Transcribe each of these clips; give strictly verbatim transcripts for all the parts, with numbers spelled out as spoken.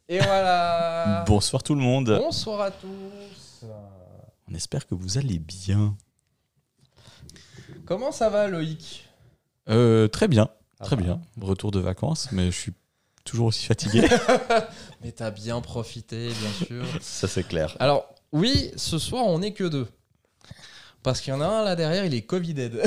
Et voilà. Bonsoir tout le monde. Bonsoir à tous. On espère que vous allez bien. Comment ça va, Loïc ? Euh, très bien, Ah très bah. bien. Retour de vacances, mais je suis toujours aussi fatigué. Mais t'as bien profité, bien sûr. Ça c'est clair. Alors, oui, ce soir, on n'est que deux. Parce qu'il y en a un là derrière, il est Covided.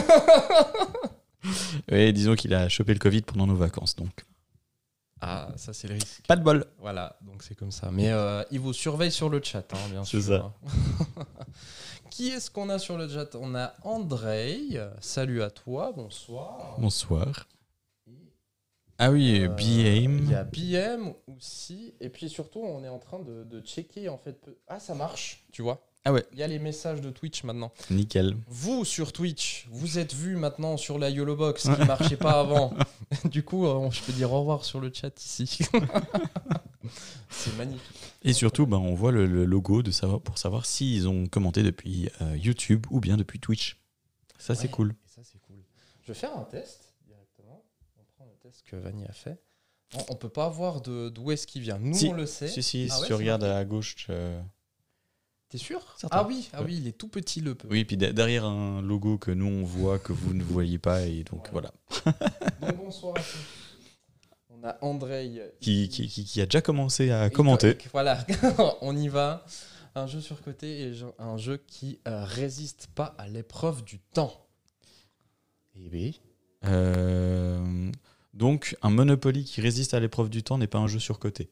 Oui, disons qu'il a chopé le Covid pendant nos vacances, donc Ah, ça c'est le risque. pas de bol. Voilà, donc c'est comme ça. Mais euh, il vous surveille sur le chat, hein, bien C'est sûr. ça. Qui est-ce qu'on a sur le chat ? On a Andrei. Salut à toi, bonsoir. Bonsoir. Ah oui, Euh, B Il y M. a B M aussi. Et puis surtout, on est en train de, de checker en fait. peu- Ah, ça marche, tu vois. Ah ouais, Il y a les messages de Twitch maintenant. nickel. Vous, sur Twitch, vous êtes vu maintenant sur la YOLO Box qui ne marchait pas avant. Du coup, euh, je peux dire au revoir sur le chat ici. C'est magnifique. Et surtout, ben, on voit le, le logo de savoir, pour savoir s'ils ont commenté depuis euh, YouTube ou bien depuis Twitch. Ça, c'est Ouais, cool. et ça, c'est cool. Je vais faire un test directement. On prend le test que Vanny a fait. On, on peut pas voir de- d'où est-ce qu'il vient. Nous, Si. on le sait. Si, si, Ah si ouais, tu c'est regardes marqué. à gauche. euh, T'es sûr ? Certain. Ah oui, ah Ouais. oui, il est tout petit le peu. Oui, puis de- derrière un logo que nous on voit, que vous ne voyez pas, et donc voilà. Donc bonsoir à tous. On a Andrei Qui, qui, qui, qui a déjà commencé à Et commenter. co- Voilà, on y va. Un jeu surcoté et je- un jeu qui euh, résiste pas à l'épreuve du temps. Eh oui. Euh, donc, un Monopoly qui résiste à l'épreuve du temps n'est pas un jeu surcoté.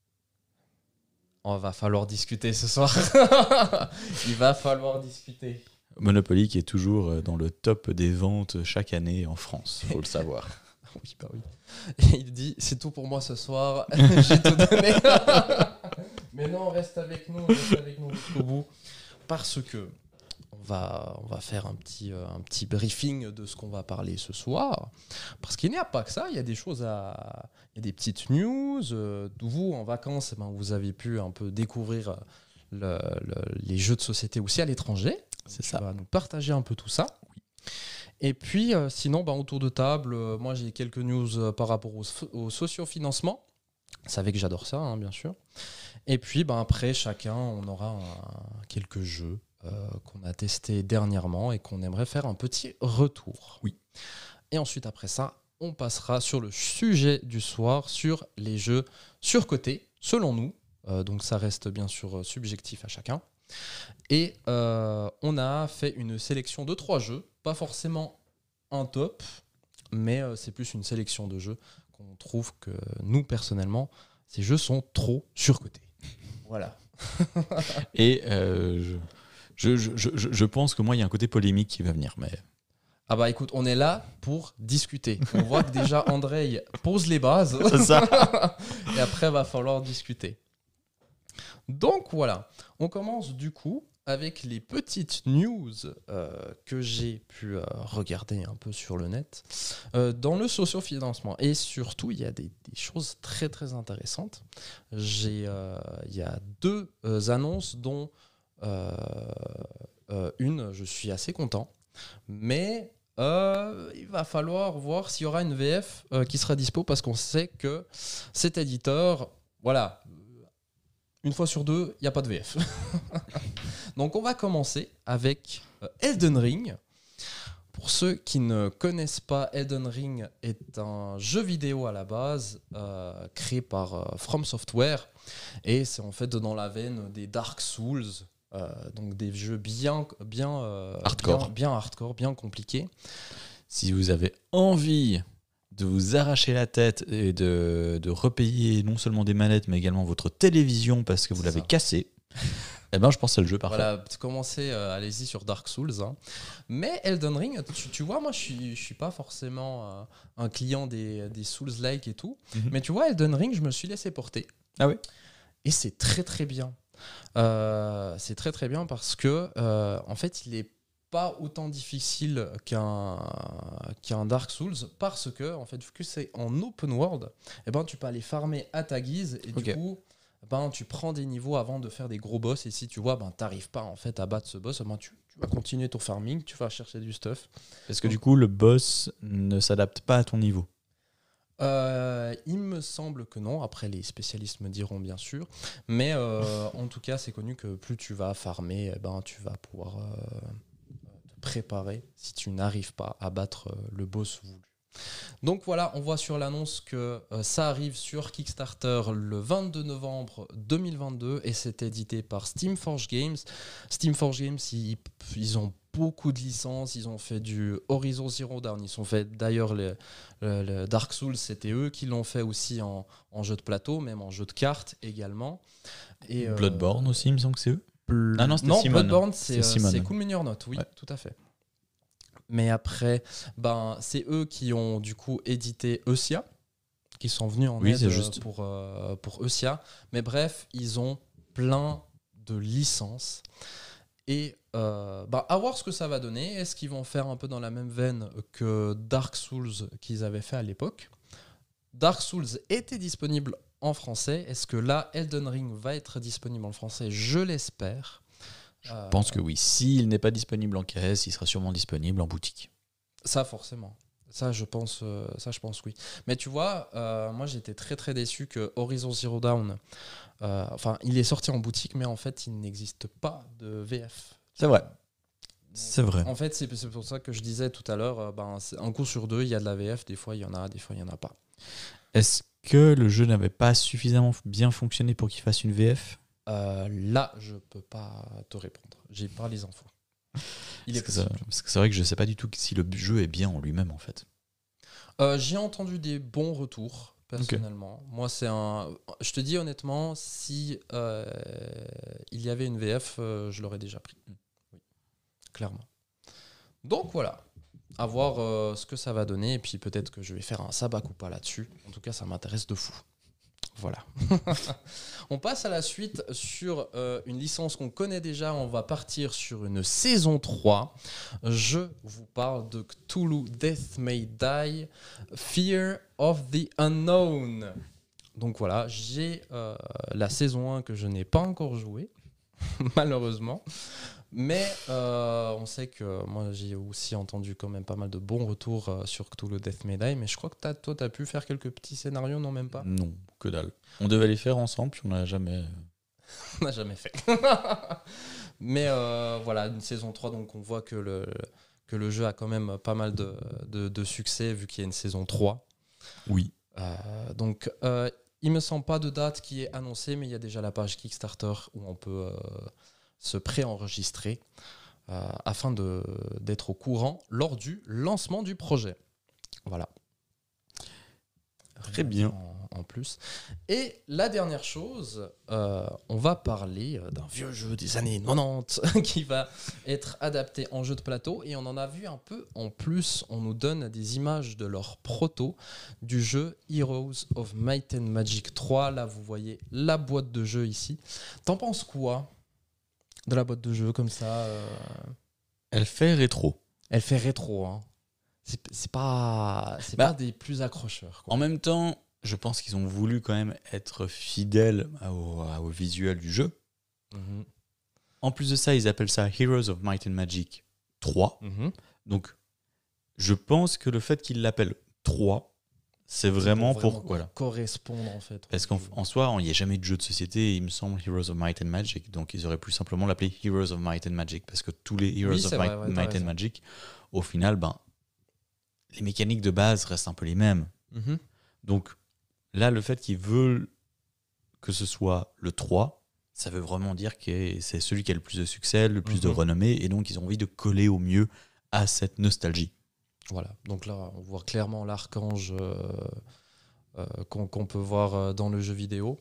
On va falloir discuter ce soir. Il va falloir discuter. Monopoly qui est toujours euh, dans le top des ventes chaque année en France, faut le savoir. Oui, bah oui. Et il dit, c'est tout pour moi ce soir. J'ai tout donné. Mais non, reste avec nous, reste avec nous jusqu'au bout. Parce que on va, on va faire un petit, euh, un petit briefing de ce qu'on va parler ce soir. Parce qu'il n'y a pas que ça, il y a des choses à... Il y a des petites news. Euh, vous, en vacances, eh ben, vous avez pu un peu découvrir le- le- les jeux de société aussi à l'étranger. C'est Tu ça. vas nous partager un peu tout ça. Et puis, euh, sinon, ben, autour de table, euh, moi, j'ai quelques news euh, par rapport au, so- au sociofinancement. Vous savez que j'adore ça, hein, bien sûr. Et puis, ben, après, chacun, on aura un- quelques jeux euh, qu'on a testés dernièrement et qu'on aimerait faire un petit retour. Oui. Et ensuite, après ça, on passera sur le sujet du soir, sur les jeux surcotés, selon nous. Euh, donc, ça reste bien sûr euh, subjectif à chacun. Et euh, on a fait une sélection de trois jeux, pas forcément un top, mais euh, c'est plus une sélection de jeux qu'on trouve que nous, personnellement, ces jeux sont trop surcotés. Voilà. Et euh, je, je, je, je, je pense que moi, il y a un côté polémique qui va venir. Mais Ah bah écoute, on est là pour discuter. On voit que déjà Andrei pose les bases. c'est ça. Et après, va falloir discuter. Donc voilà, on commence du coup avec les petites news euh, que j'ai pu euh, regarder un peu sur le net euh, dans le sociofinancement. Et surtout, il y a des, des choses très très intéressantes. J'ai, euh, il y a deux euh, annonces dont euh, euh, une, je suis assez content, mais euh, il va falloir voir s'il y aura une V F euh, qui sera dispo parce qu'on sait que cet éditeur, voilà, une fois sur deux, il n'y a pas de V F. Donc on va commencer avec euh, Elden Ring. Pour ceux qui ne connaissent pas, Elden Ring est un jeu vidéo à la base euh, créé par euh, From Software et c'est en fait dans la veine des Dark Souls, euh, donc des jeux bien, bien, euh, Hardcore. bien, bien hardcore, bien compliqués. Si vous avez envie de vous arracher la tête et de, de repayer non seulement des manettes, mais également votre télévision parce que vous C'est l'avez ça. cassée, eh ben, je pense que c'est le jeu parfait. Voilà, commencez, euh, allez-y sur Dark Souls. hein. Mais Elden Ring, tu, tu vois, moi je suis, je suis pas forcément euh, un client des, des Souls-like et tout. Mhm. Mais tu vois, Elden Ring, je me suis laissé porter. Ah oui. Et c'est très très bien. Euh, c'est très très bien parce que, euh, en fait, il est pas autant difficile qu'un qu'un Dark Souls parce que, en fait, vu que c'est en open world, eh ben, tu peux aller farmer à ta guise et Ok. du coup, ben, tu prends des niveaux avant de faire des gros boss et si tu vois, ben, t'arrives pas en fait à battre ce boss, ben, tu, tu vas continuer ton farming, tu vas chercher du stuff. Parce que du coup, le boss ne s'adapte pas à ton niveau. Euh, il me semble que non. Après, les spécialistes me diront bien sûr. Mais euh, en tout cas, c'est connu que plus tu vas farmer, eh ben, tu vas pouvoir euh, te préparer si tu n'arrives pas à battre euh, le boss voulu. Donc voilà, on voit sur l'annonce que euh, ça arrive sur Kickstarter le vingt-deux novembre deux mille vingt-deux et c'est édité par Steamforge Games. Steamforge Games, ils, ils ont beaucoup de licences, ils ont fait du Horizon Zero Dawn, ils ont fait d'ailleurs le, le, le Dark Souls, c'était eux qui l'ont fait aussi en, en jeu de plateau, même en jeu de cartes également. Et, euh, Bloodborne aussi, il me semble que c'est eux. Bl- Ah non, c'était non, Simon. Bloodborne, c'est, C'est Simon. euh, c'est Cool Mini or Not, oui, Ouais. tout à fait. Mais après, ben, c'est eux qui ont du coup édité Eusia, qui sont venus en Oui, aide c'est juste. pour, euh, pour Eusia. Mais bref, ils ont plein de licences. Et euh, ben, à voir ce que ça va donner. Est-ce qu'ils vont faire un peu dans la même veine que Dark Souls qu'ils avaient fait à l'époque ? Dark Souls était disponible en français. Est-ce que là, Elden Ring va être disponible en français ? Je l'espère. Je euh, pense que oui. S'il n'est pas disponible en caisse, il sera sûrement disponible en boutique. Ça, forcément. Ça, je pense, euh, ça, je pense oui. Mais tu vois, euh, moi, j'étais très, très déçu que Horizon Zero Dawn, euh, enfin, il est sorti en boutique, mais en fait, il n'existe pas de V F. C'est vrai. C'est vrai. En fait, c'est, c'est pour ça que je disais tout à l'heure, euh, ben, c'est un coup sur deux, il y a de la V F. Des fois, il y en a, des fois, il n'y en a pas. Est-ce que le jeu n'avait pas suffisamment bien fonctionné pour qu'il fasse une V F ? Euh, là, je peux pas te répondre. J'ai pas les infos. Il est parce, que ça, parce que c'est vrai que je sais pas du tout si le jeu est bien en lui-même en fait. Euh, j'ai entendu des bons retours personnellement. Okay. Moi, c'est un. Je te dis honnêtement, si euh, il y avait une V F, euh, je l'aurais déjà pris. Oui, clairement. Donc voilà. À voir euh, ce que ça va donner et puis peut-être que je vais faire un sabbat ou pas là-dessus. En tout cas, ça m'intéresse de fou. Voilà. On passe à la suite sur euh, une licence qu'on connaît déjà. On va partir sur une saison trois. Je vous parle de Cthulhu Death May Die, Fear of the Unknown. Donc voilà, j'ai euh, la saison un que je n'ai pas encore jouée, malheureusement. Mais euh, on sait que moi j'ai aussi entendu quand même pas mal de bons retours euh, sur Cthulhu Death May Die, mais je crois que t'as, toi tu as pu faire quelques petits scénarios, non même pas ? Non, que dalle. On devait les faire ensemble, puis on n'a jamais... on n'a jamais fait. Mais euh, voilà, une saison trois, donc on voit que le, que le jeu a quand même pas mal de, de, de succès vu qu'il y a une saison trois. Oui. Euh, donc euh, il me semble pas de date qui est annoncée, mais il y a déjà la page Kickstarter où on peut... Euh, se pré-enregistrer euh, afin de, d'être au courant lors du lancement du projet. Voilà. Très bien. En, en plus. Et la dernière chose, euh, on va parler d'un vieux jeu des années quatre-vingt-dix qui va être adapté en jeu de plateau et on en a vu un peu en plus. On nous donne des images de leur proto du jeu Heroes of Might and Magic trois. Là, vous voyez la boîte de jeu ici. T'en penses quoi ? De la boîte de jeu comme ça euh... Elle fait rétro. Elle fait rétro. Hein. C'est, c'est, pas, c'est bah, pas des plus accrocheurs. Quoi. En même temps, je pense qu'ils ont voulu quand même être fidèles au, au visuel du jeu. Mm-hmm. En plus de ça, ils appellent ça Heroes of Might and Magic trois. Mm-hmm. Donc, je pense que le fait qu'ils l'appellent trois, c'est vraiment, c'est pour, vraiment pour voilà. correspondre en fait. Parce qu'en en soi, il n'y a jamais de jeu de société, il me semble, Heroes of Might and Magic. Donc ils auraient pu simplement l'appeler Heroes of Might and Magic. Parce que tous les Heroes oui, of vrai, Might, ouais, Might and Magic, au final, ben, les mécaniques de base restent un peu les mêmes. Mm-hmm. Donc là, le fait qu'ils veulent que ce soit le trois, ça veut vraiment dire que c'est celui qui a le plus de succès, le plus mm-hmm. de renommée. Et donc ils ont envie de coller au mieux à cette nostalgie. Voilà, donc là, on voit clairement l'archange euh, euh, qu'on, qu'on peut voir dans le jeu vidéo.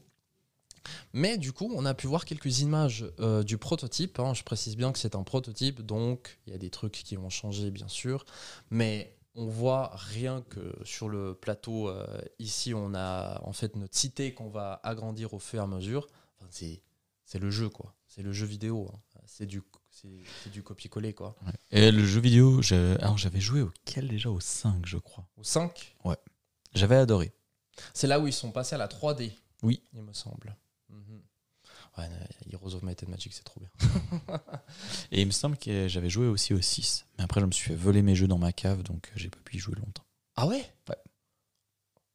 Mais du coup, on a pu voir quelques images euh, du prototype. Hein. Je précise bien que c'est un prototype, donc il y a des trucs qui vont changer, bien sûr. Mais on voit rien que sur le plateau. Euh, ici, on a en fait notre cité qu'on va agrandir au fur et à mesure. Enfin, c'est, c'est le jeu, quoi. C'est le jeu vidéo. Hein. C'est du... C'est, c'est du copier-coller, quoi. Ouais. Et le jeu vidéo, je... Alors, j'avais joué auquel déjà ? Au cinq, je crois. Au cinq ? Ouais. J'avais adoré. C'est là où ils sont passés à la trois D. Oui. Il me semble. Mm-hmm. Ouais, Heroes of Might and Magic, c'est trop bien. Et il me semble que j'avais joué aussi au six. Mais après, je me suis fait voler mes jeux dans ma cave, donc j'ai pas pu y jouer longtemps. Ah ouais ? Ouais.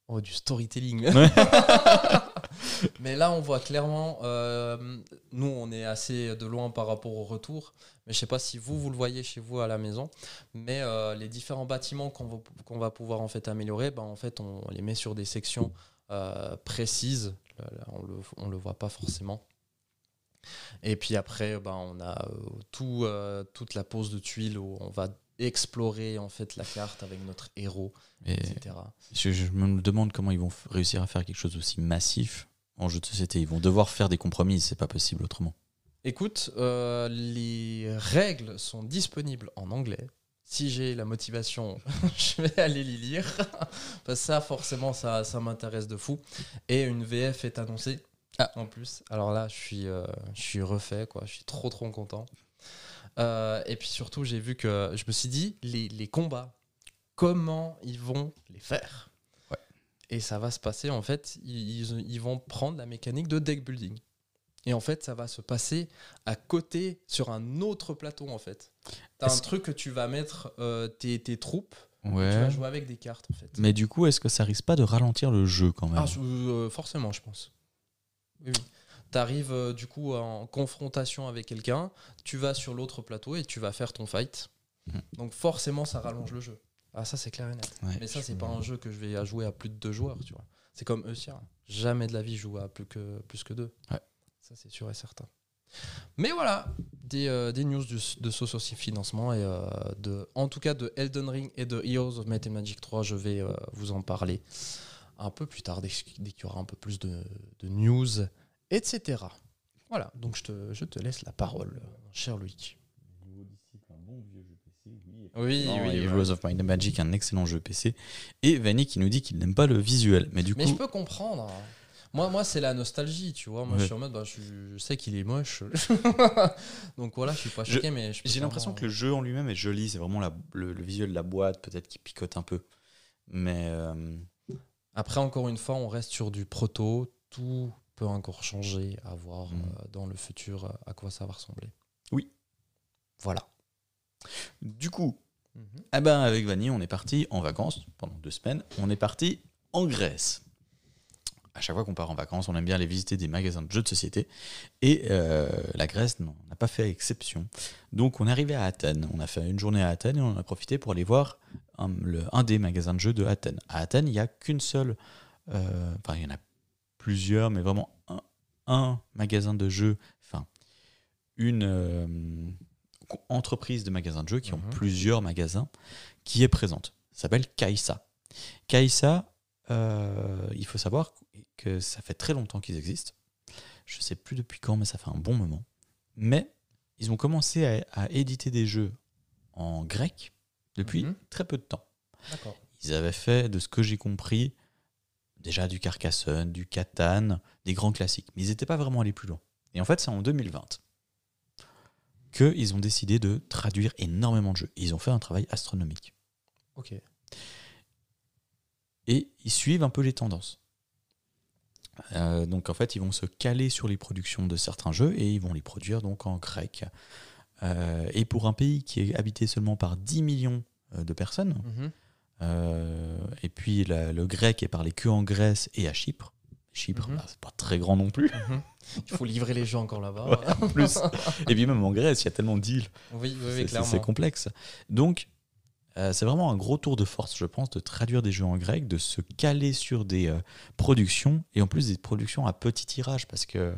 Oh, du storytelling. Ouais. Mais là, on voit clairement, euh, nous, on est assez de loin par rapport au retour, mais je sais pas si vous, vous le voyez chez vous à la maison, mais euh, les différents bâtiments qu'on va, qu'on va pouvoir en fait améliorer, ben, en fait, on les met sur des sections euh, précises. Là, là, on le, on le voit pas forcément. Et puis après, ben, on a euh, tout, euh, toute la pose de tuiles où on va explorer en fait la carte avec notre héros, Et et cetera. je, je me demande comment ils vont f- réussir à faire quelque chose aussi massif en jeu de société. Ils vont devoir faire des compromis, c'est pas possible autrement. Écoute, euh, les règles sont disponibles en anglais. Si j'ai la motivation, je vais aller les lire. Parce que ça, forcément, ça, ça m'intéresse de fou. Et une V F est annoncée. Ah. En plus. Alors là, je suis, euh, je suis refait, quoi. Je suis trop, trop content. Euh, et puis surtout, j'ai vu que je me suis dit, les, les combats, comment ils vont les faire? Ouais. Et ça va se passer, en fait, ils, ils, ils vont prendre la mécanique de deck building. Et en fait, ça va se passer à côté, sur un autre plateau, en fait. T'as Est-ce- un truc que tu vas mettre euh, tes, tes troupes, tu Ouais. vas jouer avec des cartes, en fait. Mais du coup, est-ce que ça risque pas de ralentir le jeu quand même? Ah, euh, forcément, je pense. Oui, oui. T'arrives euh, du coup en confrontation avec quelqu'un, tu vas sur l'autre plateau et tu vas faire ton fight. Mhm. Donc forcément, ça rallonge le jeu. Ah, ça, c'est clair et net. Ouais, Mais ça, je- c'est pas un jeu que je vais à jouer à plus de deux joueurs, tu vois. C'est comme Eusia. Jamais de la vie, je joue à plus que, plus que deux. Ouais. Ça, c'est sûr et certain. Mais voilà, des, euh, des news du, de ce souci financement et euh, de, en tout cas de Elden Ring et de Heroes of Might and Magic trois, je vais euh, vous en parler un peu plus tard, dès, dès qu'il y aura un peu plus de, de news, et cetera. Voilà, donc je te, je te laisse la parole, cher Loïc. Oui, Non, oui, et ouais. Heroes of Might and Magic, un excellent jeu P C. Et Vanny qui nous dit qu'il n'aime pas le visuel. Mais du Mais coup, je peux comprendre. hein. Moi, moi c'est la nostalgie, tu vois. Moi, Ouais. je suis en mode, bah, je, je sais qu'il est moche. Donc voilà, je suis pas Je- choqué, mais je peux j'ai l'impression que le jeu en lui-même est joli. C'est vraiment la- le, le visuel de la boîte, peut-être qui picote un peu. Mais euh, Après, encore une fois, on reste sur du proto. Tout peut encore changer, à voir Mm. euh, dans le futur euh, à quoi ça va ressembler. Oui. Voilà. du coup, eh ben, avec Vanny, on est parti en vacances pendant deux semaines. On est parti en Grèce. À chaque fois qu'on part en vacances, on aime bien aller visiter des magasins de jeux de société. Et euh, la Grèce n'en a pas fait exception. Donc on est arrivé à Athènes. On a fait une journée à Athènes et on en a profité pour aller voir un, le, un des magasins de jeux de Athènes. À Athènes, il n'y a qu'une seule... euh, Enfin, il y en a plusieurs, mais vraiment un, un magasin de jeux... Enfin, une euh, entreprise de magasins de jeux qui Mhm. ont plusieurs magasins qui est présente. Ça s'appelle Kaisa. Kaisa, euh, il faut savoir que ça fait très longtemps qu'ils existent. Je ne sais plus depuis quand, mais ça fait un bon moment. Mais ils ont commencé à, à éditer des jeux en grec depuis Mhm. très peu de temps. D'accord. Ils avaient fait, de ce que j'ai compris, déjà du Carcassonne, du Catan, des grands classiques. Mais ils n'étaient pas vraiment allés plus loin. Et en fait, c'est en deux mille vingt qu'ils ont décidé de traduire énormément de jeux. Ils ont fait un travail astronomique. Ok. Et ils suivent un peu les tendances. Euh, donc en fait, ils vont se caler sur les productions de certains jeux et ils vont les produire donc en grec. Euh, et pour un pays qui est habité seulement par dix millions de personnes, Mhm. euh, et puis la- le grec est parlé que en Grèce et à Chypre. Chypre, Mhm. bah, c'est pas très grand non plus. Mhm. Il faut livrer les jeux encore là-bas. Ouais, en plus. Et puis même en Grèce, il y a tellement d'îles. Oui, oui, oui, C'est- c'est clairement. c'est complexe. Donc, euh, c'est vraiment un gros tour de force, je pense, de traduire des jeux en grec, de se caler sur des euh, productions, et en plus des productions à petit tirage, parce que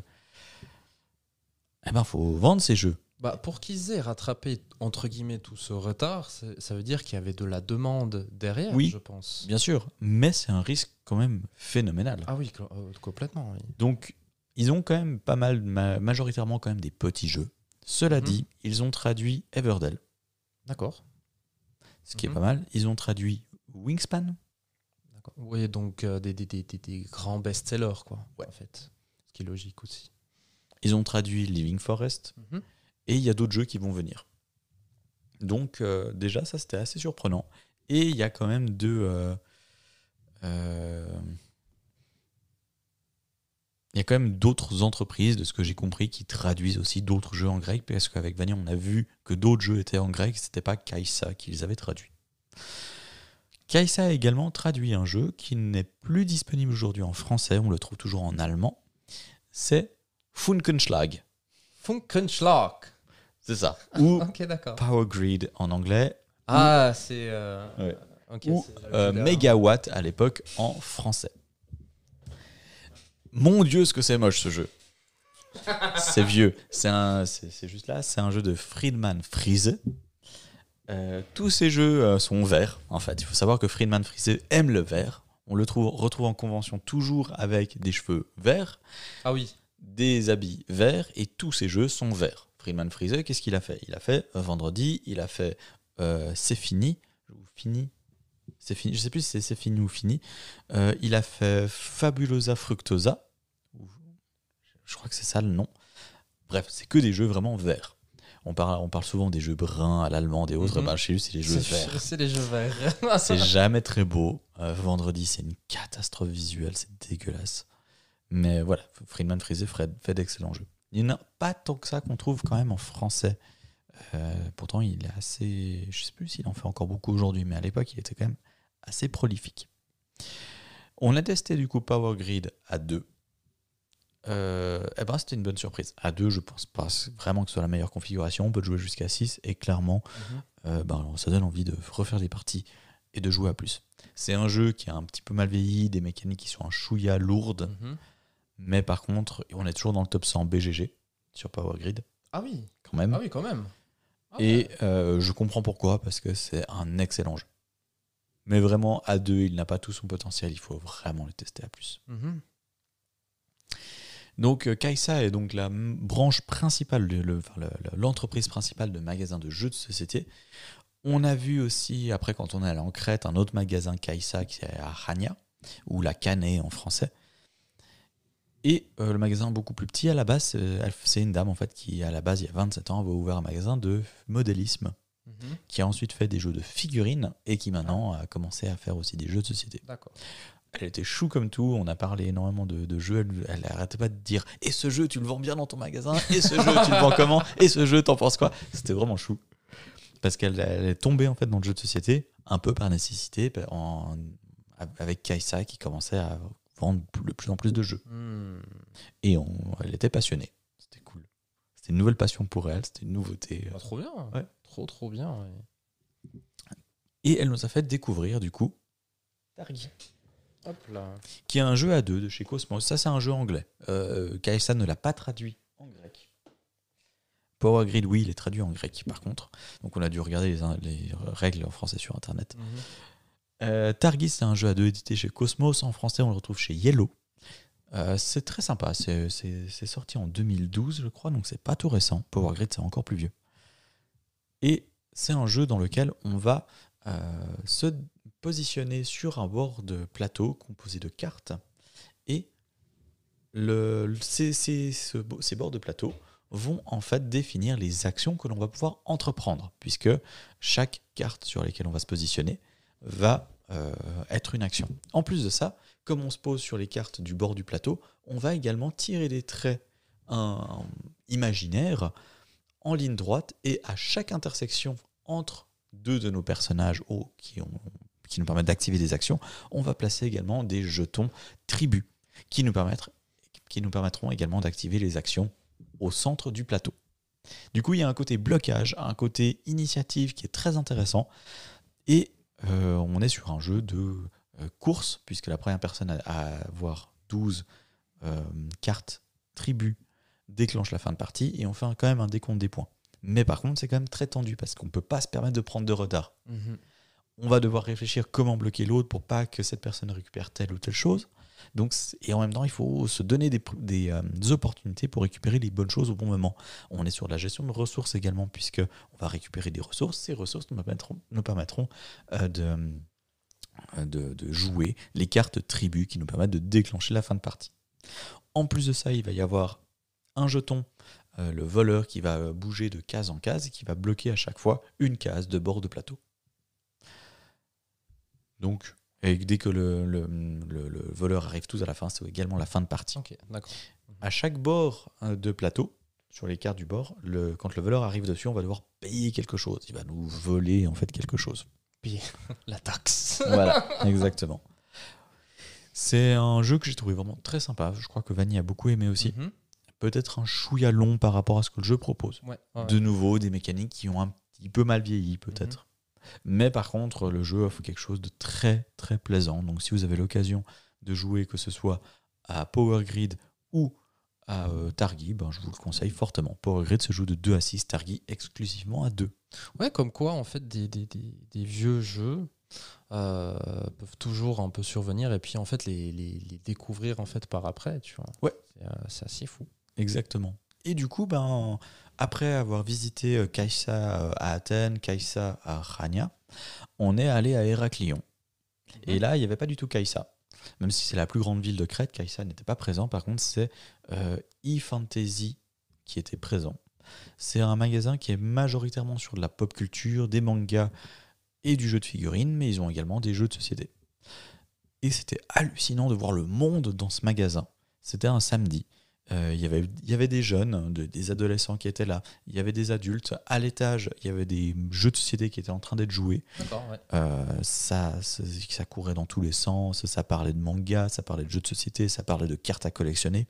eh ben, faut vendre ces jeux. Bah, pour qu'ils aient rattrapé, entre guillemets, tout ce retard, c'est- ça veut dire qu'il y avait de la demande derrière, Oui. je pense. Bien sûr, mais c'est un risque quand même phénoménal. Ah oui, cl- euh, complètement. Oui. Donc, ils ont quand même pas mal, ma- majoritairement quand même des petits jeux. Cela Mhm. dit, ils ont traduit Everdell, D'accord. ce qui Mhm. est pas mal. Ils ont traduit Wingspan. D'accord. Oui, donc euh, des, des, des, des- des grands best-sellers, quoi, en fait. Ce qui est logique aussi. Ils ont traduit Living Forest. Mhm. Et il y a d'autres jeux qui vont venir. Donc euh, déjà, ça c'était assez surprenant. Et il y a quand même deux... euh, euh, il y a quand même d'autres entreprises, de ce que j'ai compris, qui traduisent aussi d'autres jeux en grec, parce qu'avec Vanilla, on a vu que d'autres jeux étaient en grec, c'était pas Kaisa qui les avait traduits. Kai'Sa a également traduit un jeu qui n'est plus disponible aujourd'hui en français, on le trouve toujours en allemand. C'est Funkenschlag. Funkenschlag. C'est ça. Ou Ok, d'accord. Power Grid en anglais. Ah, c'est. Euh... Ouais. Okay, ou c'est euh, Megawatt à l'époque en français. Mon Dieu, ce que c'est moche ce jeu. C'est vieux. C'est, un, c'est, c'est juste là, c'est un jeu de Friedemann Friese. Euh, tous ces jeux euh, sont verts, en fait. Il faut savoir que Friedemann Friese aime le vert. On le trouve, retrouve en convention toujours avec des cheveux verts. Ah oui. Des habits verts, et tous ces jeux sont verts. Friedemann Friese, qu'est-ce qu'il a fait ? Il a fait euh, Vendredi, il a fait euh, C'est fini. Fini C'est fini, je sais plus si c'est, c'est fini ou fini. Euh, il a fait Fabulosa Fructosa. Je crois que c'est ça le nom. Bref, c'est que des jeux vraiment verts. On parle, on parle souvent des jeux bruns à l'allemande et autres. Mm-hmm. Ben, chez lui, c'est les jeux c'est, verts. C'est les jeux verts. C'est jamais très beau. Euh, Vendredi, c'est une catastrophe visuelle. C'est dégueulasse. Mais voilà, Friedemann Friese fait, fait d'excellents jeux. Il n'y en a pas tant que ça qu'on trouve quand même en français. Euh, pourtant, il est assez... Je ne sais plus s'il en fait encore beaucoup aujourd'hui, mais à l'époque, il était quand même assez prolifique. On a testé du coup Power Grid à deux. Euh, eh ben, c'était une bonne surprise. À deux, je pense pas vraiment que ce soit la meilleure configuration. On peut jouer jusqu'à six et clairement, mm-hmm. euh, ben, ça donne envie de refaire des parties et de jouer à plus. C'est un jeu qui a un petit peu mal vieilli, des mécaniques qui sont un chouïa lourdes, mm-hmm. mais par contre, on est toujours dans le top cent B G G sur Power Grid. Ah oui, quand même. Ah oui, quand même. Ah et ouais. euh, je comprends pourquoi, parce que c'est un excellent jeu. Mais vraiment, à deux, il n'a pas tout son potentiel. Il faut vraiment le tester à plus. Mm-hmm. Donc, Kai'Sa est donc la branche principale, de, le, enfin, le, l'entreprise principale de magasins de jeux de société. On a vu aussi, après, quand on est allé en Crète, un autre magasin Kai'Sa qui est à Chania, ou la Canée en français. Et euh, le magasin beaucoup plus petit, à la base, c'est, c'est une dame en fait qui, à la base, il y a vingt-sept ans, avait ouvert un magasin de modélisme, mmh. qui a ensuite fait des jeux de figurines et qui maintenant a commencé à faire aussi des jeux de société. D'accord. Elle était chou comme tout, on a parlé énormément de, de jeux, elle, elle arrêtait pas de dire « Et ce jeu, tu le vends bien dans ton magasin ? Et ce jeu, tu le vends comment ? Et ce jeu, t'en penses quoi ?» C'était vraiment chou. Parce qu'elle elle est tombée en fait dans le jeu de société, un peu par nécessité, en, avec Kai'Sa qui commençait à vendre de plus en plus de jeux. Mmh. Et on, elle était passionnée. C'était cool. C'était une nouvelle passion pour elle, c'était une nouveauté. Bah, trop bien. Ouais. Trop, trop bien. Ouais. Et elle nous a fait découvrir, du coup, Targi. Hop là. Qui est un jeu à deux de chez Cosmos. Ça, c'est un jeu anglais. Euh, Kai'Sa ne l'a pas traduit en grec. Power Grid, oui, il est traduit en grec, par contre. Donc, on a dû regarder les, les règles en français sur Internet. Mmh. Euh, Targi, c'est un jeu à deux édité chez Cosmos. En français, on le retrouve chez Yellow. Euh, c'est très sympa. C'est, c'est, c'est sorti en deux mille douze, je crois, donc c'est pas tout récent. Power Grid, c'est encore plus vieux. Et c'est un jeu dans lequel on va euh, se positionner sur un bord de plateau composé de cartes. Et le, ces, ces, ce, ces bords de plateau vont en fait définir les actions que l'on va pouvoir entreprendre, puisque chaque carte sur laquelle on va se positionner va euh, être une action. En plus de ça, comme on se pose sur les cartes du bord du plateau, on va également tirer des traits un, imaginaires en ligne droite, et à chaque intersection entre deux de nos personnages oh, qui, ont, qui nous permettent d'activer des actions, on va placer également des jetons tribus qui nous, permettre, qui nous permettront également d'activer les actions au centre du plateau. Du coup, il y a un côté blocage, un côté initiative qui est très intéressant, et euh, on est sur un jeu de euh, course, puisque la première personne à, à avoir douze euh, cartes tribus déclenche la fin de partie, et on fait quand même un décompte des points. Mais par contre, c'est quand même très tendu, parce qu'on ne peut pas se permettre de prendre de retard. Mmh. On va devoir réfléchir comment bloquer l'autre pour pas que cette personne récupère telle ou telle chose. Donc, et en même temps, il faut se donner des, des, euh, des opportunités pour récupérer les bonnes choses au bon moment. On est sur de la gestion de ressources également, puisqu'on va récupérer des ressources. Ces ressources nous permettront, nous permettront euh, de, de, de jouer les cartes tribus qui nous permettent de déclencher la fin de partie. En plus de ça, il va y avoir un jeton, euh, le voleur, qui va bouger de case en case et qui va bloquer à chaque fois une case de bord de plateau. Donc, et dès que le, le, le, le voleur arrive tous à la fin, c'est également la fin de partie. Okay, d'accord. À chaque bord de plateau, sur les cartes du bord, le, quand le voleur arrive dessus, on va devoir payer quelque chose. Il va nous voler en fait quelque chose. payer la taxe. Voilà, exactement. C'est un jeu que j'ai trouvé vraiment très sympa. Je crois que Vanny a beaucoup aimé aussi. Mm-hmm. Peut-être un chouïa long par rapport à ce que le jeu propose. Ouais, ouais. De nouveau, des mécaniques qui ont un petit peu mal vieilli, peut-être. Mm-hmm. Mais par contre, le jeu offre quelque chose de très, très plaisant. Donc si vous avez l'occasion de jouer, que ce soit à Power Grid ou à euh, Targi, ben, je vous le conseille fortement. Power Grid se joue de deux à six, Targi exclusivement à deux. Ouais, comme quoi, en fait, des, des, des, des vieux jeux euh, peuvent toujours un peu survenir et puis, en fait, les, les, les découvrir en fait, par après, tu vois. Ouais. C'est, euh, c'est assez fou. Exactement. Et du coup, ben, après avoir visité euh, Kaïssa à Athènes, Kaïssa à Chania, on est allé à Héraclion. Mmh. Et là, il n'y avait pas du tout Kaïssa. Même si c'est la plus grande ville de Crète, Kaïssa n'était pas présent. Par contre, c'est euh, eFantasy qui était présent. C'est un magasin qui est majoritairement sur de la pop culture, des mangas et du jeu de figurines, mais ils ont également des jeux de société. Et c'était hallucinant de voir le monde dans ce magasin. C'était un samedi. Euh, y avait, y avait des jeunes, de, des adolescents qui étaient là. Il y avait des adultes. À l'étage, il y avait des jeux de société qui étaient en train d'être joués. D'accord, ouais. Euh, ça, ça, ça courait dans tous les sens. Ça parlait de manga, ça parlait de jeux de société, ça parlait de cartes à collectionner.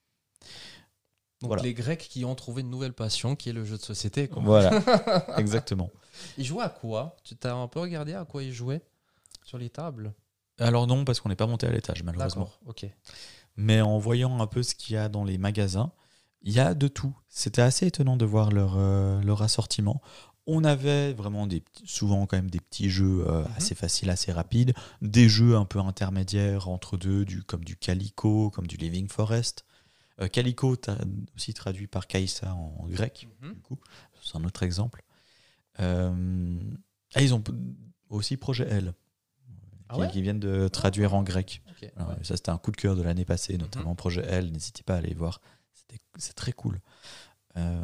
Donc voilà. Les Grecs qui ont trouvé une nouvelle passion, qui est le jeu de société. Quoi. Voilà, exactement. Ils jouaient à quoi? Tu t'as un peu regardé à quoi ils jouaient sur les tables? Alors non, parce qu'on n'est pas monté à l'étage, malheureusement. D'accord, ok. Mais en voyant un peu ce qu'il y a dans les magasins, il y a de tout. C'était assez étonnant de voir leur, euh, leur assortiment. On avait vraiment des, souvent quand même des petits jeux euh, mm-hmm. assez faciles, assez rapides, des jeux un peu intermédiaires entre deux, du, comme du Calico, comme du Living Forest. Euh, Calico, aussi traduit par Kaïssa en, en grec, mm-hmm. du coup, c'est un autre exemple. Euh, ah, ils ont aussi Projet L. Ah Qui, ouais qui viennent de traduire en grec. Okay, Alors, ouais. Ça, c'était un coup de cœur de l'année passée, notamment mm-hmm. Projet L. N'hésitez pas à aller voir. C'était, c'est très cool. Euh...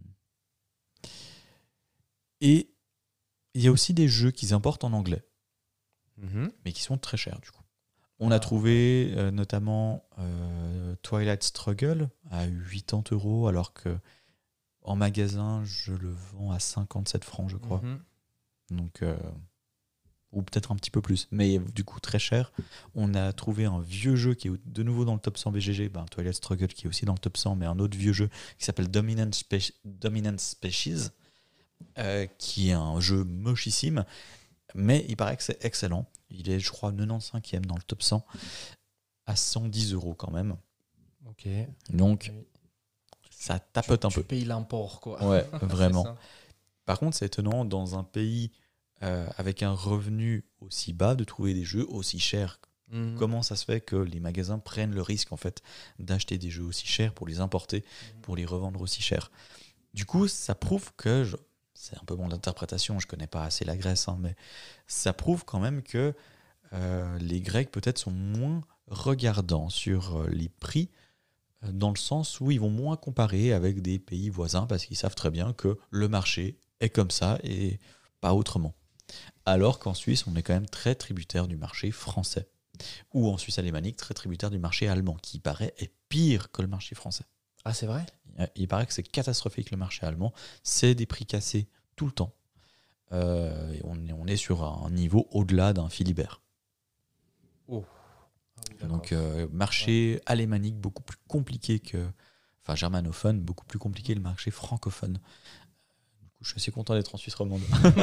Et il y a aussi des jeux qu'ils importent en anglais, mm-hmm. mais qui sont très chers, du coup. On a ah, trouvé ouais. euh, notamment euh, Twilight Struggle à quatre-vingts euros, alors que en magasin, je le vends à cinquante-sept francs, je crois. Mm-hmm. Donc... Euh... ou peut-être un petit peu plus, mais du coup très cher. On a trouvé un vieux jeu qui est de nouveau dans le top cent B G G, ben, Twilight Struggle qui est aussi dans le top cent, mais un autre vieux jeu qui s'appelle Dominant, Spe- Dominant Species, euh, qui est un jeu mochissime, mais il paraît que c'est excellent. Il est, je crois, quatre-vingt-quinzième dans le top cent, à cent dix euros quand même. Ok. Donc, oui. ça tapote tu, un tu peu. Tu payes l'import, quoi. Ouais, vraiment. Par contre, c'est étonnant, dans un pays... Euh, avec un revenu aussi bas, de trouver des jeux aussi chers. Mmh. Comment ça se fait que les magasins prennent le risque en fait d'acheter des jeux aussi chers pour les importer, mmh. pour les revendre aussi chers? Du coup, ça prouve que, je, c'est un peu mon interprétation, je connais pas assez la Grèce, hein, mais ça prouve quand même que euh, les Grecs peut-être sont moins regardants sur euh, les prix, euh, dans le sens où ils vont moins comparer avec des pays voisins parce qu'ils savent très bien que le marché est comme ça et pas autrement. Alors qu'en Suisse, on est quand même très tributaire du marché français. Ou en Suisse alémanique, très tributaire du marché allemand, qui paraît est pire que le marché français. Ah, c'est vrai ? Il paraît que c'est catastrophique le marché allemand. C'est des prix cassés tout le temps. Euh, et on, est, on est sur un niveau au-delà d'un Philibert. Oh. Ah oui, donc, euh, marché ouais. alémanique beaucoup plus compliqué que... Enfin, germanophone, beaucoup plus compliqué que le marché francophone. Je suis assez content d'être en Suisse romande.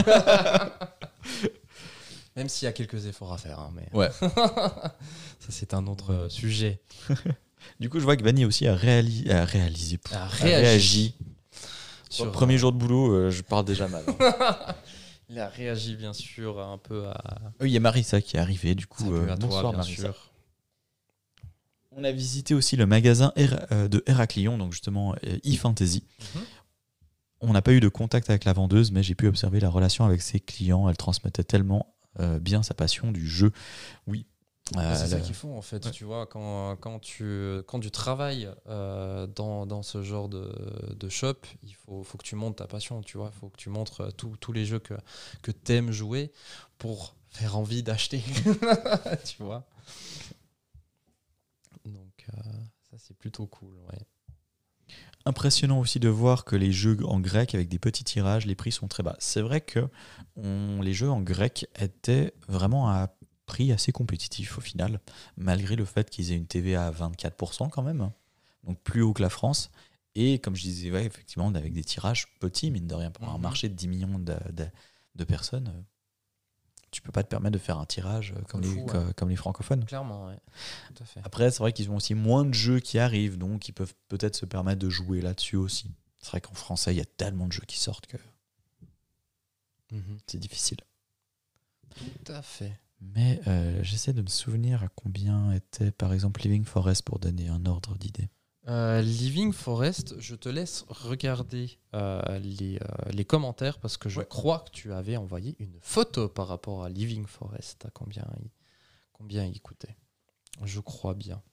Même s'il y a quelques efforts à faire. Hein, mais... Ouais. Ça, c'est un autre euh, sujet. Du coup, je vois que Vanny aussi a, réali- a réalisé. Pff, a, a réagi. réagi. Sur le premier euh... jour de boulot, euh, je parle déjà mal. Hein. Il a réagi, bien sûr, un peu à... Oui, il y a Marissa qui est arrivée. Du coup, euh, à toi, bonsoir, bien Marissa. Sûr. On a visité aussi le magasin Her- euh, de Héraclion, donc justement euh, eFantasy. Mm-hmm. On n'a pas eu de contact avec la vendeuse, mais j'ai pu observer la relation avec ses clients. Elle transmettait tellement euh, bien sa passion du jeu. Oui. Euh, c'est la... ça qu'il faut, en fait. Ouais. Tu vois, quand, quand, tu, quand tu travailles euh, dans, dans ce genre de, de shop, il faut, faut que tu montres ta passion. Tu vois, il faut que tu montres tous les jeux que, que tu aimes jouer pour faire envie d'acheter. Tu vois. Donc, euh, ça, c'est plutôt cool. Ouais. impressionnant aussi de voir que les jeux en grec, avec des petits tirages, les prix sont très bas. C'est vrai que on, les jeux en grec étaient vraiment à prix assez compétitif au final, malgré le fait qu'ils aient une T V A à vingt-quatre pour cent quand même, donc plus haut que la France. Et comme je disais, ouais, effectivement, avec des tirages petits, mine de rien, pour un marché de dix millions de, de, de personnes, tu peux pas te permettre de faire un tirage comme, Fou, les, ouais. comme les francophones. Clairement, ouais. Tout à fait. Après, c'est vrai qu'ils ont aussi moins de jeux qui arrivent, donc ils peuvent peut-être se permettre de jouer là-dessus aussi. C'est vrai qu'en français, il y a tellement de jeux qui sortent que Mm-hmm. c'est difficile. Tout à fait. Mais euh, j'essaie de me souvenir à combien était, par exemple, Living Forest pour donner un ordre d'idée. Euh, Living Forest, je te laisse regarder euh, les, euh, les commentaires parce que je Ouais. crois que tu avais envoyé une photo par rapport à Living Forest, à combien il, combien il coûtait. Je crois bien.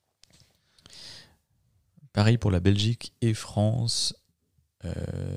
Pareil pour la Belgique et France. Euh...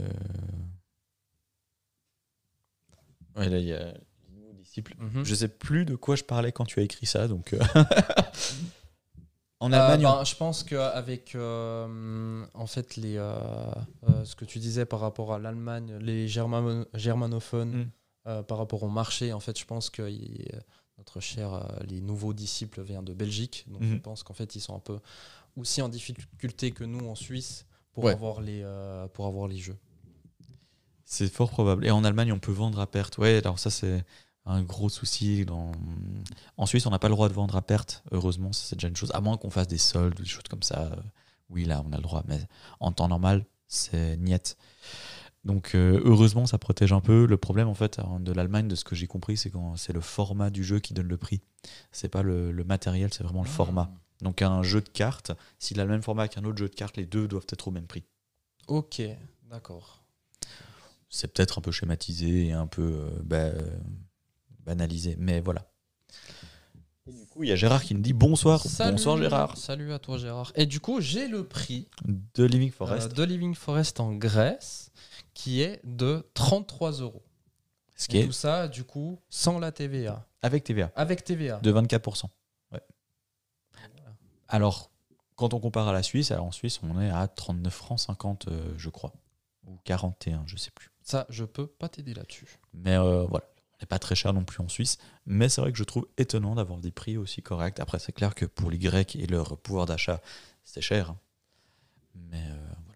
Ouais, là, il y a les nouveaux disciples. Mm-hmm. Je sais plus de quoi je parlais quand tu as écrit ça, donc... Euh... En Euh, Allemagne, ben, je pense qu'avec euh, en fait les euh, euh, ce que tu disais par rapport à l'Allemagne, les germano- germanophones, Mm. euh, par rapport au marché, en fait, je pense que il- notre cher euh, les nouveaux disciples viennent de Belgique, donc Mm. je pense qu'en fait ils sont un peu aussi en difficulté que nous en Suisse pour Ouais. avoir les euh, pour avoir les jeux. c'est fort probable. Et en Allemagne, on peut vendre à perte. Ouais, alors ça, c'est un gros souci. Dans... En Suisse, on n'a pas le droit de vendre à perte. Heureusement, ça, c'est déjà une chose. À moins qu'on fasse des soldes ou des choses comme ça. Oui, là, on a le droit. Mais en temps normal, c'est niet. Donc, euh, heureusement, ça protège un peu. Le problème, en fait, de l'Allemagne, de ce que j'ai compris, c'est que c'est le format du jeu qui donne le prix. C'est pas le, le matériel, c'est vraiment le format. Donc, un jeu de cartes, s'il a le même format qu'un autre jeu de cartes, les deux doivent être au même prix. Ok, d'accord. C'est peut-être un peu schématisé et un peu euh, bah, euh, banalisé, mais voilà. Et du coup, il y a Gérard qui nous dit bonsoir. Salut, Bonsoir Gérard. Salut à toi Gérard. Et du coup, j'ai le prix De Living Forest. euh, de Living Forest en Grèce qui est de trente-trois euros. Ce qui Et est tout ça, du coup, sans la T V A. avec T V A Avec T V A. de vingt-quatre pour cent. Ouais. Alors, quand on compare à la Suisse, alors en Suisse, on est à trente-neuf francs cinquante, euh, je crois. Ou quarante et un, je sais plus. Ça, je peux pas t'aider là-dessus. Mais euh, voilà, on n'est pas très cher non plus en Suisse. Mais c'est vrai que je trouve étonnant d'avoir des prix aussi corrects. Après, c'est clair que pour les Grecs et leur pouvoir d'achat, c'est cher. Hein. Mais euh, voilà.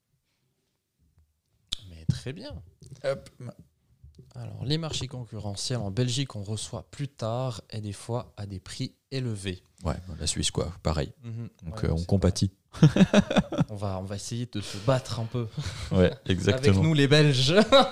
Mais très bien. Hop. Alors, les marchés concurrentiels en Belgique, on reçoit plus tard et des fois à des prix élevés. Ouais, la Suisse, quoi, pareil. Mhm. Donc Ouais, euh, on c'est compatit. vrai. On va, on va essayer de se battre un peu Ouais, exactement. avec nous, les Belges.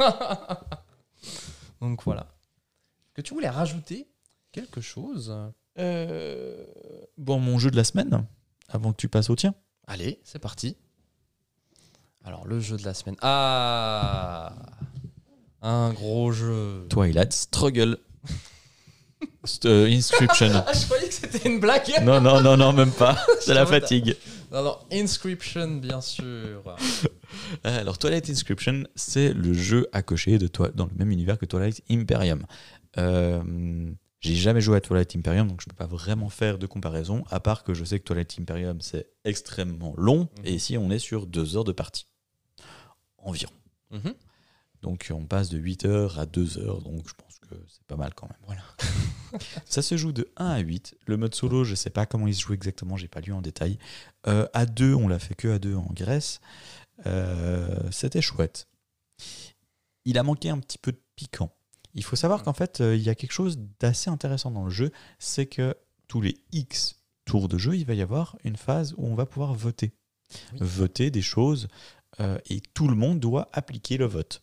Donc voilà. Que tu voulais rajouter quelque chose? Euh, Bon, mon jeu de la semaine, avant que tu passes au tien. Allez, c'est parti. Alors, le jeu de la semaine. Ah, un gros jeu. Twilight Struggle. C'est, euh, Inscription. Ah, je croyais que c'était une blague. Non, non, non, non, même pas. C'est la fatigue. Non, non, Inscription, bien sûr. Alors, Twilight Inscription, c'est le jeu à cocher de toi dans le même univers que Twilight Imperium. Euh, j'ai jamais joué à Twilight Imperium, donc je peux pas vraiment faire de comparaison, à part que je sais que Twilight Imperium, c'est extrêmement long, Mhm. et ici, on est sur deux heures de partie. Environ. Mhm. Donc, on passe de huit heures à deux heures, donc je pense que c'est pas mal quand même. Voilà. Ça se joue de un à huit. Le mode solo, je sais pas comment il se joue exactement, j'ai pas lu en détail. Euh, à deux, on l'a fait que à deux en Grèce. Euh, c'était chouette. Il a manqué un petit peu de piquant. Il faut savoir qu'en fait, euh, il y a quelque chose d'assez intéressant dans le jeu, c'est que tous les X tours de jeu, il va y avoir une phase où on va pouvoir voter. Oui. Voter des choses, euh, et tout le monde doit appliquer le vote.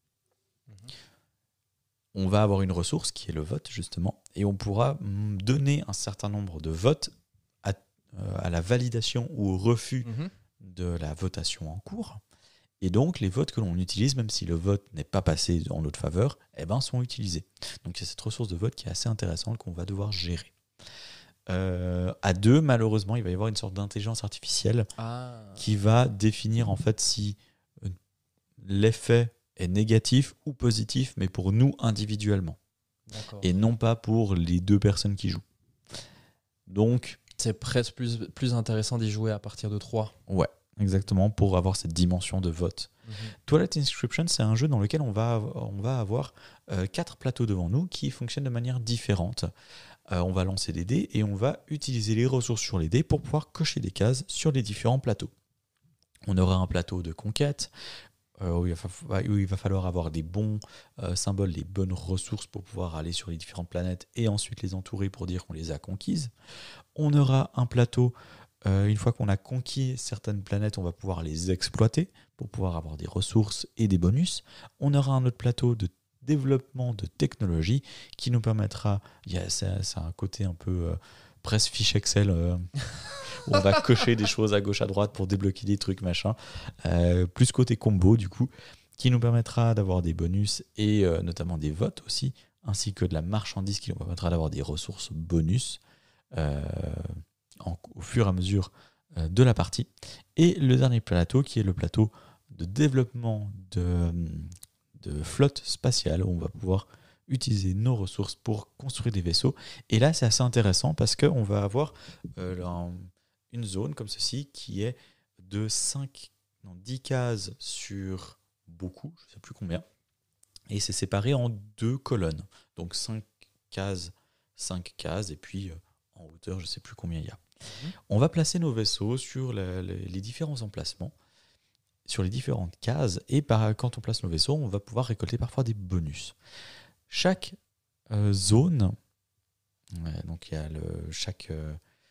On va avoir une ressource qui est le vote, justement, et on pourra mm, donner un certain nombre de votes à, euh, à la validation ou au refus Mhm. de la votation en cours. Et donc, les votes que l'on utilise, même si le vote n'est pas passé en notre faveur, eh ben, sont utilisés. Donc, c'est cette ressource de vote qui est assez intéressante qu'on va devoir gérer. Euh, à deux, malheureusement, il va y avoir une sorte d'intelligence artificielle Ah. qui va définir en fait si euh, l'effet est négatif ou positif, mais pour nous individuellement, D'accord. et non pas pour les deux personnes qui jouent. Donc, C'est presque plus, plus intéressant d'y jouer à partir de trois. ouais, Exactement, pour avoir cette dimension de vote. Mmh. Twilight Inscription, c'est un jeu dans lequel on va, on va avoir euh, quatre plateaux devant nous qui fonctionnent de manière différente. Euh, on va lancer des dés et on va utiliser les ressources sur les dés pour pouvoir cocher des cases sur les différents plateaux. On aura un plateau de conquête euh, où, il va, où il va falloir avoir des bons euh, symboles, les bonnes ressources pour pouvoir aller sur les différentes planètes et ensuite les entourer pour dire qu'on les a conquises. On aura un plateau, euh, une fois qu'on a conquis certaines planètes, on va pouvoir les exploiter pour pouvoir avoir des ressources et des bonus. On aura un autre plateau de développement de technologie qui nous permettra, yeah, c'est, c'est un côté un peu euh, presse fiche Excel, euh, où on va cocher des choses à gauche à droite pour débloquer des trucs machin, euh, plus côté combo du coup, qui nous permettra d'avoir des bonus et euh, notamment des votes aussi, ainsi que de la marchandise qui nous permettra d'avoir des ressources bonus euh, en, au fur et à mesure euh, de la partie. Et le dernier plateau qui est le plateau de développement de, de flotte spatiale, où on va pouvoir utiliser nos ressources pour construire des vaisseaux. Et là, c'est assez intéressant parce qu'on va avoir euh, un, une zone comme ceci qui est de cinq, non, dix cases sur beaucoup, je ne sais plus combien, et c'est séparé en deux colonnes. Donc cinq cases, cinq cases, et puis euh, en hauteur, je ne sais plus combien il y a. Mmh. On va placer nos vaisseaux sur la, les, les différents emplacements, sur les différentes cases, et par, quand on place nos vaisseaux, on va pouvoir récolter parfois des bonus. Chaque euh, zone, ouais, donc il y a le, chaque euh,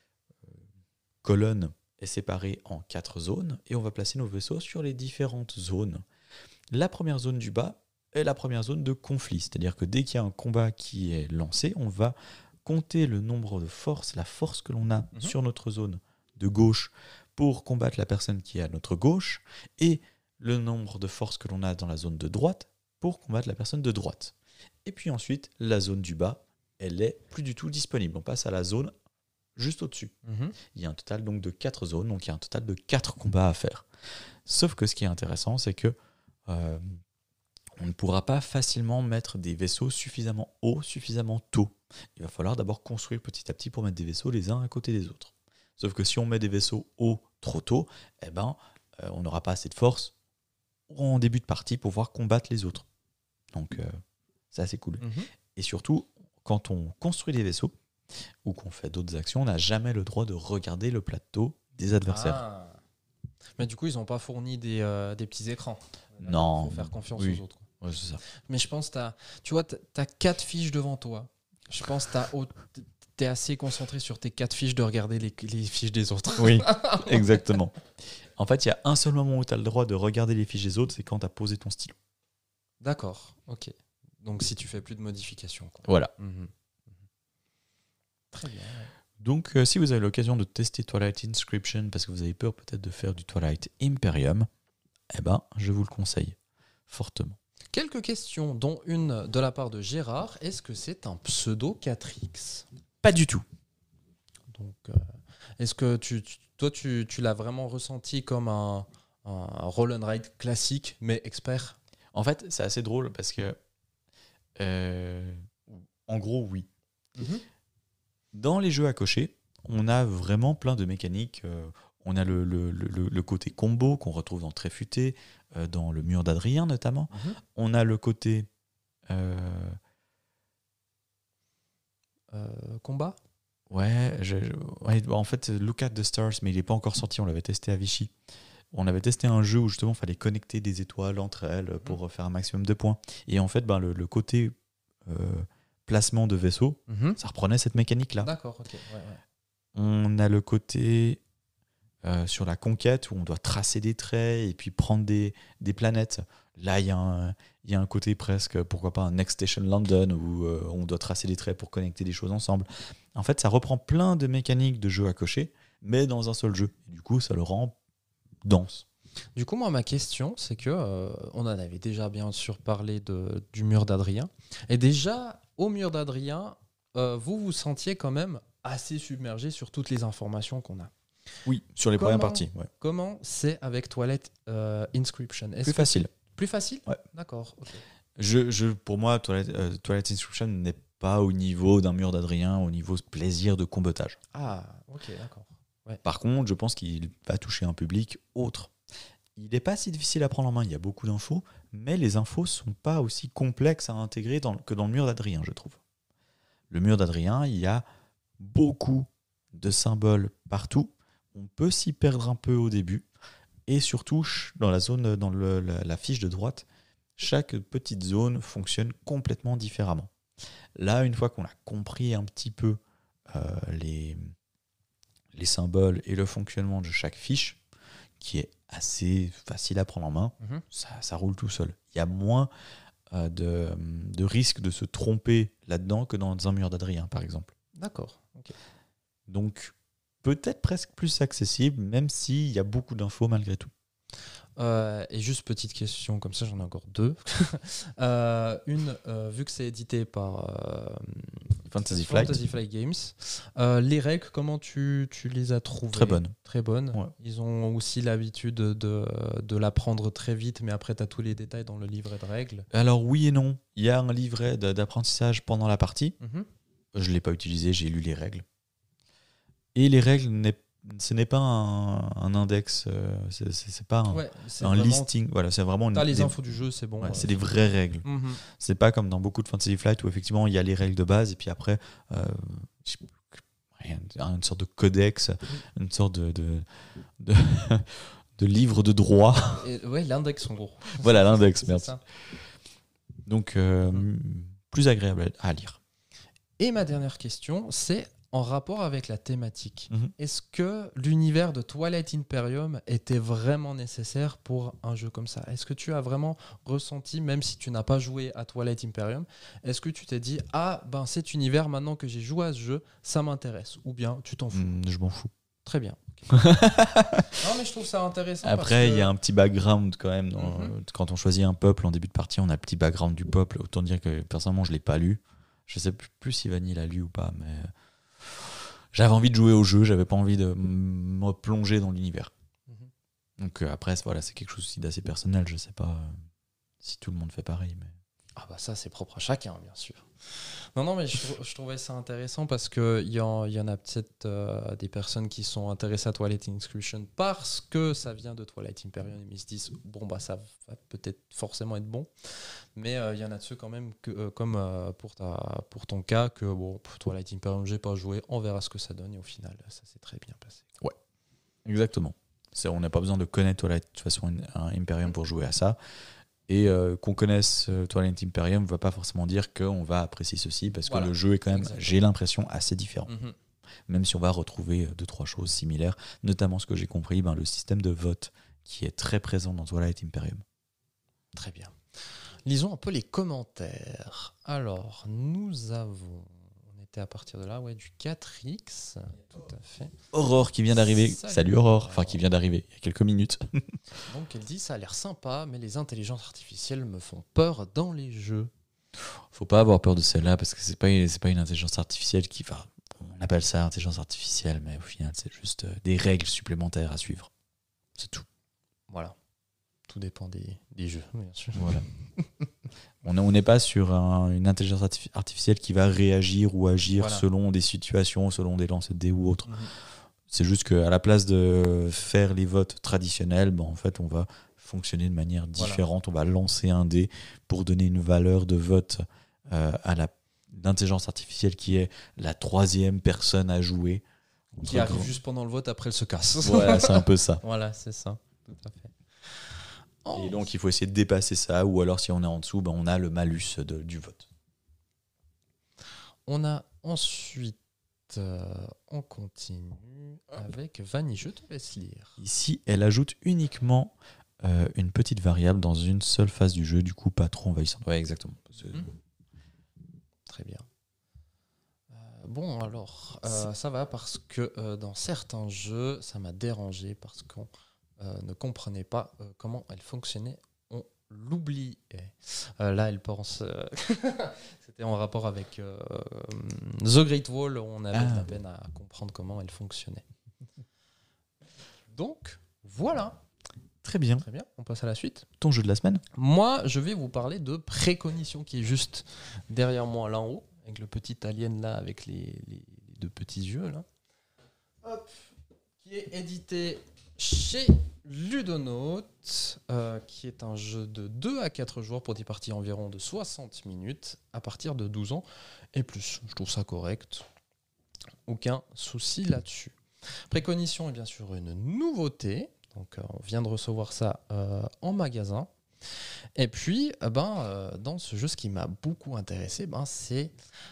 colonne est séparée en quatre zones, et on va placer nos vaisseaux sur les différentes zones. La première zone du bas est la première zone de conflit, c'est-à-dire que dès qu'il y a un combat qui est lancé, on va compter le nombre de forces, la force que l'on a mmh. sur notre zone de gauche pour combattre la personne qui est à notre gauche, et le nombre de forces que l'on a dans la zone de droite pour combattre la personne de droite. Et puis ensuite, la zone du bas, elle est plus du tout disponible. On passe à la zone juste au-dessus. Mmh. Il y a un total donc de quatre zones, donc il y a un total de quatre combats à faire. Sauf que ce qui est intéressant, c'est que euh, on ne pourra pas facilement mettre des vaisseaux suffisamment hauts, suffisamment tôt. Il va falloir d'abord construire petit à petit pour mettre des vaisseaux les uns à côté des autres. Sauf que si on met des vaisseaux hauts trop tôt, eh ben, euh, on n'aura pas assez de force en début de partie pour pouvoir combattre les autres. Donc, euh, c'est assez cool. Mmh. Et surtout, quand on construit des vaisseaux ou qu'on fait d'autres actions, on n'a jamais le droit de regarder le plateau des adversaires. Ah. Mais du coup, ils n'ont pas fourni des, euh, des petits écrans. Non. Il faut faire confiance oui. aux autres. Ouais, c'est ça. Mais je pense que t'as, tu vois, tu as quatre fiches devant toi. Je pense que tu es assez concentré sur tes quatre fiches de regarder les, les fiches des autres. Oui, exactement. En fait, il y a un seul moment où tu as le droit de regarder les fiches des autres, c'est quand tu as posé ton stylo. D'accord, ok. Donc si tu fais plus de modifications. Quoi. Voilà. Mmh. Très bien. Ouais. Donc, euh, si vous avez l'occasion de tester Twilight Inscription parce que vous avez peur peut-être de faire du Twilight Imperium, eh ben, je vous le conseille fortement. Quelques questions, dont une de la part de Gérard. Est-ce que c'est un pseudo quatre X ? Pas du tout. Donc, euh, est-ce que tu, tu, toi, tu, tu l'as vraiment ressenti comme un, un roll and ride classique, mais expert ? En fait, c'est assez drôle parce que, euh, en gros, oui. Mm-hmm. Dans les jeux à cocher, on a vraiment plein de mécaniques. Euh, on a le, le, le, le côté combo qu'on retrouve dans Tréfuté, euh, dans le mur d'Adrien notamment. Mm-hmm. On a le côté... Euh... Euh, combat ? Ouais, je, je, ouais, en fait, Look at the Stars, mais il n'est pas encore sorti, on l'avait testé à Vichy. On avait testé un jeu où justement il fallait connecter des étoiles entre elles pour mmh. faire un maximum de points. Et en fait, ben, le, le côté euh, placement de vaisseau, mmh. ça reprenait cette mécanique-là. D'accord, ok. Ouais, ouais. On a le côté euh, sur la conquête où on doit tracer des traits et puis prendre des, des planètes. Là, il y, y a un côté presque, pourquoi pas, un Next Station London où euh, on doit tracer des traits pour connecter des choses ensemble. En fait, ça reprend plein de mécaniques de jeu à cocher, mais dans un seul jeu. Et du coup, ça le rend dense. Du coup, moi, ma question, c'est que euh, on en avait déjà bien sûr parlé de, du mur d'Adrien. Et déjà, au mur d'Adrien, euh, vous vous sentiez quand même assez submergé sur toutes les informations qu'on a. Oui, sur les comment, premières parties. Ouais. Comment c'est avec Twilight euh, Inscription ? Est-ce Plus que facile. Plus facile ? Ouais. D'accord. Okay. Je, je, pour moi, Twilight, euh, Twilight Inscription n'est pas au niveau d'un mur d'Adrien, au niveau plaisir de combotage. Ah, ok, d'accord. Ouais. Par contre, je pense qu'il va toucher un public autre. Il n'est pas si difficile à prendre en main, il y a beaucoup d'infos, mais les infos ne sont pas aussi complexes à intégrer dans, que dans le mur d'Adrien, je trouve. Le mur d'Adrien, il y a beaucoup de symboles partout. On peut s'y perdre un peu au début. Et surtout, dans la zone, dans le, la, la fiche de droite, chaque petite zone fonctionne complètement différemment. Là, une fois qu'on a compris un petit peu euh, les, les symboles et le fonctionnement de chaque fiche, qui est assez facile à prendre en main, mmh. ça, ça roule tout seul. Il y a moins euh, de, de risque de se tromper là-dedans que dans un mur d'Adrien, par exemple. D'accord. Okay. Donc, peut-être presque plus accessible, même s'il y a beaucoup d'infos malgré tout. Euh, et juste petite question, comme ça j'en ai encore deux. euh, une, euh, vu que c'est édité par euh, Fantasy Flight. Fantasy Flight Games, euh, les règles, comment tu, tu les as trouvées? Très bonnes. Très bonnes. Ouais. Ils ont aussi l'habitude de, de, de l'apprendre très vite, mais après tu as tous les détails dans le livret de règles. Alors oui et non. Il y a un livret d'apprentissage pendant la partie. Mm-hmm. Je ne l'ai pas utilisé, j'ai lu les règles. Et les règles, n'est, ce n'est pas un, un index, euh, c'est, c'est, c'est pas un, ouais, c'est un vraiment, listing. Voilà, c'est vraiment t'as une, les des, infos du jeu, c'est bon. Ouais, ouais, c'est des vraies règles. Mm-hmm. C'est pas comme dans beaucoup de Fantasy Flight où effectivement il y a les règles de base et puis après euh, une sorte de codex, une sorte de, de, de, de livre de droit. Et, ouais, l'index en gros. Voilà, l'index, c'est, merci. C'est ça. Donc, euh, mm. plus agréable à lire. Et ma dernière question, c'est en rapport avec la thématique. Mm-hmm. Est-ce que l'univers de Twilight Imperium était vraiment nécessaire pour un jeu comme ça? Est-ce que tu as vraiment ressenti, même si tu n'as pas joué à Twilight Imperium, est-ce que tu t'es dit « Ah, ben cet univers, maintenant que j'ai joué à ce jeu, ça m'intéresse » ou bien tu t'en fous? Mm, je m'en fous. Très bien. Okay. Non, mais je trouve ça intéressant. Après, il que... y a un petit background quand même. Dans, mm-hmm. Quand on choisit un peuple en début de partie, on a le petit background du peuple. Autant dire que personnellement, je ne l'ai pas lu. Je ne sais plus si Vanille l'a lu ou pas, mais j'avais envie de jouer au jeu, j'avais pas envie de me plonger dans l'univers. Mm-hmm. Donc euh, après, voilà, c'est quelque chose aussi d'assez personnel. Je ne sais pas euh, si tout le monde fait pareil. Mais... Ah bah ça, c'est propre à chacun, bien sûr. Non, non, mais je, je trouvais ça intéressant parce qu'il y, en, y en a peut-être euh, des personnes qui sont intéressées à Twilight Inscription parce que ça vient de Twilight Imperium et ils se disent, bon, bah ça va peut-être forcément être bon. Mais il euh, y en a de ceux quand même, que, euh, comme euh, pour, ta, pour ton cas, que bon, pour Twilight Imperium, j'ai pas joué, on verra ce que ça donne et au final, ça s'est très bien passé. Ouais, exactement. C'est, on n'a pas besoin de connaître Twilight de toute façon un Imperium pour jouer à ça. Et euh, qu'on connaisse euh, Twilight Imperium ne va pas forcément dire qu'on va apprécier ceci, parce voilà. que le jeu est quand même, exactement. J'ai l'impression, assez différent. Mm-hmm. Même si on va retrouver deux, trois choses similaires, notamment ce que j'ai compris, ben, le système de vote qui est très présent dans Twilight Imperium. Très bien. Lisons un peu les commentaires. Alors, nous avons... On était à partir de là, ouais, du quatre X, tout à fait. Aurore qui vient d'arriver. Salut, Salut Aurore. Enfin, qui vient d'arriver il y a quelques minutes. Donc, elle dit, ça a l'air sympa, mais les intelligences artificielles me font peur dans les jeux. Faut pas avoir peur de celle-là, parce que c'est pas, c'est pas une intelligence artificielle qui va... On appelle ça intelligence artificielle, mais au final, c'est juste des règles supplémentaires à suivre. C'est tout. Voilà. Tout dépend des, des jeux, bien sûr. Voilà. On n'est pas sur un, une intelligence artific- artificielle qui va réagir ou agir voilà. selon des situations, selon des lancers de dés ou autres. Mmh. C'est juste qu'à la place de faire les votes traditionnels, ben en fait, on va fonctionner de manière différente. Voilà. On va lancer un dé pour donner une valeur de vote euh, à la, l'intelligence artificielle qui est la troisième personne à jouer. Qui arrive juste pendant le vote, après elle se casse. Voilà, c'est un peu ça. Voilà, c'est ça. Tout à fait. Et donc, il faut essayer de dépasser ça, ou alors, si on est en dessous, ben, on a le malus de, du vote. On a ensuite, euh, on continue avec Vanille, je te laisse lire. Ici, elle ajoute uniquement euh, une petite variable dans une seule phase du jeu, du coup, pas trop envahissante. Ouais, exactement. Mmh. Très bien. Euh, bon, alors, euh, ça va parce que euh, dans certains jeux, ça m'a dérangé parce qu'on Euh, ne comprenait pas euh, comment elle fonctionnait, on l'oubliait. Euh, là, elle pense... Euh C'était en rapport avec euh, The Great Wall, où on avait ah. de la peine à comprendre comment elle fonctionnait. Donc, voilà. Très bien. Très bien, on passe à la suite. Ton jeu de la semaine ? Moi, je vais vous parler de Précognition, qui est juste derrière moi, là en haut, avec le petit alien là, avec les, les, les deux petits yeux, là. Hop. qui est édité chez Ludonaut, euh, qui est un jeu de deux à quatre joueurs pour des parties environ de soixante minutes à partir de douze ans et plus. Je trouve ça correct. Aucun souci là-dessus. Préconition est bien sûr une nouveauté. Donc, euh, on vient de recevoir ça euh, en magasin. Et puis, eh ben, euh, dans ce jeu, ce qui m'a beaucoup intéressé, ben, c'est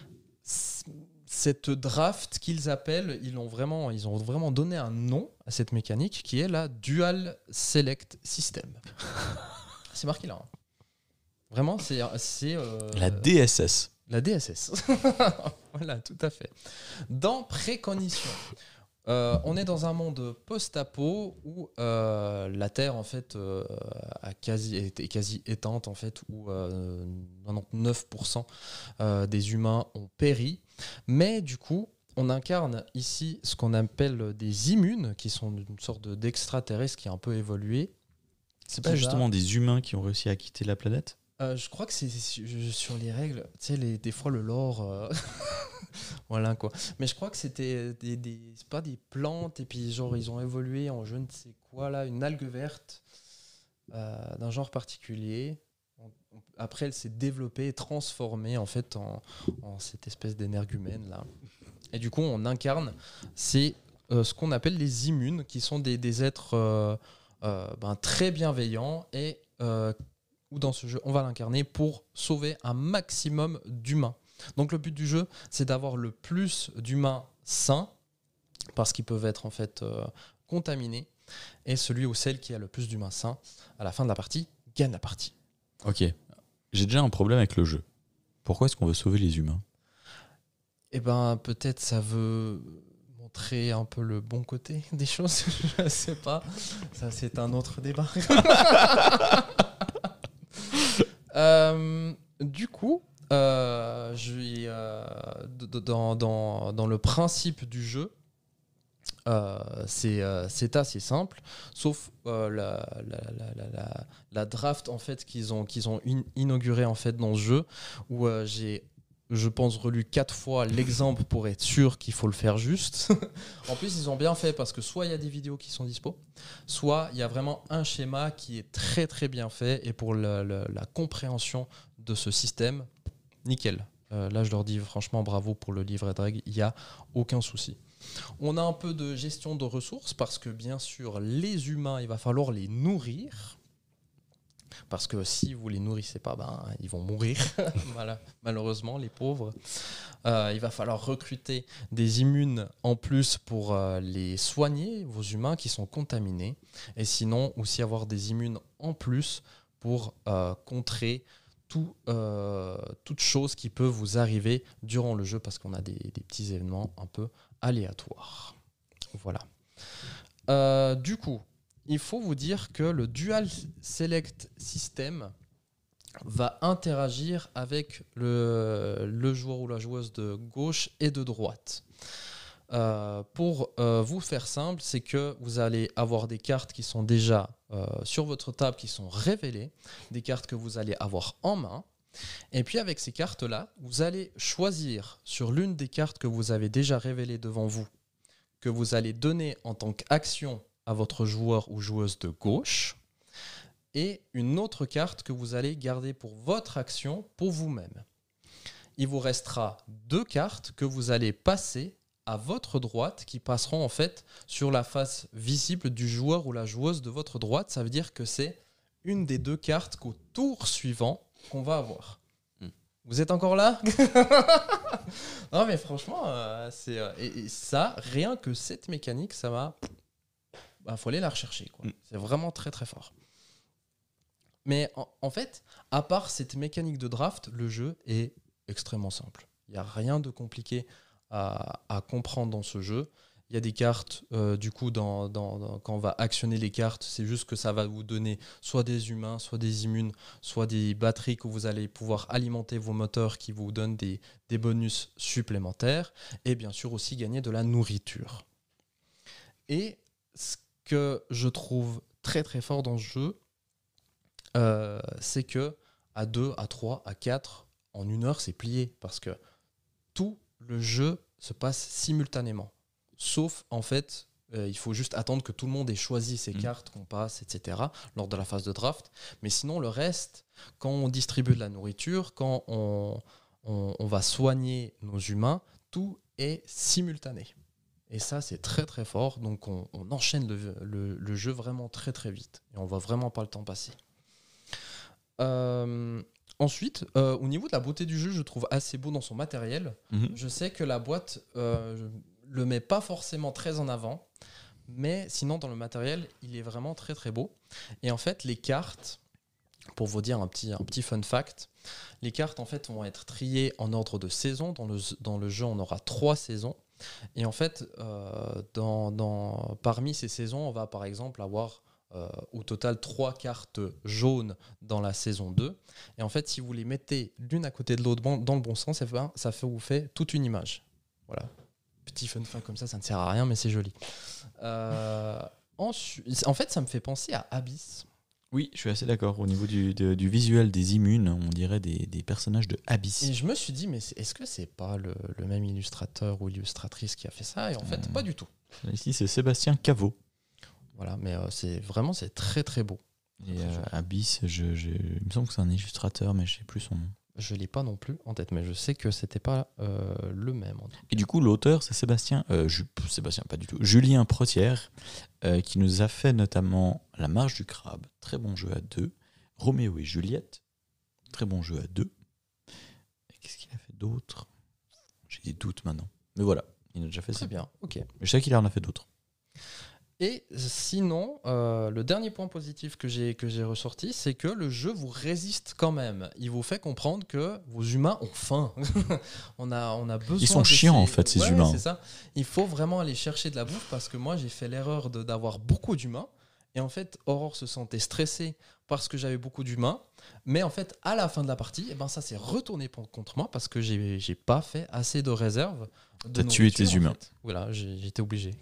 cette draft qu'ils appellent, ils ont, vraiment, ils ont vraiment donné un nom à cette mécanique qui est la Dual Select System. C'est marqué là. Hein. Vraiment, c'est... c'est euh, la D S S. La D S S. Voilà, tout à fait. Dans Préconition, euh, on est dans un monde post-apo où euh, la Terre en fait euh, a quasi, est quasi éteinte en fait, où euh, quatre-vingt-dix-neuf pour cent euh, des humains ont péri. Mais du coup, on incarne ici ce qu'on appelle des immunes, qui sont une sorte d'extraterrestres qui a un peu évolué. C'est pas justement va... des humains qui ont réussi à quitter la planète ? Euh, je crois que c'est sur les règles, tu sais, les, des fois le lore, euh... voilà quoi. Mais je crois que c'était des, des, c'est pas des plantes, et puis genre ils ont évolué en je ne sais quoi là, une algue verte euh, d'un genre particulier. Après, elle s'est développée et transformée en fait en, en cette espèce d'énergumène là. Et du coup, on incarne c'est euh, ce qu'on appelle les immunes, qui sont des, des êtres euh, euh, ben, très bienveillants et euh, où dans ce jeu, on va l'incarner pour sauver un maximum d'humains. Donc le but du jeu, c'est d'avoir le plus d'humains sains, parce qu'ils peuvent être en fait euh, contaminés, et celui ou celle qui a le plus d'humains sains, à la fin de la partie, gagne la partie. Ok, j'ai déjà un problème avec le jeu. Pourquoi est-ce qu'on veut sauver les humains ? Eh ben, peut-être ça veut montrer un peu le bon côté des choses, je sais pas. Ça, c'est un autre débat. Euh, du coup, euh, je vais, euh, dans, dans, dans le principe du jeu, euh, c'est, euh, c'est assez simple, sauf euh, la, la, la, la, la draft en fait qu'ils ont, qu'ils ont in- inauguré en fait dans ce jeu, où euh, j'ai, je pense, relu quatre fois l'exemple pour être sûr qu'il faut le faire juste. En plus, ils ont bien fait parce que soit il y a des vidéos qui sont dispo, soit il y a vraiment un schéma qui est très très bien fait, et pour la, la, la compréhension de ce système, nickel. Euh, là, je leur dis franchement bravo pour le livret de règles, il n'y a aucun souci. On a un peu de gestion de ressources parce que bien sûr, les humains, il va falloir les nourrir. Parce que si vous les nourrissez pas, ben, ils vont mourir. Voilà, malheureusement, les pauvres. Euh, il va falloir recruter des immunes en plus pour euh, les soigner, vos humains qui sont contaminés. Et sinon, aussi avoir des immunes en plus pour euh, contrer tout, euh, toute chose qui peut vous arriver durant le jeu, parce qu'on a des, des petits événements un peu aléatoires. Voilà. Euh, du coup, il faut vous dire que le Dual Select System va interagir avec le, le joueur ou la joueuse de gauche et de droite. Euh, pour euh, vous faire simple, c'est que vous allez avoir des cartes qui sont déjà euh, sur votre table, qui sont révélées, des cartes que vous allez avoir en main. Et puis avec ces cartes-là, vous allez choisir sur l'une des cartes que vous avez déjà révélées devant vous, que vous allez donner en tant qu'action à votre joueur ou joueuse de gauche, et une autre carte que vous allez garder pour votre action pour vous-même. Il vous restera deux cartes que vous allez passer à votre droite, qui passeront en fait sur la face visible du joueur ou la joueuse de votre droite. Ça veut dire que c'est une des deux cartes qu'au tour suivant qu'on va avoir. Hmm. Vous êtes encore là ? Non mais franchement, euh, c'est, euh, et, et ça, rien que cette mécanique, ça va... Il bah, faut aller la rechercher, quoi. Mm. C'est vraiment très très fort. Mais en, en fait, à part cette mécanique de draft, le jeu est extrêmement simple. Il n'y a rien de compliqué à, à comprendre dans ce jeu. Il y a des cartes, euh, du coup, dans, dans, dans, quand on va actionner les cartes, c'est juste que ça va vous donner soit des humains, soit des immunes, soit des batteries que vous allez pouvoir alimenter vos moteurs qui vous donnent des, des bonus supplémentaires, et bien sûr aussi gagner de la nourriture. Et ce que je trouve très très fort dans ce jeu, euh, c'est que à deux, à trois, à quatre, en une heure, c'est plié, parce que tout le jeu se passe simultanément. Sauf, en fait, Euh, il faut juste attendre que tout le monde ait choisi ses mmh. cartes, qu'on passe, et cetera, lors de la phase de draft. Mais sinon, le reste, quand on distribue de la nourriture, quand on, on, on va soigner nos humains, tout est simultané. Et ça, c'est très très fort. Donc, on, on enchaîne le, le, le jeu vraiment très très vite. Et on ne voit vraiment pas le temps passer. Euh, ensuite, euh, au niveau de la beauté du jeu, je trouve assez beau dans son matériel. Mmh. Je sais que la boîte euh, ne le met pas forcément très en avant. Mais sinon, dans le matériel, il est vraiment très très beau. Et en fait, les cartes, pour vous dire un petit, un petit fun fact, les cartes en fait vont être triées en ordre de saison. Dans le, dans le jeu, on aura trois saisons. Et en fait, euh, dans, dans, parmi ces saisons, on va par exemple avoir euh, au total trois cartes jaunes dans la saison deux. Et en fait, si vous les mettez l'une à côté de l'autre dans le bon sens, ça, fait, ça fait, vous fait toute une image. Voilà. Petit fun fact comme ça, ça ne sert à rien, mais c'est joli. Euh, ensuite, en fait, ça me fait penser à Abyss. Oui, je suis assez d'accord. Au niveau du, de, du visuel des immunes, on dirait des, des personnages de Abyss. Et je me suis dit, mais est-ce que c'est pas le, le même illustrateur ou illustratrice qui a fait ça ? Et en fait, mmh. pas du tout. Ici, c'est Sébastien Caveau. Voilà, mais euh, c'est vraiment c'est très très beau. Et euh, Abyss, je, je, il me semble que c'est un illustrateur, mais je ne sais plus son nom. Je ne l'ai pas non plus en tête, mais je sais que c'était pas euh, le même. En Et du coup, l'auteur, c'est Sébastien, euh, Ju- Sébastien, pas du tout, Julien Protière, euh, qui nous a fait notamment La Marche du Crabe, très bon jeu à deux, Roméo et Juliette, très bon jeu à deux. Et qu'est-ce qu'il a fait d'autre ? J'ai des doutes maintenant. Mais voilà, il a déjà fait ça. Très bien, ok. Je sais qu'il en a fait d'autres. Et sinon, euh, le dernier point positif que j'ai, que j'ai ressorti, c'est que le jeu vous résiste quand même. Il vous fait comprendre que vos humains ont faim. on, a, on a besoin. Ils sont chiants, en fait, ces ouais, humains. C'est ça. Il faut vraiment aller chercher de la bouffe parce que moi, j'ai fait l'erreur de, d'avoir beaucoup d'humains. Et en fait, Aurore se sentait stressée parce que j'avais beaucoup d'humains. Mais en fait, à la fin de la partie, eh ben, ça s'est retourné contre moi parce que j'ai, j'ai pas fait assez de réserves. T'as tué tes humains. Fait. Voilà, j'ai, j'étais obligé.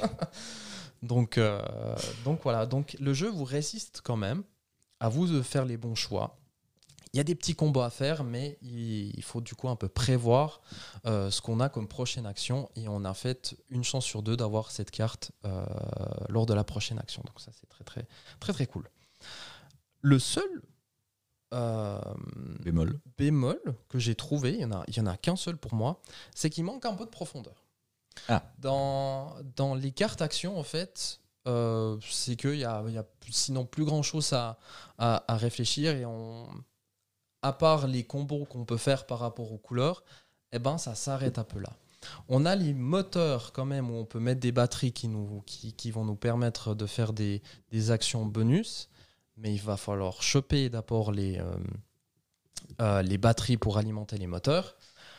Donc, euh, donc voilà, donc le jeu vous résiste quand même, à vous de faire les bons choix. Il y a des petits combos à faire, mais il, il faut du coup un peu prévoir euh, ce qu'on a comme prochaine action, et on a fait une chance sur deux d'avoir cette carte euh, lors de la prochaine action. Donc ça c'est très très très très cool. Le seul euh, bémol. bémol que j'ai trouvé, il y en a, il y en a qu'un seul pour moi, c'est qu'il manque un peu de profondeur. Ah. Dans, dans les cartes actions, en fait, euh, c'est qu'il y a, y a sinon plus grand-chose à, à, à réfléchir. Et on, à part les combos qu'on peut faire par rapport aux couleurs, eh ben, ça s'arrête un peu là. On a les moteurs quand même, où on peut mettre des batteries qui, nous, qui, qui vont nous permettre de faire des, des actions bonus. Mais il va falloir choper d'abord les, euh, euh, les batteries pour alimenter les moteurs.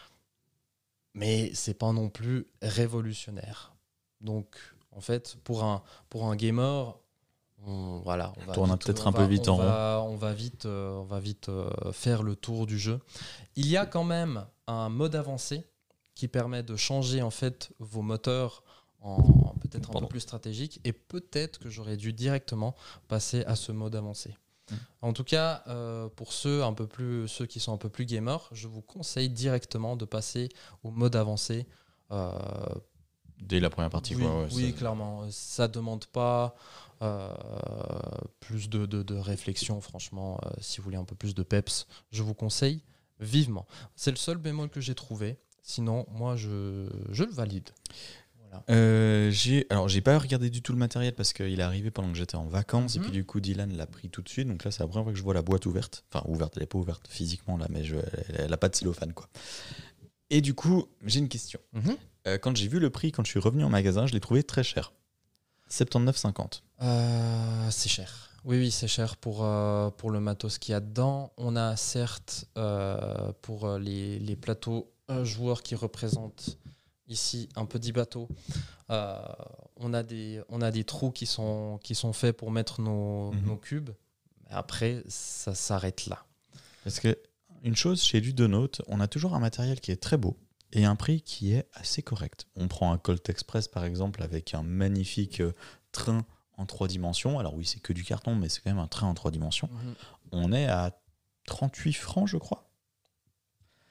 Mais c'est pas non plus révolutionnaire. Donc, en fait, pour un, pour un gamer, on, voilà, on va tourne vite, peut-être on un va, peu vite on en va, rond. On va vite, euh, on va vite euh, faire le tour du jeu. Il y a quand même un mode avancé qui permet de changer en fait vos moteurs en peut-être un Pardon. peu plus stratégique. Et peut-être que j'aurais dû directement passer à ce mode avancé. En tout cas, euh, pour ceux, un peu plus, ceux qui sont un peu plus gamers, je vous conseille directement de passer au mode avancé. Euh, Dès la première partie, oui, quoi. Ouais, oui ça... clairement. Ça ne demande pas euh, plus de, de, de réflexion, franchement. Euh, si vous voulez un peu plus de peps, je vous conseille vivement. C'est le seul bémol que j'ai trouvé. Sinon, moi, je, je le valide. Voilà. Euh, j'ai, alors, j'ai pas regardé du tout le matériel parce qu'il est arrivé pendant que j'étais en vacances mm-hmm. et puis du coup, Dylan l'a pris tout de suite. Donc là, c'est la première fois que je vois la boîte ouverte. Enfin, ouverte, elle n'est pas ouverte physiquement là, mais je, elle n'a pas de cellophane, quoi. Et du coup, j'ai une question. Mm-hmm. Euh, quand j'ai vu le prix, quand je suis revenu en magasin, je l'ai trouvé très cher. soixante-dix-neuf cinquante. Euh, c'est cher. Oui, oui, c'est cher pour, euh, pour le matos qu'il y a dedans. On a certes, euh, pour les, les plateaux euh, joueurs qui représentent ici un petit bateau, euh, on, a des, on a des trous qui sont, qui sont faits pour mettre nos, mmh. nos cubes. Après, ça s'arrête là. Parce que une chose, chez Ludonote, on a toujours un matériel qui est très beau et un prix qui est assez correct. On prend un Colt Express, par exemple, avec un magnifique train en trois dimensions. Alors oui, c'est que du carton, mais c'est quand même un train en trois dimensions. Mmh. On est à trente-huit francs, je crois.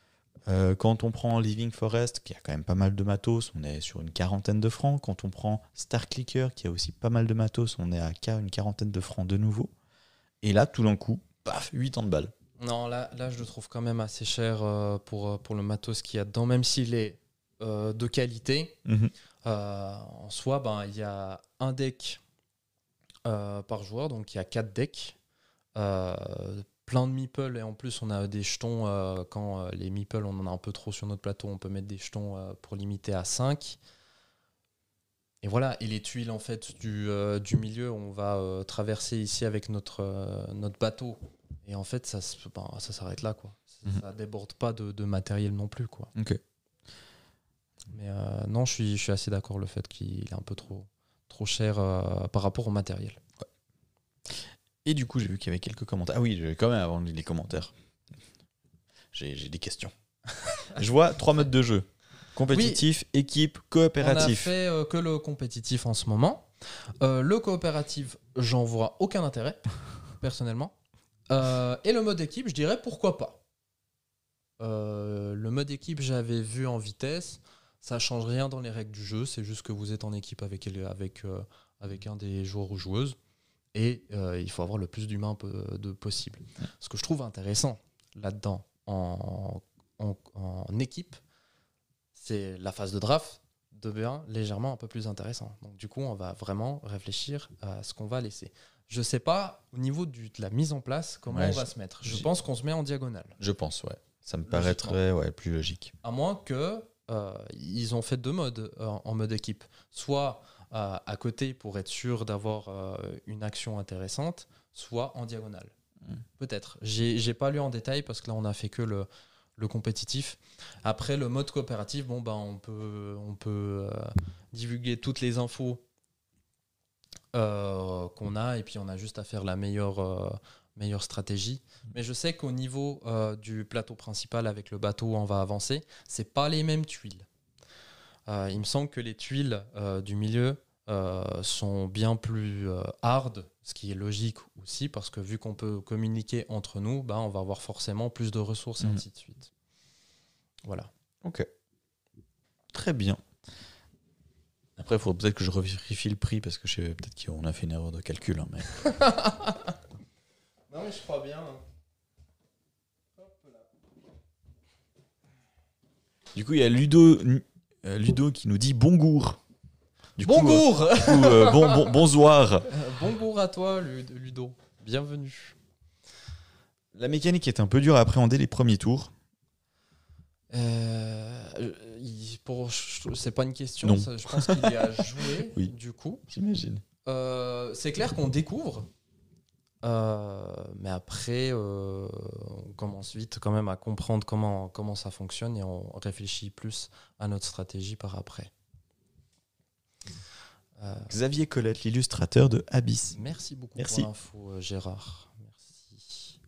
Euh, quand on prend Living Forest, qui a quand même pas mal de matos, on est sur une quarantaine de francs. Quand on prend Star Clicker, qui a aussi pas mal de matos, on est à une quarantaine de francs de nouveau. Et là, tout d'un coup, paf, huit ans de balles. Non, là, là, je le trouve quand même assez cher euh, pour, pour le matos qu'il y a dedans, même s'il est euh, de qualité. Mmh. Euh, en soi, ben, il y a un deck euh, par joueur, donc il y a quatre decks. Euh, plein de meeples, et en plus, on a des jetons. Euh, quand euh, les meeples, on en a un peu trop sur notre plateau, on peut mettre des jetons euh, pour limiter à cinq. Et voilà, et les tuiles en fait du, euh, du milieu, on va euh, traverser ici avec notre, euh, notre bateau. Et en fait, ça, ben, ça s'arrête là, quoi. Mmh. Ça déborde pas de, de matériel non plus, quoi. Ok. Mais euh, non, je suis, je suis assez d'accord le fait qu'il est un peu trop, trop cher euh, par rapport au matériel. Ouais. Et du coup, j'ai vu qu'il y avait quelques commentaires. Ah oui, quand même, avant les commentaires, j'ai, j'ai des questions. Je vois trois modes de jeu. Compétitif, oui. Équipe, coopératif. On a fait euh, que le compétitif en ce moment. Euh, le coopératif, j'en vois aucun intérêt, personnellement. Euh, et le mode équipe, je dirais pourquoi pas. Euh, le mode équipe, j'avais vu en vitesse. Ça change rien dans les règles du jeu. C'est juste que vous êtes en équipe avec, avec, euh, avec un des joueurs ou joueuses. Et euh, il faut avoir le plus d'humains de possible. Ce que je trouve intéressant là-dedans, en, en, en équipe, c'est la phase de draft devient légèrement un peu plus intéressant. Donc du coup, on va vraiment réfléchir à ce qu'on va laisser. Je sais pas, au niveau du, de la mise en place, comment ouais, on va se mettre. Je pense qu'on se met en diagonale. Je pense, ouais. Ça me paraîtrait ouais, plus logique. À moins que euh, ils ont fait deux modes euh, en mode équipe. Soit euh, à côté pour être sûr d'avoir euh, une action intéressante, soit en diagonale. Mmh. Peut-être. J'ai, j'ai pas lu en détail parce que là, on a fait que le, le compétitif. Après, le mode coopératif, bon, bah, on peut, on peut euh, divulguer toutes les infos Euh, qu'on a et puis on a juste à faire la meilleure, euh, meilleure stratégie. Mais je sais qu'au niveau euh, du plateau principal avec le bateau où on va avancer, c'est pas les mêmes tuiles. Euh, il me semble que les tuiles euh, du milieu euh, sont bien plus euh, hard, ce qui est logique aussi parce que vu qu'on peut communiquer entre nous, bah, on va avoir forcément plus de ressources et mmh. ainsi de suite. Voilà. Ok. Très bien. Après, il faut peut-être que je vérifie le prix parce que je sais peut-être qu'on a fait une erreur de calcul. Hein, mais... non, mais je crois bien. Hop là. Du coup, il y a Ludo, euh, Ludo qui nous dit bonjour. Du bonjour. Euh, du coup, euh, bon, bon, bonsoir. Euh, bonjour à toi, Ludo. Bienvenue. La mécanique est un peu dure à appréhender les premiers tours. Euh, il, pour, c'est pas une question, ça, je pense qu'il y a joué, oui, du coup. J'imagine. Euh, c'est clair qu'on découvre, euh, mais après, euh, on commence vite quand même à comprendre comment, comment ça fonctionne et on réfléchit plus à notre stratégie par après. Euh, Xavier Colette, l'illustrateur de Abyss. Merci beaucoup merci. pour l'info, Gérard. Merci.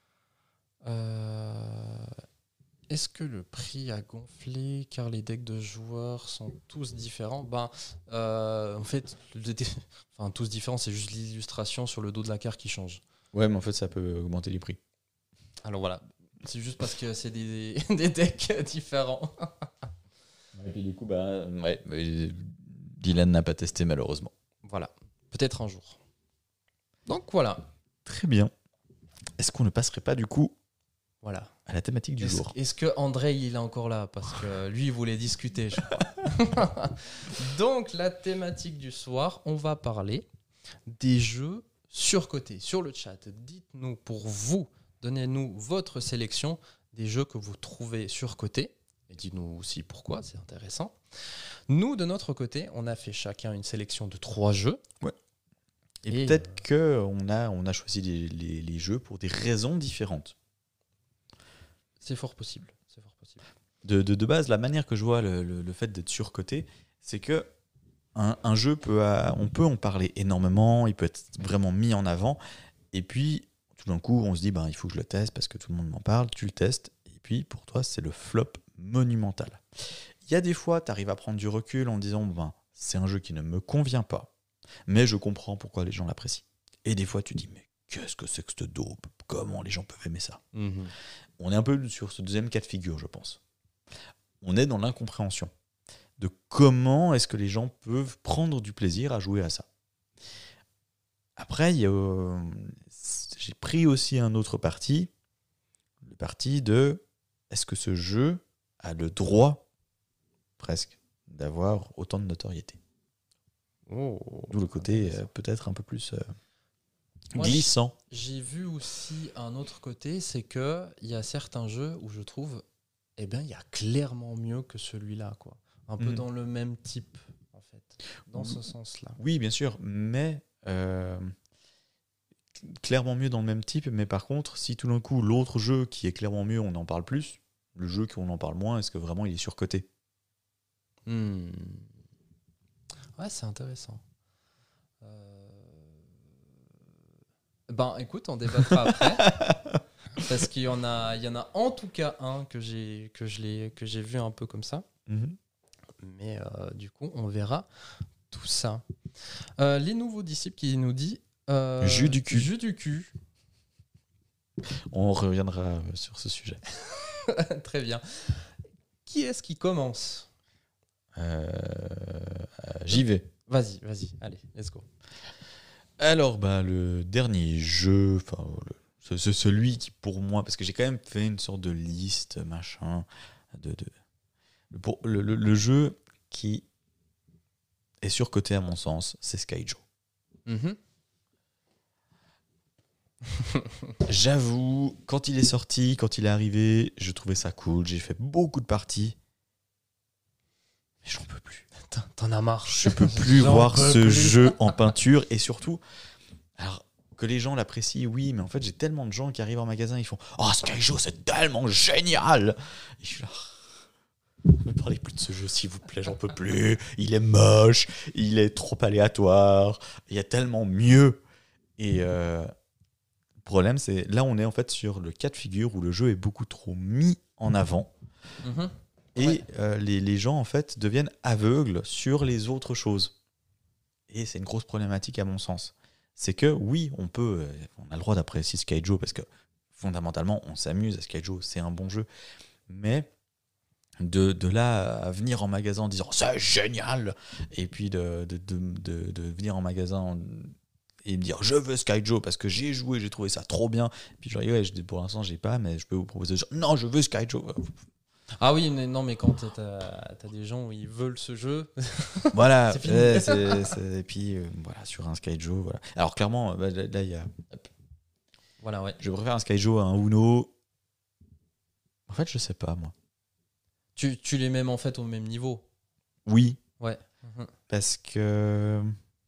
Euh... Est-ce que le prix a gonflé car les decks de joueurs sont tous différents ? Ben, euh, en fait, le dé... enfin, tous différents, c'est juste l'illustration sur le dos de la carte qui change. Ouais, mais en fait, ça peut augmenter les prix. Alors voilà, c'est juste parce que c'est des, des decks différents. Et puis du coup, bah, ouais, mais Dylan n'a pas testé malheureusement. Voilà, peut-être un jour. Donc voilà. Très bien. Est-ce qu'on ne passerait pas du coup voilà. à la thématique du est-ce, jour ? Est-ce que André il est encore là ? Parce que lui il voulait discuter, je crois. Donc la thématique du soir, on va parler des jeux surcotés. Sur le chat, dites-nous pour vous, donnez-nous votre sélection des jeux que vous trouvez surcotés. Et dites-nous aussi pourquoi, c'est intéressant. Nous, de notre côté, on a fait chacun une sélection de trois jeux. Ouais. Et, Et peut-être euh... qu'on a, on a choisi les, les, les jeux pour des raisons différentes. C'est fort possible. C'est fort possible. De, de, de base, la manière que je vois le, le, le fait d'être surcoté, c'est que un, un jeu peut, à, on peut en parler énormément, il peut être vraiment mis en avant, et puis tout d'un coup, on se dit, ben, il faut que je le teste parce que tout le monde m'en parle, tu le testes, et puis pour toi, c'est le flop monumental. Il y a des fois, tu arrives à prendre du recul en disant, ben, c'est un jeu qui ne me convient pas, mais je comprends pourquoi les gens l'apprécient. Et des fois, tu dis, mais qu'est-ce que c'est que cette dope ? Comment les gens peuvent aimer ça ? Mmh. On est un peu sur ce deuxième cas de figure, je pense. On est dans l'incompréhension de comment est-ce que les gens peuvent prendre du plaisir à jouer à ça. Après, il y a, euh, j'ai pris aussi un autre parti, le parti de est-ce que ce jeu a le droit, presque, d'avoir autant de notoriété. Oh, D'où le côté euh, peut-être un peu plus euh, Moi, glissant. J'ai vu aussi un autre côté, c'est qu'il y a certains jeux où je trouve, eh ben, il y a clairement mieux que celui-là, quoi. Un peu Mhm. dans le même type, en fait, dans ce sens-là. Oui, bien sûr, mais euh, clairement mieux dans le même type. Mais par contre, si tout d'un coup, l'autre jeu qui est clairement mieux, on en parle plus, le jeu qu'on en parle moins, est-ce que vraiment il est surcoté ? Hmm. Ouais, c'est intéressant. Euh... Ben, écoute, on débattra après. Parce qu'il y en a, il y en a en tout cas un que j'ai, que je l'ai, que j'ai vu un peu comme ça. Mm-hmm. Mais euh, du coup, on verra tout ça. Euh, les nouveaux disciples qui nous dit euh, Jus du cul. Jus du cul. On reviendra sur ce sujet. Très bien. Qui est-ce qui commence ? euh, euh, J'y vais. Vas-y, vas-y, allez, let's go. Alors, bah, le dernier jeu, enfin, le, c'est celui qui, pour moi, parce que j'ai quand même fait une sorte de liste, machin, de, de le, pour, le, le, le jeu qui est surcoté à mon sens, c'est Skyjo. Mm-hmm. J'avoue, quand il est sorti, quand il est arrivé, je trouvais ça cool. J'ai fait beaucoup de parties, mais j'en peux plus. T'en as marre. Je peux plus J'en voir peux ce plus. jeu en peinture et surtout, alors que les gens l'apprécient, oui, mais en fait j'ai tellement de gens qui arrivent en magasin, ils font « Oh, Skyjo, c'est tellement génial !» Et je suis là, ne parlez plus de ce jeu, s'il vous plaît, j'en peux plus. Il est moche, il est trop aléatoire, il y a tellement mieux. Et euh, le problème, c'est là, on est en fait sur le cas de figure où le jeu est beaucoup trop mis en avant. Mm-hmm. Et Ouais. euh, les, les gens, en fait, deviennent aveugles sur les autres choses. Et c'est une grosse problématique, à mon sens. C'est que, oui, on peut, euh, on a le droit d'apprécier Skyjo, parce que, fondamentalement, on s'amuse à Skyjo, c'est un bon jeu. Mais de, de là à venir en magasin en disant « C'est génial !» Et puis de, de, de, de, de venir en magasin en, et me dire « Je veux Skyjo, parce que j'ai joué, j'ai trouvé ça trop bien. » Et puis je dis « Ouais, je dis, pour l'instant, j'ai pas, mais je peux vous proposer... » Non, je veux Skyjo. Ah oui, mais non, mais quand t'as, t'as des gens où ils veulent ce jeu, Voilà, c'est fini. ouais, c'est, c'est, et puis euh, voilà, sur un Skyjo, voilà. Alors clairement, bah, là, là, il y a, Voilà, ouais. je préfère un Skyjo à un Uno. En fait, je sais pas, moi. Tu, tu les mets en fait au même niveau. Oui, Ouais. Mhm. parce que...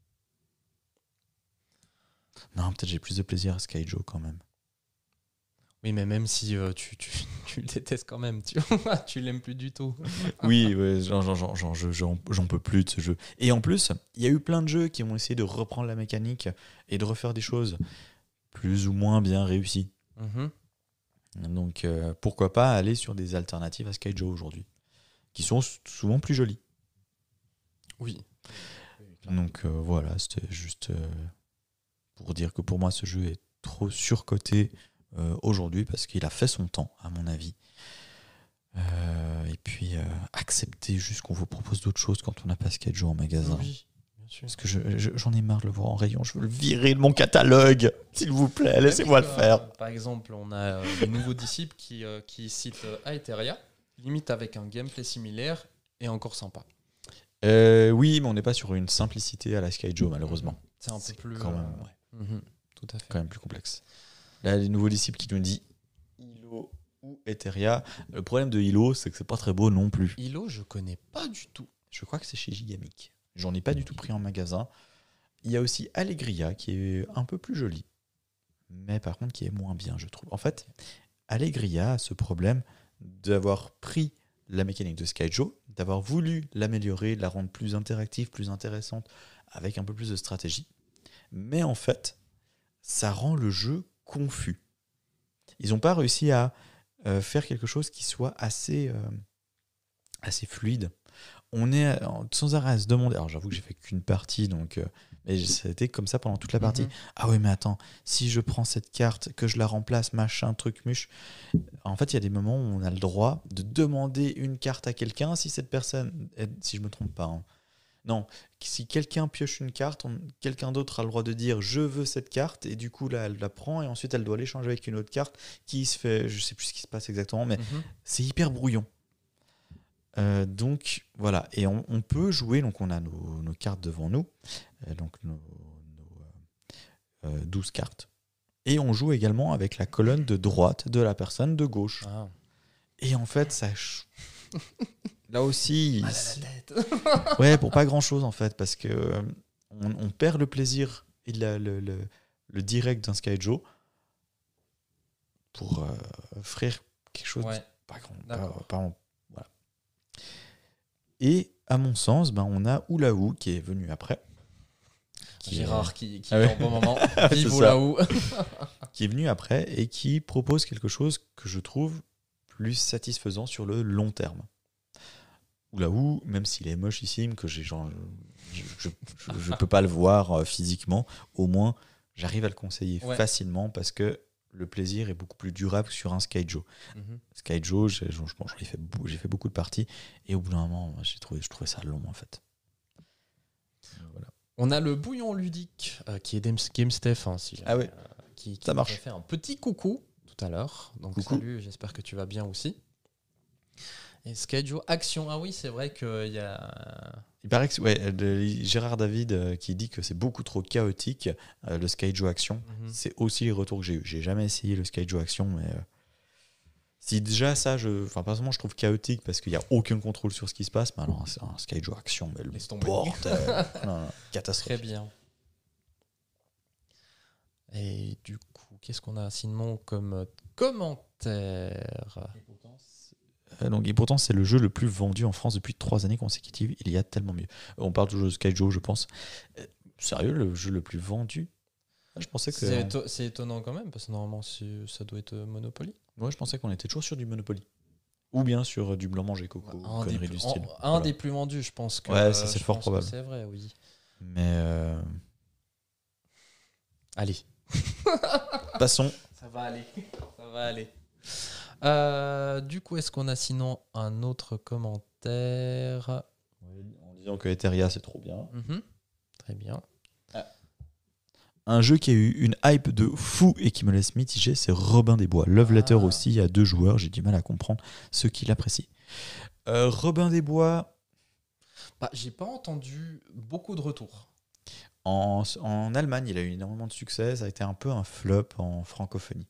Non, peut-être j'ai plus de plaisir à Skyjo quand même. Oui, mais même si euh, tu, tu, tu le détestes quand même, tu vois, tu l'aimes plus du tout. Oui, ouais, genre, genre, genre, genre, je- j'en, j'en peux plus de ce jeu. Et en plus, il y a eu plein de jeux qui ont essayé de reprendre la mécanique et de refaire des choses plus ou moins bien réussies. Mhm. Donc euh, pourquoi pas aller sur des alternatives à Skyjo aujourd'hui, qui sont s- souvent plus jolies. Oui. Donc euh, voilà, c'était juste euh, pour dire que pour moi ce jeu est trop surcoté euh, aujourd'hui parce qu'il a fait son temps, à mon avis. Euh, et puis euh, accepter juste qu'on vous propose d'autres choses quand on n'a pas Skyjo en magasin. Oui, bien sûr. Parce que je, je- j'en ai marre de le voir en rayon, je veux le virer de mon catalogue, s'il vous plaît, laissez-moi le Euh, faire. Par exemple, on a euh, des nouveaux disciples qui, euh, qui citent euh, Aetheria, limite avec un gameplay similaire et encore sympa. Euh, oui, mais on n'est pas sur une simplicité à la Skyjo, malheureusement. C'est un peu C'est plus. quand même, euh, ouais. mhm, tout à fait. Quand même plus complexe. Là, les nouveaux disciples qui nous disent Hilo ou Etheria. Le problème de Hilo, c'est que c'est pas très beau non plus. Hilo, je connais pas du tout. Je crois que c'est chez Gigamic. J'en ai pas du tout pris en magasin. Il y a aussi Allegria qui est un peu plus joli, mais par contre qui est moins bien, je trouve. En fait, Allegria a ce problème d'avoir pris la mécanique de Skyjo, d'avoir voulu l'améliorer, la rendre plus interactive, plus intéressante, avec un peu plus de stratégie. Mais en fait, ça rend le jeu confus. Ils n'ont pas réussi à euh, faire quelque chose qui soit assez, euh, assez fluide. On est euh, sans arrêt à se demander, alors j'avoue que j'ai fait qu'une partie, donc, euh, Et c'était comme ça pendant toute la partie. Mhm. Ah oui, mais attends, si je prends cette carte, que je la remplace, machin, truc, muche. En fait, il y a des moments où on a le droit de demander une carte à quelqu'un si cette personne, si je me trompe pas. Hein. Non, si quelqu'un pioche une carte, on, quelqu'un d'autre a le droit de dire je veux cette carte, et du coup là elle la prend et ensuite elle doit l'échanger avec une autre carte qui se fait, je sais plus ce qui se passe exactement, mais Mhm. c'est hyper brouillon. Euh, donc voilà, et on, on peut jouer, donc on a nos, nos cartes devant nous, euh, donc nos, nos euh, douze cartes, et on joue également avec la colonne de droite de la personne de gauche. Ah. Et en fait, ça. ch- Là aussi. Mal à c'est- la tête. Ouais, pour pas grand chose en fait, parce que euh, on, on perd le plaisir et la- le, le, le direct d'un Skyjo pour euh, offrir quelque chose Ouais. de pas grand. D'accord. Pas, pas- voilà. Et à mon sens, ben, on a Oulaou qui est venu après. Qui Gérard est, qui, qui Ah est ouais. en bon moment. C'est Vive ça. là-haut. qui est venu après et qui propose quelque chose que je trouve plus satisfaisant sur le long terme. Oulaou, même s'il est mochissime, que j'ai genre, je, je, je, je peux pas le voir euh, physiquement, au moins j'arrive à le conseiller Ouais. facilement parce que le plaisir est beaucoup plus durable que sur un Skyjo. Mhm. Skyjo, j'ai, je pense, j'en ai fait, beau- j'ai fait beaucoup de parties et au bout d'un moment, j'ai trouvé, je trouvais ça long en fait. Voilà. On a le bouillon ludique euh, qui est Games- GameStef, hein, si Ah ouais. euh, qui, qui Ça nous marche. a fait un petit coucou tout à l'heure. Donc Coucou. salut, j'espère que tu vas bien aussi. Et Skyjo Action, ah oui, c'est vrai qu'il y a. Il paraît que c'est- ouais, de- Gérard David euh, qui dit que c'est beaucoup trop chaotique euh, le Skyjo Action. Mhm. C'est aussi les retours que j'ai eu. J'ai jamais essayé le Skyjo Action, mais euh, si déjà ça, je, enfin personnellement, je trouve chaotique parce qu'il n'y a aucun contrôle sur ce qui se passe. Mais alors, c'est un Skyjo Action, mais le Laisse tomber. bordel, non, non, Très catastrophe. bien. Et du coup, qu'est-ce qu'on a sinon comme euh, commentaire? Euh, donc, et pourtant, c'est le jeu le plus vendu en France depuis trois années consécutives. Il y a tellement mieux. On parle toujours de Skyjo, je pense. Euh, sérieux, le jeu le plus vendu? Ah, je pensais que, C'est éto- c'est étonnant quand même, parce que normalement, c'est- ça doit être euh, Monopoly. ouais, je pensais qu'on était toujours sur du Monopoly. Ou bien sur euh, du blanc-manger coco, ou Un, des conneries plus, du en- style. un Voilà. des plus vendus, je pense que. Ouais, ça, euh, c'est je fort pense que probable. C'est vrai, oui. Mais euh, Allez. passons. Ça va aller. Ça va aller. Euh, du coup, est-ce qu'on a sinon un autre commentaire? En disant que Eteria, c'est trop bien. Mhm. Très bien. Un jeu qui a eu une hype de fou et qui me laisse mitigé, c'est Robin des Bois. Love Letter Ah. aussi, il y a deux joueurs, j'ai du mal à comprendre ceux qui l'apprécient. Euh, Robin des Bois, Bah, j'ai pas entendu beaucoup de retours. en, en Allemagne, il a eu énormément de succès, ça a été un peu un flop en francophonie.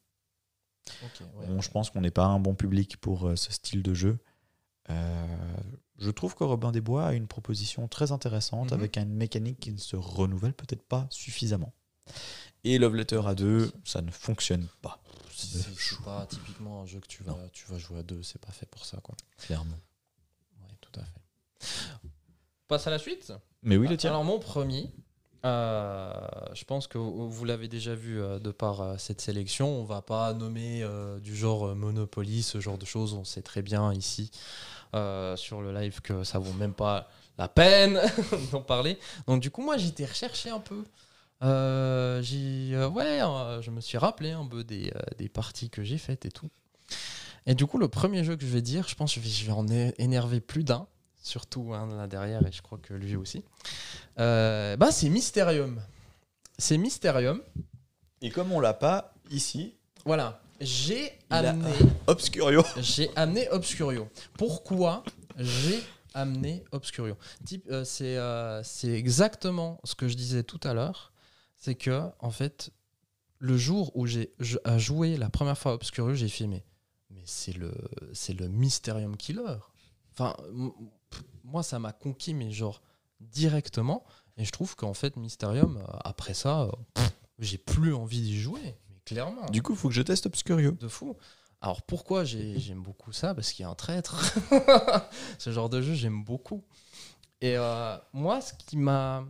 Ok, ouais. Bon, je pense qu'on n'est pas un bon public pour euh, ce style de jeu. Euh, je trouve que Robin des Bois a une proposition très intéressante Mhm. avec une mécanique qui ne se renouvelle peut-être pas suffisamment. Et Love Letter à deux, ça ne fonctionne pas. C'est c'est pas typiquement un jeu que tu vas, tu vas jouer à deux, c'est pas fait pour ça, quoi. Clairement. Ouais, tout à fait. On passe à la suite. Mais oui, le tien. Alors, mon premier, euh, je pense que vous vous l'avez déjà vu euh, de par euh, cette sélection. On va pas nommer euh, du genre euh, Monopoly, ce genre de choses. On sait très bien ici euh, sur le live que ça vaut même pas la peine d'en parler. Donc, du coup, moi, j'ai été rechercher un peu. Euh, j'ai, euh, ouais, euh, je me suis rappelé un peu des, euh, des parties que j'ai faites et tout. Et du coup, le premier jeu que je vais dire, je pense que je vais, je vais en é- énerver plus d'un, surtout un là derrière, et je crois que lui aussi. Euh, bah, c'est Mysterium. C'est Mysterium. Et comme on l'a pas ici, Voilà. J'ai Il a- amené, Obscurio. j'ai amené Obscurio. Pourquoi j'ai amené Obscurio? Type, euh, c'est, euh, c'est exactement ce que je disais tout à l'heure. C'est que, en fait, le jour où j'ai je- à joué la première fois à Obscurio, j'ai fait, mais, mais c'est le, c'est le Mysterium Killer. Enfin, m- p- moi, ça m'a conquis, mais genre directement. Et je trouve qu'en fait, Mysterium, euh, après ça, euh, pff, j'ai plus envie d'y jouer. Mais clairement. Du coup, il faut que je teste Obscurio. De fou. Alors pourquoi j'ai- j'aime beaucoup ça? Parce qu'il y a un traître. Ce genre de jeu, j'aime beaucoup. Et euh, moi, ce qui m'a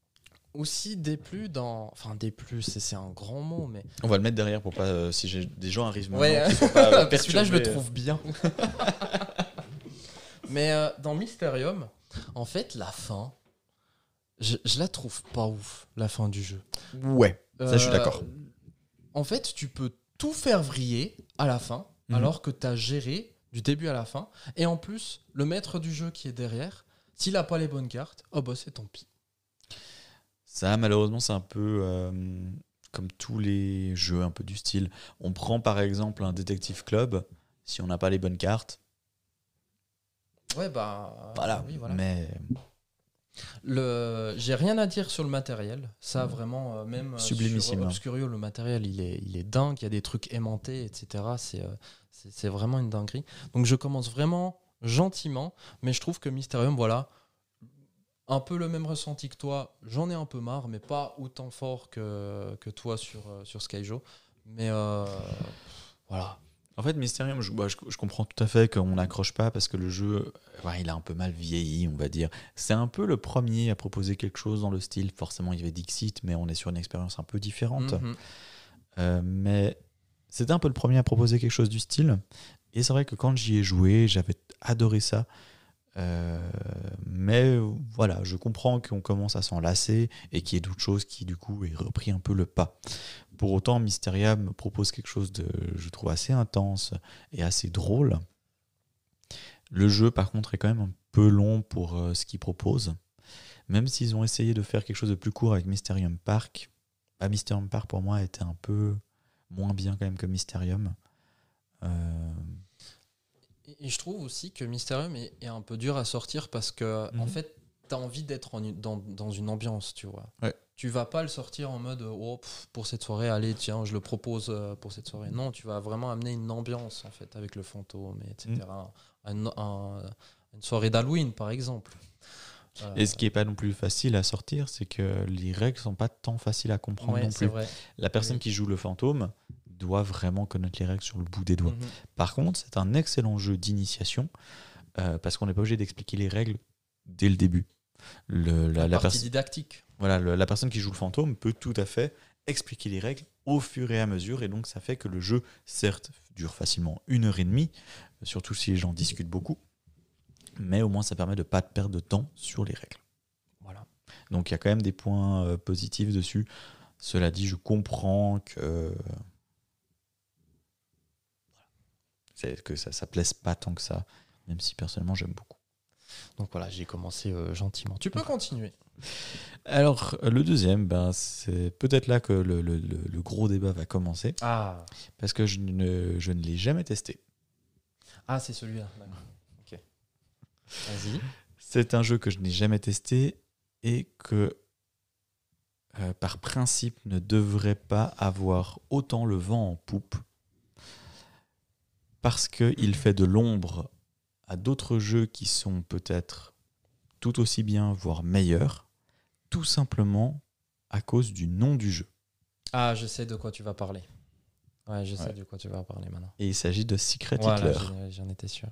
aussi déplu dans... Enfin, déplu, c'est c'est un grand mot, mais... On va le mettre derrière pour pas euh, si j'ai des gens arrivent maintenant, Ouais, qu'ils soient pas, euh, parce que là, je le perturbés. trouve bien. Mais euh, dans Mysterium, en fait, la fin, je, je la trouve pas ouf, la fin du jeu. Ouais, ça je suis d'accord. Euh, En fait, tu peux tout faire vriller à la fin, Mhm. alors que tu as géré du début à la fin. Et en plus, le maître du jeu qui est derrière, s'il n'a pas les bonnes cartes, oh bah c'est tant pis. Ça, malheureusement, c'est un peu euh, comme tous les jeux un peu du style. On prend par exemple un Detective Club, si on n'a pas les bonnes cartes, Ouais, bah. voilà. Oui, voilà. Mais Le... J'ai rien à dire sur le matériel. Ça, vraiment, euh, même euh, Sublimissime, sur hein. Obscurio, le matériel, il est, il est dingue. Il y a des trucs aimantés, et cetera. C'est, euh, c'est, c'est vraiment une dinguerie. Donc, je commence vraiment gentiment, mais je trouve que Mysterium, voilà, un peu le même ressenti que toi. J'en ai un peu marre, mais pas autant fort que, que toi sur, euh, sur Skyjo. Mais euh, voilà. en fait, Mysterium, je, bah, je, je comprends tout à fait qu'on n'accroche pas parce que le jeu, ouais, il a un peu mal vieilli, on va dire. C'est un peu le premier à proposer quelque chose dans le style. Forcément, il y avait Dixit, mais on est sur une expérience un peu différente. Mhm. Euh, mais c'était un peu le premier à proposer quelque chose du style. Et c'est vrai que quand j'y ai joué, j'avais adoré ça. Euh, mais voilà, je comprends qu'on commence à s'en lasser et qu'il y ait d'autres choses qui, du coup, aient repris un peu le pas. Pour autant, Mysteria me propose quelque chose de, je trouve, assez intense et assez drôle. Le jeu, par contre, est quand même un peu long pour euh, ce qu'il propose. Même s'ils ont essayé de faire quelque chose de plus court avec Mysterium Park, bah, Mysterium Park, pour moi, était un peu moins bien quand même que Mysterium. Euh, Et, et je trouve aussi que Mysterium est, est un peu dur à sortir parce que, Mhm. en fait, t'as envie d'être en une- dans, dans une ambiance, tu vois. Ouais. Tu vas pas le sortir en mode oh, pff, pour cette soirée, allez, tiens, je le propose euh, pour cette soirée. Non, tu vas vraiment amener une ambiance, en fait, avec le fantôme, et cetera. Un- un- une soirée d'Halloween, par exemple. Euh, Et ce qui n'est pas non plus facile à sortir, c'est que les règles sont pas tant faciles à comprendre ouais, non c'est plus. vrai. La personne Oui. qui joue le fantôme doit vraiment connaître les règles sur le bout des doigts. Mhm. Par contre, c'est un excellent jeu d'initiation euh, parce qu'on n'est pas obligé d'expliquer les règles dès le début. Le, la, La, la partie pers- didactique. voilà, le- la personne qui joue le fantôme peut tout à fait expliquer les règles au fur et à mesure, et donc ça fait que le jeu, certes, dure facilement une heure et demie, surtout si les gens discutent beaucoup, mais au moins ça permet de ne pas perdre de temps sur les règles. Voilà. Donc il y a quand même des points euh, positifs dessus. Cela dit, je comprends que, c'est, que ça ne plaise pas tant que ça, même si personnellement j'aime beaucoup. Donc voilà, j'ai commencé euh, gentiment. Tu peux continuer. Alors le deuxième, ben, c'est peut-être là que le, le- le- le gros débat va commencer, Ah, parce que je ne, je ne l'ai jamais testé. ah c'est celui-là. D'accord. Ok. Vas-y. C'est un jeu que je n'ai jamais testé et que, euh, par principe, ne devrait pas avoir autant le vent en poupe parce qu'il fait de l'ombre à d'autres jeux qui sont peut-être tout aussi bien, voire meilleurs, tout simplement à cause du nom du jeu. Ah, je sais de quoi tu vas parler. Ouais, je sais Ouais. de quoi tu vas parler maintenant. Et il s'agit de Secret Voilà, Hitler. j'en- j'en étais sûr.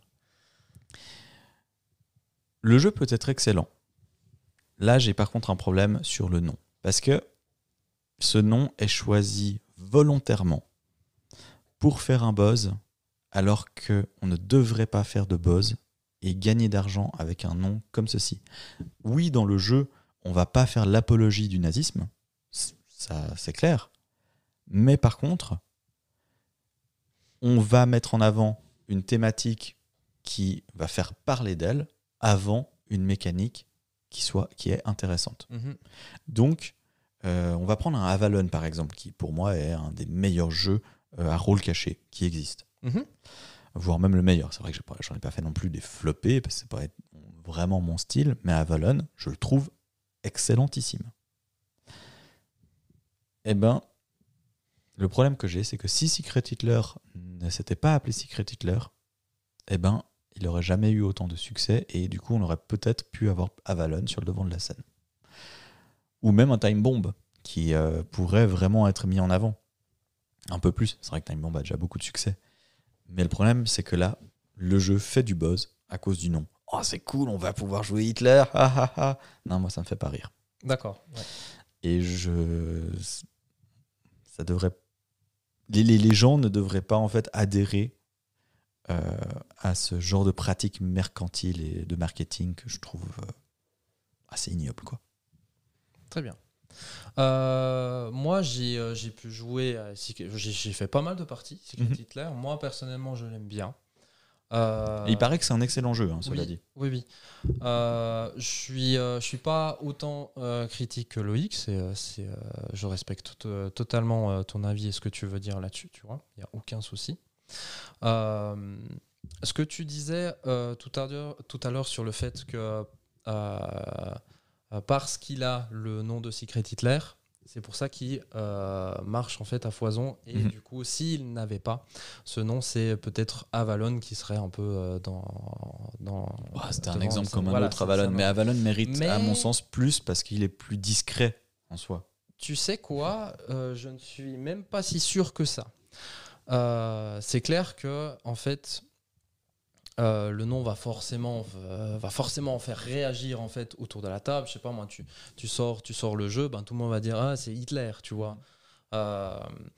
Le jeu peut être excellent. Là, j'ai par contre un problème sur le nom. Parce que ce nom est choisi volontairement pour faire un buzz, alors qu'on ne devrait pas faire de buzz et gagner d'argent avec un nom comme ceci. Oui, dans le jeu, on va pas faire l'apologie du nazisme, ça c'est clair. Mais par contre, on va mettre en avant une thématique qui va faire parler d'elle avant une mécanique qui, soit, qui est intéressante. Mhm. Donc, euh, on va prendre un Avalon, par exemple, qui pour moi est un des meilleurs jeux euh, à rôle caché qui existent. Mhm. Voire même le meilleur. C'est vrai que j'en ai pas fait non plus des floppés, parce que c'est pas vraiment mon style, mais Avalon, je le trouve excellentissime. Eh ben, le problème que j'ai, c'est que si Secret Hitler ne s'était pas appelé Secret Hitler, eh ben, il n'aurait jamais eu autant de succès, et du coup, on aurait peut-être pu avoir Avalon sur le devant de la scène. Ou même un Time Bomb, qui euh, pourrait vraiment être mis en avant. Un peu plus. C'est vrai que Time Bomb a déjà beaucoup de succès. Mais le problème, c'est que là, le jeu fait du buzz à cause du nom. Oh, c'est cool, on va pouvoir jouer Hitler. Ah, ah, ah. Non, moi, ça me fait pas rire. D'accord. Ouais. Et je... Ça devrait... Les, les, les gens ne devraient pas, en fait, adhérer euh, à ce genre de pratique mercantile et de marketing que je trouve euh, assez ignoble, quoi. Très bien. Euh, moi, j'ai, euh, j'ai pu jouer, à Secret- j'ai, j'ai fait pas mal de parties, Secret Mhm. Hitler. Moi, personnellement, je l'aime bien. Euh, Et il paraît que c'est un excellent jeu, hein, cela oui, dit. oui, oui. Euh, je suis, euh, je suis pas autant euh, critique que Loïc. C'est, euh, c'est, euh, je respecte tout- euh, totalement euh, ton avis et ce que tu veux dire là-dessus. Tu vois, il y a aucun souci. Euh, ce que tu disais euh, tout à l'heure, tout à l'heure sur le fait que euh, euh, parce qu'il a le nom de Secret Hitler, c'est pour ça qu'il euh, marche en fait à foison. Et Mhm. du coup, s'il n'avait pas ce nom, c'est peut-être Avalon qui serait un peu euh, dans, dans Oh, c'était un devant, exemple ça- comme un voilà, autre, c'est- Avalon. ça Mais marche. Avalon mérite, à mon Mais sens, plus parce qu'il est plus discret en soi. tu sais quoi, euh, je ne suis même pas si sûr que ça. Euh, c'est clair que en fait, euh, le nom va forcément, euh, va forcément faire réagir en fait autour de la table. Je sais pas moi, tu, tu sors, tu sors le jeu, ben tout le monde va dire ah c'est Hitler, tu vois. Euh,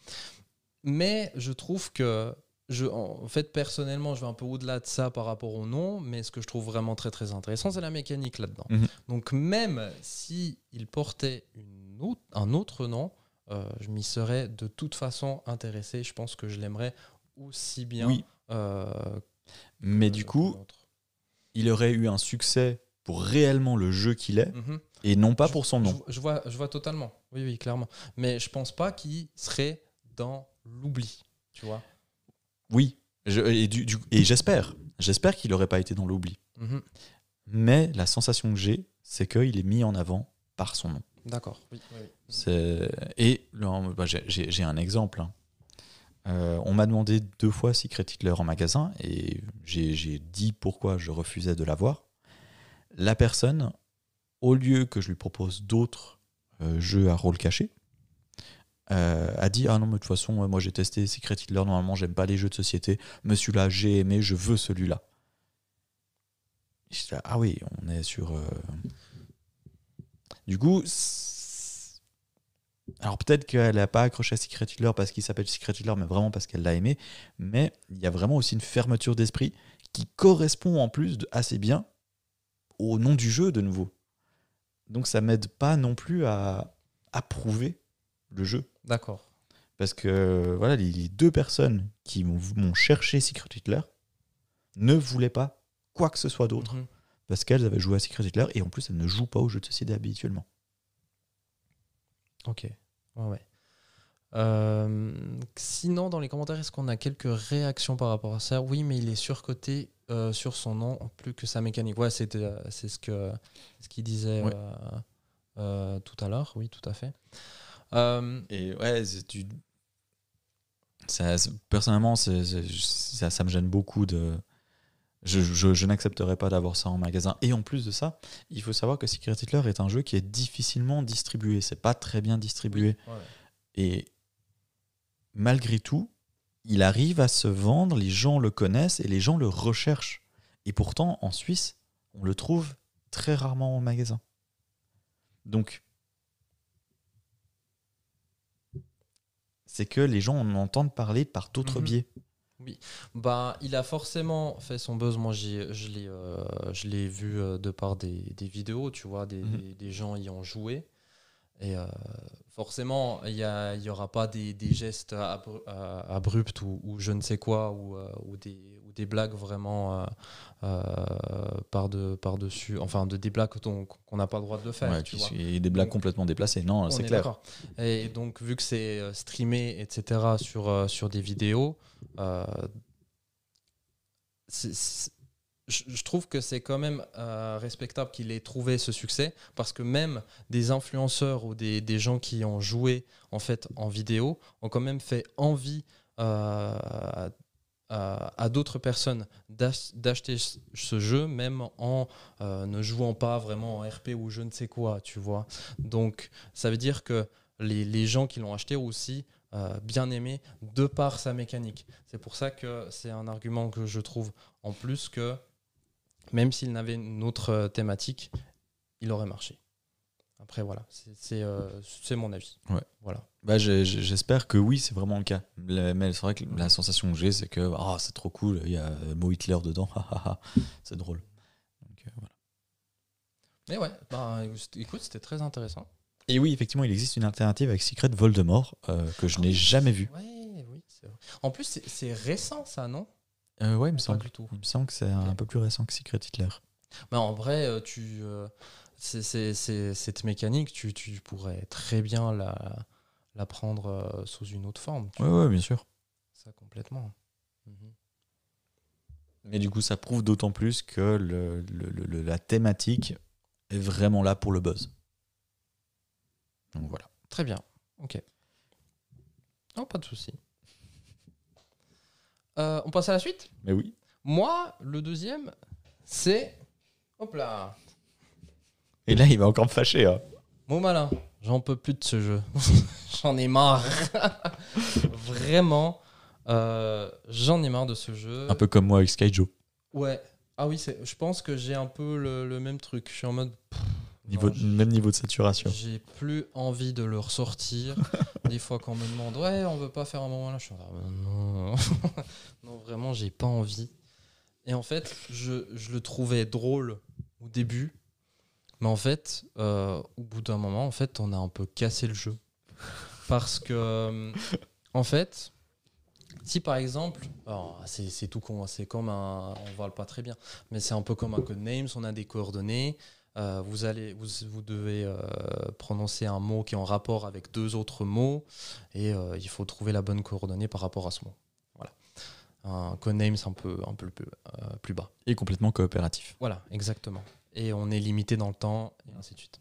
mais je trouve que je, en fait personnellement, je vais un peu au-delà de ça par rapport au nom, mais ce que je trouve vraiment très très intéressant, c'est la mécanique là-dedans. Mhm. Donc même si il portait une autre, un autre nom, euh, je m'y serais de toute façon intéressé. Je pense que je l'aimerais aussi bien. Oui. euh, Mais que- du que coup, l'autre. il aurait eu un succès pour réellement le jeu qu'il est, Mhm. et non pas Je, pour son nom. je- je vois, je vois totalement. Oui, oui, clairement. Mais je pense pas qu'il serait dans l'oubli. Tu vois. Oui, je- et, du- du- et j'espère. J'espère qu'il n'aurait pas été dans l'oubli. Mhm. Mais la sensation que j'ai, c'est qu'il est mis en avant par son nom. D'accord. Oui, oui, oui. C'est- Et là, bah, j'ai- j'ai j'ai un exemple. hein. Euh, on m'a demandé deux fois Secret Hitler en magasin et j'ai j'ai dit pourquoi je refusais de l'avoir. La personne, au lieu que je lui propose d'autres euh, jeux à rôle caché, euh, a dit ah non mais de toute façon euh, moi j'ai testé Secret Hitler, normalement j'aime pas les jeux de société, mais celui-là j'ai aimé, je veux celui-là. Et j'étais là, ah oui, on est sur. euh, Du coup, c'est- alors peut-être qu'elle n'a pas accroché à Secret Hitler parce qu'il s'appelle Secret Hitler, mais vraiment parce qu'elle l'a aimé. Mais il y a vraiment aussi une fermeture d'esprit qui correspond en plus de- assez bien au nom du jeu de nouveau. Donc ça m'aide pas non plus à approuver le jeu. D'accord. Parce que voilà, les, les deux personnes qui m'ont m'ont cherché Secret Hitler ne voulaient pas quoi que ce soit d'autre. Mhm. Parce qu'elles avaient joué à Secret Hitler et en plus elles ne jouent pas aux jeux de société habituellement. Ok. Ouais, ouais. Euh, sinon, dans les commentaires, est-ce qu'on a quelques réactions par rapport à ça? Oui, mais il est surcoté euh, sur son nom, plus que sa mécanique. Ouais, c'était, euh, c'est ce que ce qu'il disait Ouais. euh, euh, tout à l'heure. Oui, tout à fait. Euh, Et ouais, c'est- tu... ça, c'est- personnellement, c'est- c'est- ça, ça me gêne beaucoup de. Je, je, je n'accepterai pas d'avoir ça en magasin. Et en plus de ça, il faut savoir que Secret Hitler est un jeu qui est difficilement distribué. C'est pas très bien distribué. ouais, ouais. Et malgré tout, il arrive à se vendre, les gens le connaissent et les gens le recherchent. Et pourtant, en Suisse, on le trouve très rarement en magasin. Donc, c'est que les gens en entendent parler par d'autres Mhm. biais. Bah, il a forcément fait son buzz. Moi, j'ai, je l'ai, euh, je l'ai vu euh, de par des, des vidéos, tu vois, des, Mhm. des, des gens y ont joué. Et euh, forcément, il n'y y aura pas des, des gestes abru- euh, abrupts ou, ou je ne sais quoi, ou, euh, ou, des, ou des blagues vraiment euh, euh, par de, par-dessus, enfin de, des blagues dont- qu'on n'a pas le droit de le faire. Ouais, tu qui- vois. et des blagues Donc, complètement déplacées. Non, On c'est est clair. d'accord. Et donc, vu que c'est euh, streamé, et cetera, sur, euh, sur des vidéos, euh, c'est- c'est- je je trouve que c'est quand même euh, respectable qu'il ait trouvé ce succès parce que même des influenceurs ou des, des gens qui ont joué en fait en vidéo ont quand même fait envie euh, à, à- à d'autres personnes d'ach- d'acheter ce ce jeu même en euh, ne jouant pas vraiment en R P ou je ne sais quoi, tu vois. Donc ça veut dire que les, les gens qui l'ont acheté ont aussi euh, bien aimé de par sa mécanique. C'est pour ça que c'est un argument que je trouve en plus que même s'il n'avait une autre euh, thématique, il aurait marché. Après, voilà, c'est c'est, euh, c'est mon avis. Ouais. Voilà. Bah, j'ai- j'ai- j'espère que oui, c'est vraiment le cas. Le- Mais c'est vrai que la sensation que j'ai, c'est que ah, c'est trop cool, il y a le mot Hitler dedans, ah, ah, ah, c'est drôle. Donc, euh, voilà. Mais ouais, bah, écoute, c'était très intéressant. Et oui, effectivement, il existe une alternative avec Secret Voldemort euh, que je n'ai jamais vue. Ouais, oui, c'est vrai. En plus, c'est, c'est récent, ça, non? Euh, ouais, il me Pas semble. du tout. Il me semble que c'est un Ok. peu plus récent que Secret Hitler. Mais en vrai, euh, tu, euh, c'est, c'est, c'est- cette mécanique, tu, tu pourrais très bien la, la prendre euh, sous une autre forme. Tu Ouais, vois, ouais, bien sûr. ça complètement. Mhm. Mais du coup, ça prouve d'autant plus que le, le- le- le- la thématique est vraiment là pour le buzz. Donc voilà. Très bien. Ok. Non, pas de souci. Euh, on passe à la suite. Mais oui. Moi, le deuxième, c'est. Hop là. Et là, il va encore me fâcher. Hein. Mon malin, j'en peux plus de ce jeu. J'en ai marre. Vraiment, euh, j'en ai marre de ce jeu. Un peu comme moi avec Skyjo. Ouais. Ah oui, c'est, je pense que j'ai un peu le, le même truc. Je suis en mode. pff, Niveau, non, j'ai- même niveau de saturation. J'ai plus envie de le ressortir. Des fois, quand on me demande, ouais, on veut pas faire un moment là, je suis en mode, ah, non. Non, vraiment, j'ai pas envie. Et en fait, je, je le trouvais drôle au début. Mais en fait, euh, au bout d'un moment, en fait, on a un peu cassé le jeu. Parce que, euh, en fait, si par exemple, alors, c'est, c'est tout con, hein, c'est comme un, on voit pas très bien, mais c'est un peu comme un codenames, on a des coordonnées, euh, vous, allez, vous, vous devez euh, prononcer un mot qui est en rapport avec deux autres mots, et euh, il faut trouver la bonne coordonnée par rapport à ce mot. Voilà. Un codenames un peu, un peu plus, euh, plus bas. Et complètement coopératif. Voilà, exactement. Et on est limité dans le temps, et ainsi de suite.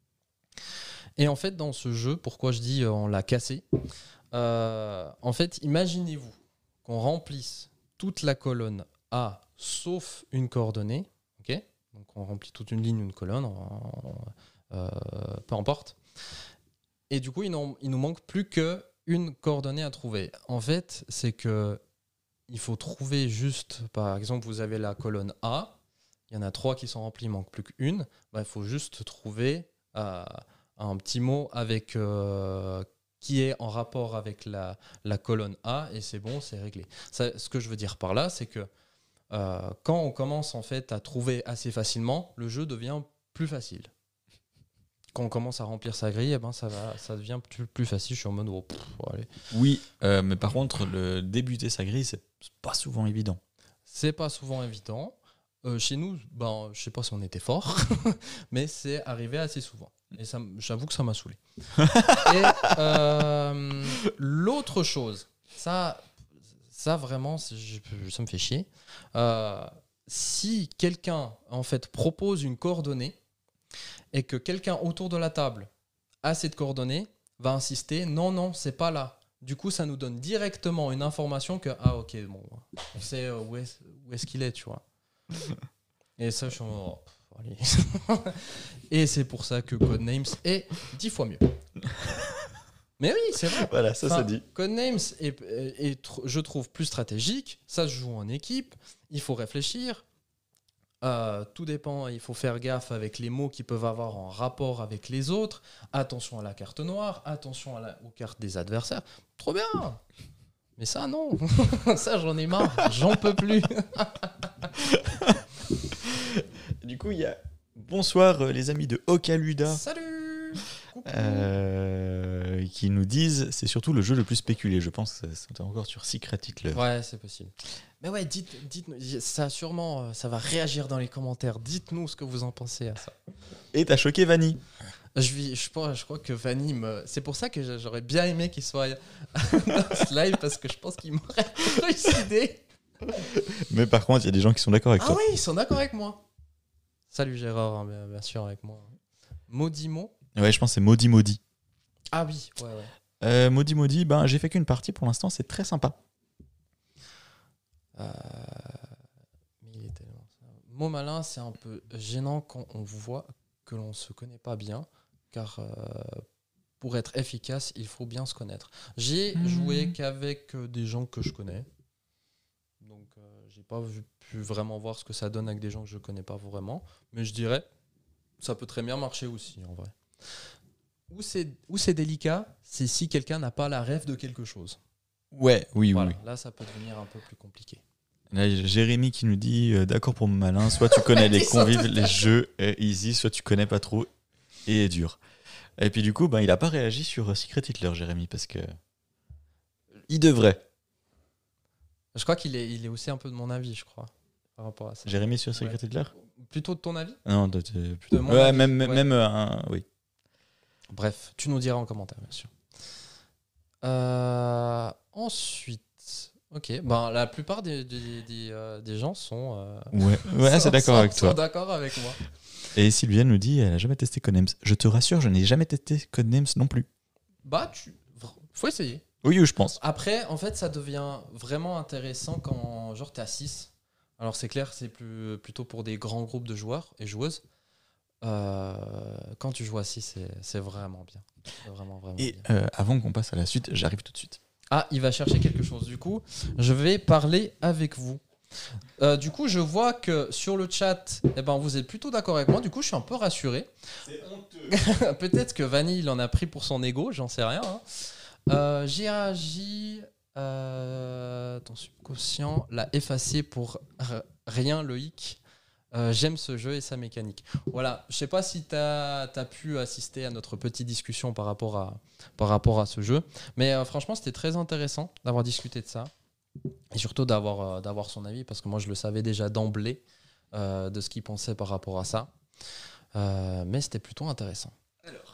Et en fait, dans ce jeu, pourquoi je dis euh, on l'a cassé, euh, en fait, imaginez-vous qu'on remplisse toute la colonne A sauf une coordonnée, ok? Donc on remplit toute une ligne, une colonne, on- on- euh, peu importe. Et du coup, il, n'en- il nous manque plus qu'une coordonnée à trouver. En fait, c'est que il faut trouver juste, par exemple, vous avez la colonne A, il y en a trois qui sont remplis, il manque plus qu'une. Bah, il faut juste trouver euh, un petit mot avec, euh, qui est en rapport avec la, la colonne A, et c'est bon, c'est réglé. Ça, ce que je veux dire par là, c'est que euh, quand on commence en fait à trouver assez facilement, le jeu devient plus facile. Quand on commence à remplir sa grille, eh ben, ça, va, ça devient plus, plus facile. Je suis en mode, oh, pff, allez. Oui, euh, mais par contre, le débuter sa grille, c'est pas souvent évident. C'est pas souvent évident. Euh, chez nous, ben, je sais pas si on était fort, mais c'est arrivé assez souvent. Et ça, m- j'avoue que ça m'a saoulé. Et euh, l'autre chose, ça, ça vraiment, c'est- je- ça me fait chier. Euh, si quelqu'un en fait propose une coordonnée et que quelqu'un autour de la table a cette coordonnée, va insister, non, non, c'est pas là. Du coup, ça nous donne directement une information que, ah ok, bon, on sait euh, où est, où est-ce qu'il est, tu vois. Et ça, je suis en mode, oh, pff, allez. Et c'est pour ça que Codenames est dix fois mieux. Mais oui, c'est vrai. Voilà, ça Enfin, c'est dit. Codenames est, est- est tr- je trouve, plus stratégique. Ça se joue en équipe. Il faut réfléchir. Euh, tout dépend. Il faut faire gaffe avec les mots qui peuvent avoir en rapport avec les autres. Attention à la carte noire. Attention à la- aux cartes des adversaires. Trop bien. Mais ça, non. Ça, j'en ai marre. J'en peux plus. Du coup, il y a bonsoir euh, les amis de Okaluda Salut. Coucou. euh, qui nous disent c'est surtout le jeu le plus spéculé. Je pense que c'était encore sur Secret Hitler. Ouais, c'est possible. Mais ouais, dites, dites-nous. Ça, sûrement, euh, ça va réagir dans les commentaires. Dites-nous ce que vous en pensez à ça. Et t'as choqué Vanny. Je, vis, je, pense, je crois que Vanny me... C'est pour ça que j'a- j'aurais bien aimé qu'il soit dans ce live, parce que je pense qu'il m'aurait trucidé. Mais par contre, il y a des gens qui sont d'accord avec Ah toi. oui, ils sont d'accord avec moi. Salut Gérard, hein, bien, bien sûr, avec moi. Maudit mot. Ouais, je pense que c'est Maudit Maudit. Ah oui, ouais, ouais. Euh, Maudit Maudit, ben, j'ai fait qu'une partie pour l'instant, c'est très sympa. Euh, Mais il est tellement... Mot malin, c'est un peu gênant quand on voit que l'on se connaît pas bien, car euh, pour être efficace, il faut bien se connaître. J'ai Mmh. joué qu'avec euh, des gens que je connais, donc euh, j'ai pas vu- pu vraiment voir ce que ça donne avec des gens que je connais pas vraiment, mais je dirais ça peut très bien marcher aussi en vrai. Où c'est où c'est délicat, c'est si quelqu'un n'a pas la rêve de quelque chose. Ouais, oui, Voilà, oui. là ça peut devenir un peu plus compliqué. Là, il y a Jérémy qui nous dit euh, d'accord pour mon malin, soit tu connais les Ils sont convives, tous les jeux euh, easy, soit tu connais pas trop et est dur. Et puis du coup, ben, il n'a pas réagi sur Secret Hitler, Jérémy, parce que il devrait. Je crois qu'il est, il est aussi un peu de mon avis, je crois, par rapport à ça. Jérémy sur Secret Ouais. Hitler. Plutôt de ton avis? Non, de, de- plutôt. De mon ouais, avis, même, ouais. même euh, un, oui. Bref, tu nous diras en commentaire, bien sûr. Euh, ensuite, ok, ben, la plupart des, des, des, euh, des gens sont, euh, Ouais, ouais, sont- c'est d'accord sont- avec sont toi. d'accord avec moi. Et Sylviane nous dit, elle a jamais testé Codenames. Je te rassure, je n'ai jamais testé Codenames non plus. Bah, tu, faut essayer. Oui, oui, je pense. Après, en fait, ça devient vraiment intéressant quand, genre, t'es à six. Alors, c'est clair, c'est plus, plutôt pour des grands groupes de joueurs et joueuses. Euh, quand tu joues à six, c'est, c'est vraiment bien. C'est vraiment, vraiment Et bien. euh, avant qu'on passe à la suite, j'arrive tout de suite. Ah, il va chercher quelque chose. Du coup, je vais parler avec vous. Euh, du coup, je vois que sur le chat, eh ben, vous êtes plutôt d'accord avec moi. Du coup, je suis un peu rassuré. C'est honteux. Peut-être que Vanille, il en a pris pour son ego, j'en sais rien. Hein. Euh, j'ai agi euh, ton subconscient l'a effacé pour r- rien, Loïc. Euh, j'aime ce jeu et sa mécanique. Voilà, je sais pas si tu as pu assister à notre petite discussion par rapport à, par rapport à ce jeu, mais euh, franchement, c'était très intéressant d'avoir discuté de ça et surtout d'avoir euh, d'avoir son avis parce que moi, je le savais déjà d'emblée euh, de ce qu'il pensait par rapport à ça. Euh, mais c'était plutôt intéressant. Alors,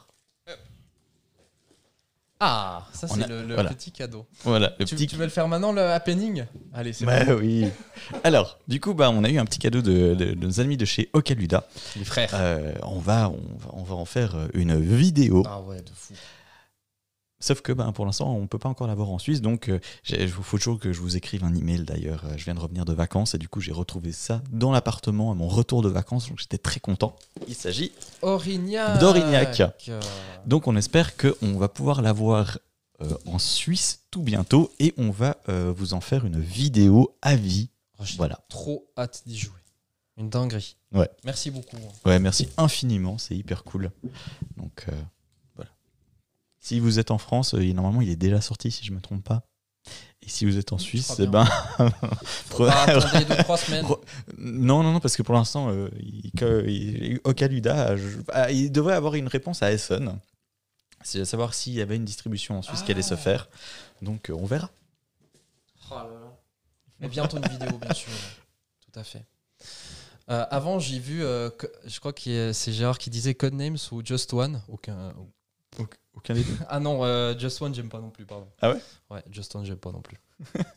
Ah, ça On c'est a- le, le voilà. petit cadeau. voilà, le Tu, petit. tu veux le faire maintenant, le happening? Allez, c'est Bah bon. oui. Alors, du coup, bah, on a eu un petit cadeau de, de- de nos amis de chez Okaluda. Les frères. Euh, on, va, on, va, on va en faire une vidéo. Ah ouais, de fou. Sauf que bah, pour l'instant, on ne peut pas encore l'avoir en Suisse. Donc, euh, il faut toujours que je vous écrive un email d'ailleurs. Euh, Je viens de revenir de vacances et du coup, j'ai retrouvé ça dans l'appartement à mon retour de vacances. Donc, j'étais très content. Il s'agit. Orignac. d'Orignac. Euh, Donc, on espère qu'on va pouvoir l'avoir euh, en Suisse tout bientôt et on va euh, vous en faire une vidéo à vie. oh, j'ai Voilà. trop hâte d'y jouer. Une dinguerie. Ouais. Merci beaucoup. Ouais, merci infiniment. C'est hyper cool. Donc, euh, voilà. Si vous êtes en France, euh, il- normalement, il est déjà sorti, si je ne me trompe pas. Et si vous êtes en Mmh, Suisse, très eh bien. ben. Faut pas attendre deux trois semaines. Re- Non, non, non, parce que pour l'instant, euh, il, que- il- Okaluda, je- ah, il devrait avoir une réponse à Essen. C'est à savoir s'il y avait une distribution en Suisse qui allait se Ah. faire. Donc, euh, on verra. Oh là là. Et bientôt une vidéo, bien sûr. Tout à fait. Euh, avant, j'ai vu, euh, que- je crois que c'est Gérard qui disait Codenames ou Just One. Aucun. Aucun des deux. Ah non, euh, Just One, j'aime pas non plus, pardon. Ah ouais Ouais, Just One, j'aime pas non plus.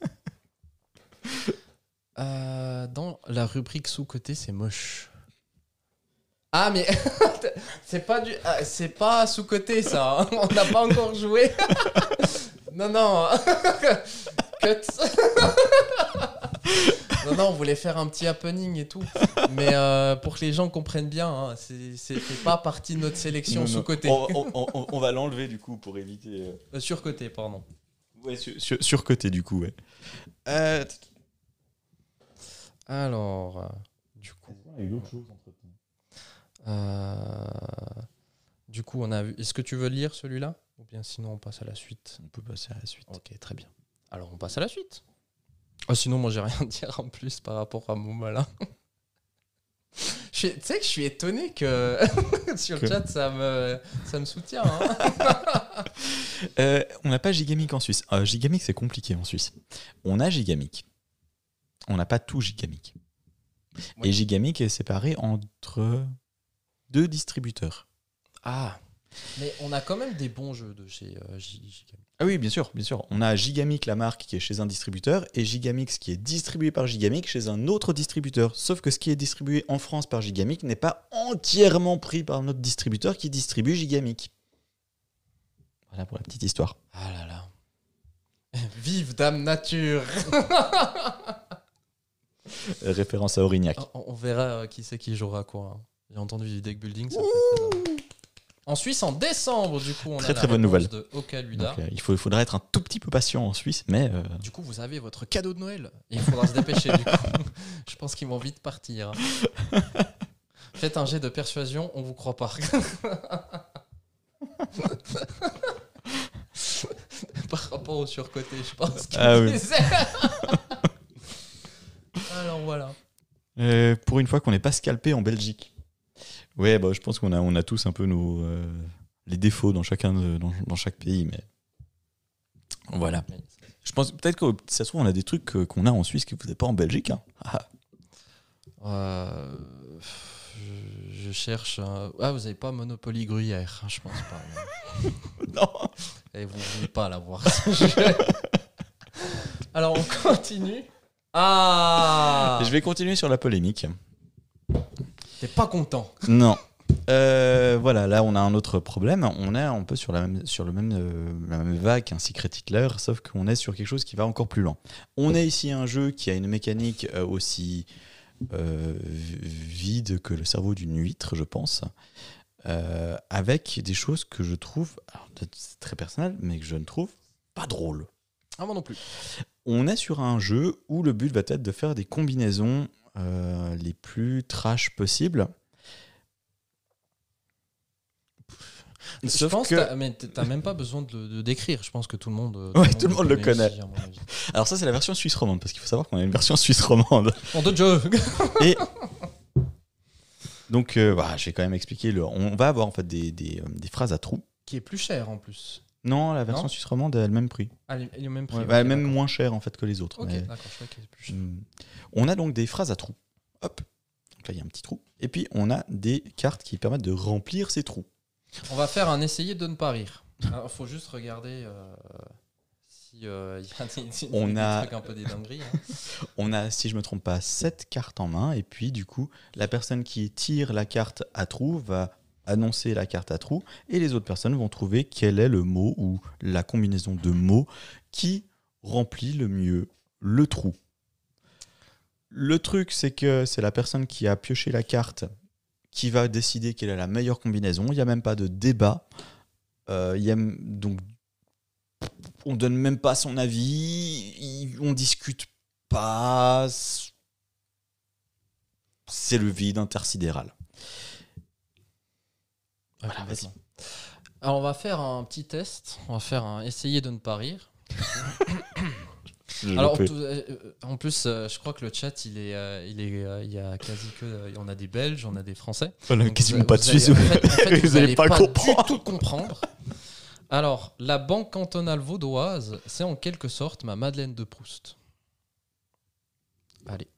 Euh, dans la rubrique sous-côté, c'est moche. Ah, mais c'est pas du, ah, c'est pas sous-côté ça. Hein. On n'a pas encore joué. non, non. Cut. non, non, on voulait faire un petit happening et tout. Mais euh, pour que les gens comprennent bien, hein, c'est, c'est, c'est pas partie de notre sélection Non, non. sous-côté. On, on- on- on va l'enlever du coup pour éviter. euh, Euh, sur-côté, pardon. Ouais, sur, sur- sur côté du coup, ouais. Euh, Alors, euh, du coup. Il y a eu d'autres choses entre temps. Euh, du coup, on a vu. Est-ce que tu veux lire celui-là? Ou bien sinon, on passe à la suite. On peut passer à la suite. Ok, très bien. Alors, on passe à la suite. Oh, sinon, moi, j'ai rien à dire en plus par rapport à mon malin. Je suis- Tu sais que je suis étonné que sur le Que- chat, ça me, ça me soutient. Hein. Euh, on n'a pas Gigamic en Suisse. Euh, Gigamic, c'est compliqué en Suisse. On a Gigamic. On n'a pas tout Gigamic. Oui. Et Gigamic est séparé entre deux distributeurs. Ah, mais on a quand même des bons jeux de chez euh, J- Gigamic. Ah oui, bien sûr, bien sûr. On a Gigamic, la marque, qui est chez un distributeur, et Gigamix, qui est distribué par Gigamic chez un autre distributeur. Sauf que ce qui est distribué en France par Gigamic n'est pas entièrement pris par notre distributeur qui distribue Gigamic. Voilà pour la petite histoire. Ah là là. Vive Dame Nature. Euh, référence à Aurignac. on, on verra euh, qui c'est qui jouera quoi. hein. J'ai entendu du deck building. Ça fait très bien. En Suisse, en décembre, du coup, on Très, a très la bonne réponse nouvelle. de Okaluda. Donc, euh, il, faut, il faudra être un tout petit peu patient en Suisse, mais euh, Du coup, vous avez votre cadeau de Noël. Et il faudra se dépêcher, du coup. Je pense qu'ils vont vite partir. Faites un jet de persuasion, on vous croit pas. Par rapport au surcoté, je pense qu'il Ah oui. disait. Alors voilà. euh, pour une fois qu'on n'est pas scalpé en Belgique. Ouais, bah, je pense qu'on a, on a tous un peu nos, euh, les défauts dans, chacun de, dans, dans chaque pays, mais voilà. Je pense peut-être que ça se trouve, on a des trucs qu'on a en Suisse que vous n'avez pas en Belgique. Hein. Ah. Euh, je, je cherche. Un... Ah, vous n'avez pas Monopoly Gruyère, hein, je pense pas. Mais... non. Et vous ne voulez pas l'avoir. Alors, on continue. Ah. Je vais continuer sur la polémique. T'es pas content? Non. Euh, voilà, là on a un autre problème. On est un peu sur la même, sur le même, euh, la même vague qu'un Secret Hitler, sauf qu'on est sur quelque chose qui va encore plus loin. On a ici un jeu qui a une mécanique euh, aussi euh, vide que le cerveau d'une huître, je pense, euh, avec des choses que je trouve, alors, c'est très personnel, mais que je ne trouve pas drôles. Ah, moi non plus. On est sur un jeu où le but va être de faire des combinaisons euh, les plus trash possibles. Sauf je pense que t'as, mais t'as même pas besoin de le de décrire. Je pense que tout le monde. Tout ouais, le tout le monde le connaît. Aussi, alors ça, c'est la version suisse romande, parce qu'il faut savoir qu'on a une version suisse romande. En deux jeux. Et donc, euh, bah, je vais quand même expliquer. Le... On va avoir en fait des, des, euh, des phrases à trous. Qui est plus cher en plus. Non, la version non suisse romande elle a le même prix. Ah, elle est le même prix. Ouais, okay, bah, elle est même moins chère en fait que les autres. Ok, mais... d'accord. Je crois qu'elle est plus chère. On a donc des phrases à trous. Hop. Donc là, il y a un petit trou. Et puis, on a des cartes qui permettent de remplir ces trous. On va faire un essayer de ne pas rire. Il faut juste regarder euh, si euh, y a des, des, on des a... trucs un peu des dingueries. Hein. On a, si je ne me trompe pas, sept cartes en main. Et puis, du coup, la personne qui tire la carte à trous va annoncer la carte à trous. Et les autres personnes vont trouver quel est le mot ou la combinaison de mots qui remplit le mieux le trou. Le truc, c'est que c'est la personne qui a pioché la carte qui va décider quelle est la meilleure combinaison. Il n'y a même pas de débat. Euh, il y a, donc, on ne donne même pas son avis. On ne discute pas. C'est le vide intersidéral. Ouais, voilà, vas-y. Alors, on va faire un petit test. On va faire un essayer de ne pas rire. Alors, tout, euh, en plus, euh, je crois que le chat, il est, euh, il est, euh, il y a quasi que, euh, on a des Belges, on a des Français. On a quasiment pas de Suisse. Vous, en fait, en fait, vous, vous allez pas, pas comprendre. Du tout comprendre. Alors, la banque cantonale vaudoise, c'est en quelque sorte ma Madeleine de Proust. Allez.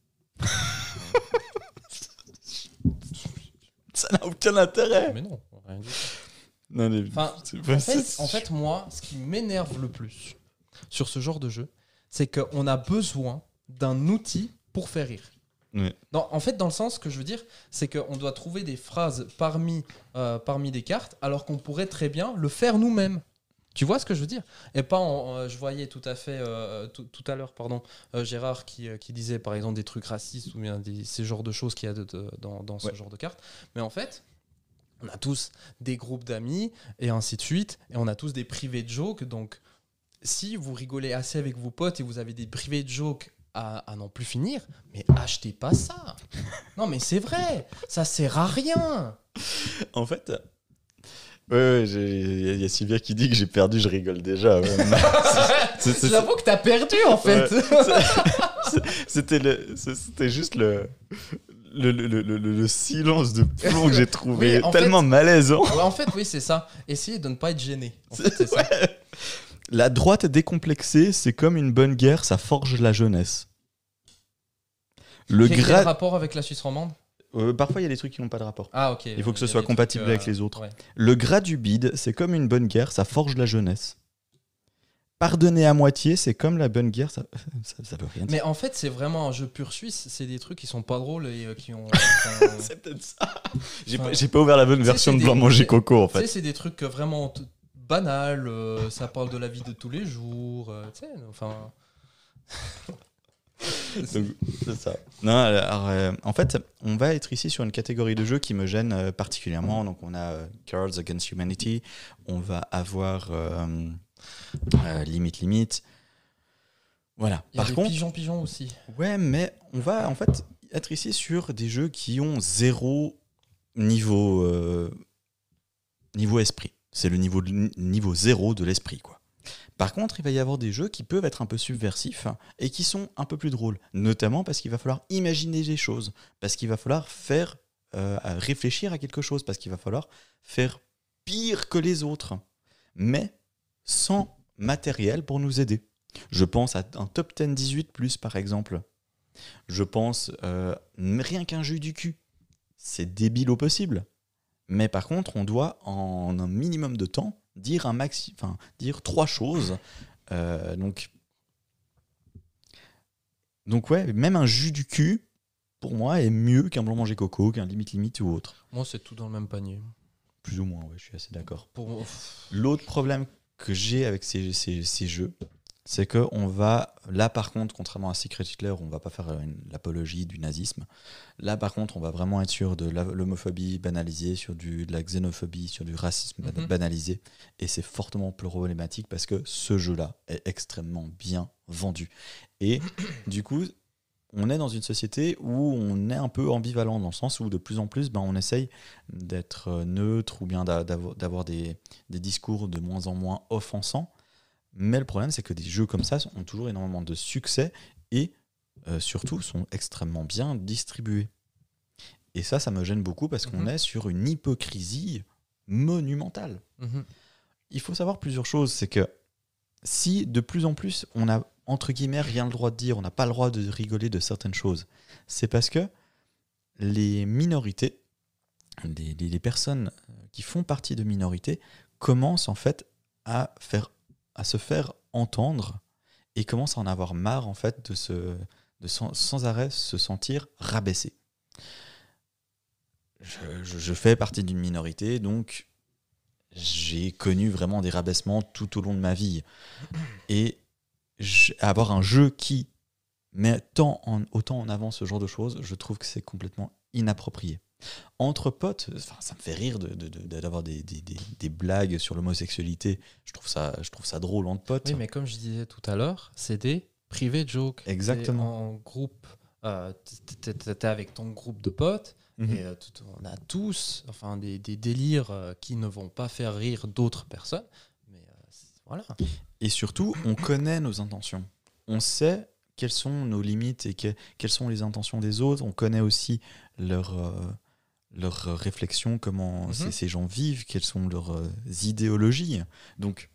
Ça n'a aucun intérêt. Mais non, rien du tout. Non, mais enfin, en, fait, en fait, moi, ce qui m'énerve le plus sur ce genre de jeu, c'est qu'on a besoin d'un outil pour faire rire. Oui. Non, en fait, dans le sens que je veux dire, c'est qu'on doit trouver des phrases parmi, euh, parmi des cartes, alors qu'on pourrait très bien le faire nous-mêmes. Tu vois ce que je veux dire? Et pas en, euh, je voyais tout à fait euh, tout, tout à l'heure, pardon, euh, Gérard qui, euh, qui disait par exemple des trucs racistes ou bien des, ces genres de choses qu'il y a de, de, dans, dans ce ouais. genre de cartes. Mais en fait, on a tous des groupes d'amis et ainsi de suite, et on a tous des privés de jokes. Donc, si vous rigolez assez avec vos potes et vous avez des privés de jokes à, à n'en plus finir, mais achetez pas ça. Non, mais c'est vrai, ça sert à rien. En fait. Ouais, il y a Sylvia qui dit que j'ai perdu, je rigole déjà. Ouais. c'est, c'est, c'est, J'avoue que t'as perdu en fait. Ouais, c'était, le, c'était juste le, le, le, le, le, le silence de plomb que j'ai trouvé oui, tellement fait, malaisant. Ouais, en fait, oui, c'est ça. Essayez de ne pas être gêné. En fait, c'est ouais. ça. La droite décomplexée, c'est comme une bonne guerre, ça forge la jeunesse. Le Quel gra... rapport avec la Suisse romande? Euh, parfois, il y a des trucs qui n'ont pas de rapport. Ah, ok. Il faut que ce soit compatible trucs, euh, avec les autres. Ouais. Le gras du bide, c'est comme une bonne guerre, ça forge la jeunesse. Pardonner à moitié, c'est comme la bonne guerre, ça, ça, ça veut rien dire. Mais en fait, c'est vraiment un jeu pur suisse. C'est des trucs qui sont pas drôles et euh, qui ont. c'est peut-être ça. J'ai, enfin, pas, j'ai pas ouvert la bonne version de Blanc Manger Coco, en fait. Tu sais, c'est des trucs vraiment t- banals. Euh, ça parle de la vie de tous les jours. Euh, tu sais, enfin. Donc, c'est ça. Non, alors, euh, en fait, on va être ici sur une catégorie de jeux qui me gêne euh, particulièrement. Donc, on a euh, Cards Against Humanity, on va avoir euh, euh, Limite Limite. Voilà. Il y a Par des contre, pigeons pigeons aussi. Ouais, mais on va en fait être ici sur des jeux qui ont zéro niveau euh, niveau esprit. C'est le niveau niveau zéro de l'esprit, quoi. Par contre, il va y avoir des jeux qui peuvent être un peu subversifs et qui sont un peu plus drôles, notamment parce qu'il va falloir imaginer des choses, parce qu'il va falloir faire euh, réfléchir à quelque chose, parce qu'il va falloir faire pires que les autres, mais sans matériel pour nous aider. Je pense à un top dix dix-huit plus, par exemple. Je pense euh, rien qu'un jeu du cul. C'est débile au possible. Mais par contre, on doit, en un minimum de temps, dire, un maxi... enfin, dire trois choses. Euh, donc... donc, ouais, même un jus du cul, pour moi, est mieux qu'un blanc manger coco, qu'un limite limite ou autre. Moi, c'est tout dans le même panier. Plus ou moins, ouais, je suis assez d'accord. Pour... L'autre problème que j'ai avec ces, ces, ces jeux, c'est que on va, là par contre, contrairement à Secret Hitler, on va pas faire une, l'apologie du nazisme. Là par contre, on va vraiment être sur de la, l'homophobie banalisée, sur du, de la xénophobie, sur du racisme mm-hmm. banalisé. Et c'est fortement problématique parce que ce jeu-là est extrêmement bien vendu. Et du coup, on est dans une société où on est un peu ambivalent, dans le sens où de plus en plus, ben, on essaye d'être neutre ou bien d'avoir, d'avoir des, des discours de moins en moins offensants. Mais le problème, c'est que des jeux comme ça ont toujours énormément de succès et euh, surtout sont extrêmement bien distribués. Et ça, ça me gêne beaucoup parce qu'on mmh. est sur une hypocrisie monumentale. Mmh. Il faut savoir plusieurs choses. C'est que si de plus en plus, on a entre guillemets rien le droit de dire, on n'a pas le droit de rigoler de certaines choses, c'est parce que les minorités, les, les, les personnes qui font partie de minorités commencent en fait à faire à se faire entendre et commence à en avoir marre en fait de, se, de sans, sans arrêt se sentir rabaissé. Je, je, je fais partie d'une minorité, donc j'ai connu vraiment des rabaissements tout au long de ma vie. Et je, avoir un jeu qui met tant en, autant en avant ce genre de choses, je trouve que c'est complètement inapproprié. Entre potes, ça me fait rire de, de, de, d'avoir des, des, des, des blagues sur l'homosexualité. Je trouve ça, je trouve ça drôle entre potes. Oui, mais comme je disais tout à l'heure, c'est des private jokes. Exactement. T'es en groupe, euh, t'es, t'es, t'es avec ton groupe de potes, mm-hmm. et euh, tout, on a tous enfin, des, des délires euh, qui ne vont pas faire rire d'autres personnes. Mais euh, voilà. Et surtout, on connaît nos intentions. On sait quelles sont nos limites et que, quelles sont les intentions des autres. On connaît aussi leur... Euh, leurs réflexions, comment mm-hmm. ces, ces gens vivent, quelles sont leurs euh, idéologies. Donc,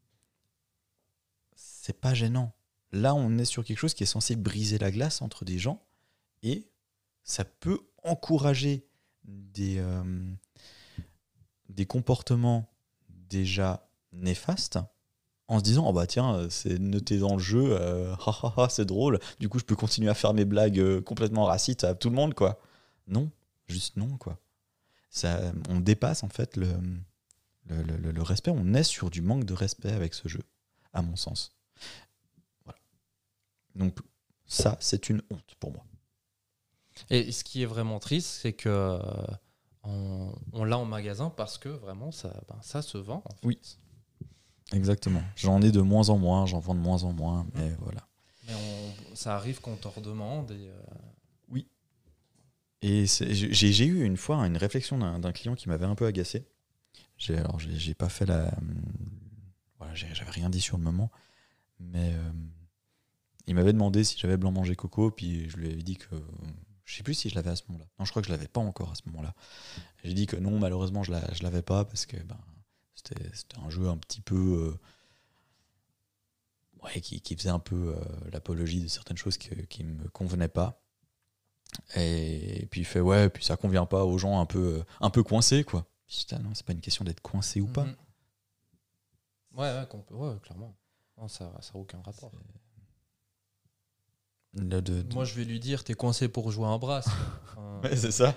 c'est pas gênant. Là, on est sur quelque chose qui est censé briser la glace entre des gens et ça peut encourager des, euh, des comportements déjà néfastes en se disant « Oh bah tiens, c'est noté dans le jeu, euh, ha, ha, ha, c'est drôle, du coup je peux continuer à faire mes blagues euh, complètement racistes à tout le monde, quoi. » Non. Juste non, quoi. Ça, on dépasse en fait le, le, le, le respect. On est sur du manque de respect avec ce jeu, à mon sens. Voilà. Donc ça, c'est une honte pour moi. Et ce qui est vraiment triste, c'est que euh, on, on l'a en magasin parce que vraiment ça, ben, ça se vend. En fait. Oui, exactement. J'en ai de moins en moins, j'en vends de moins en moins, mais mmh. voilà. Mais on, ça arrive qu'on te redemande et. Euh... Oui. Et c'est, j'ai, j'ai eu une fois une réflexion d'un, d'un client qui m'avait un peu agacé. J'ai, alors, j'ai, j'ai pas fait la. Voilà, j'ai, j'avais rien dit sur le moment. Mais euh, il m'avait demandé si j'avais blanc manger coco. Puis je lui avais dit que. Je sais plus si je l'avais à ce moment-là. Non, je crois que je l'avais pas encore à ce moment-là. J'ai dit que non, malheureusement, je, la, je l'avais pas parce que ben, c'était, c'était un jeu un petit peu. Euh, ouais, qui, qui faisait un peu euh, l'apologie de certaines choses que, qui me convenaient pas. Et puis il fait ouais, puis ça convient pas aux gens un peu un peu coincés, quoi. Putain, non, c'est pas une question d'être coincé ou pas. Mm-hmm. Ouais, ouais, peut, ouais, clairement. Non, ça ça a aucun rapport. De, de, de... Moi je vais lui dire t'es coincé pour jouer un brass. Enfin... ouais, c'est ça.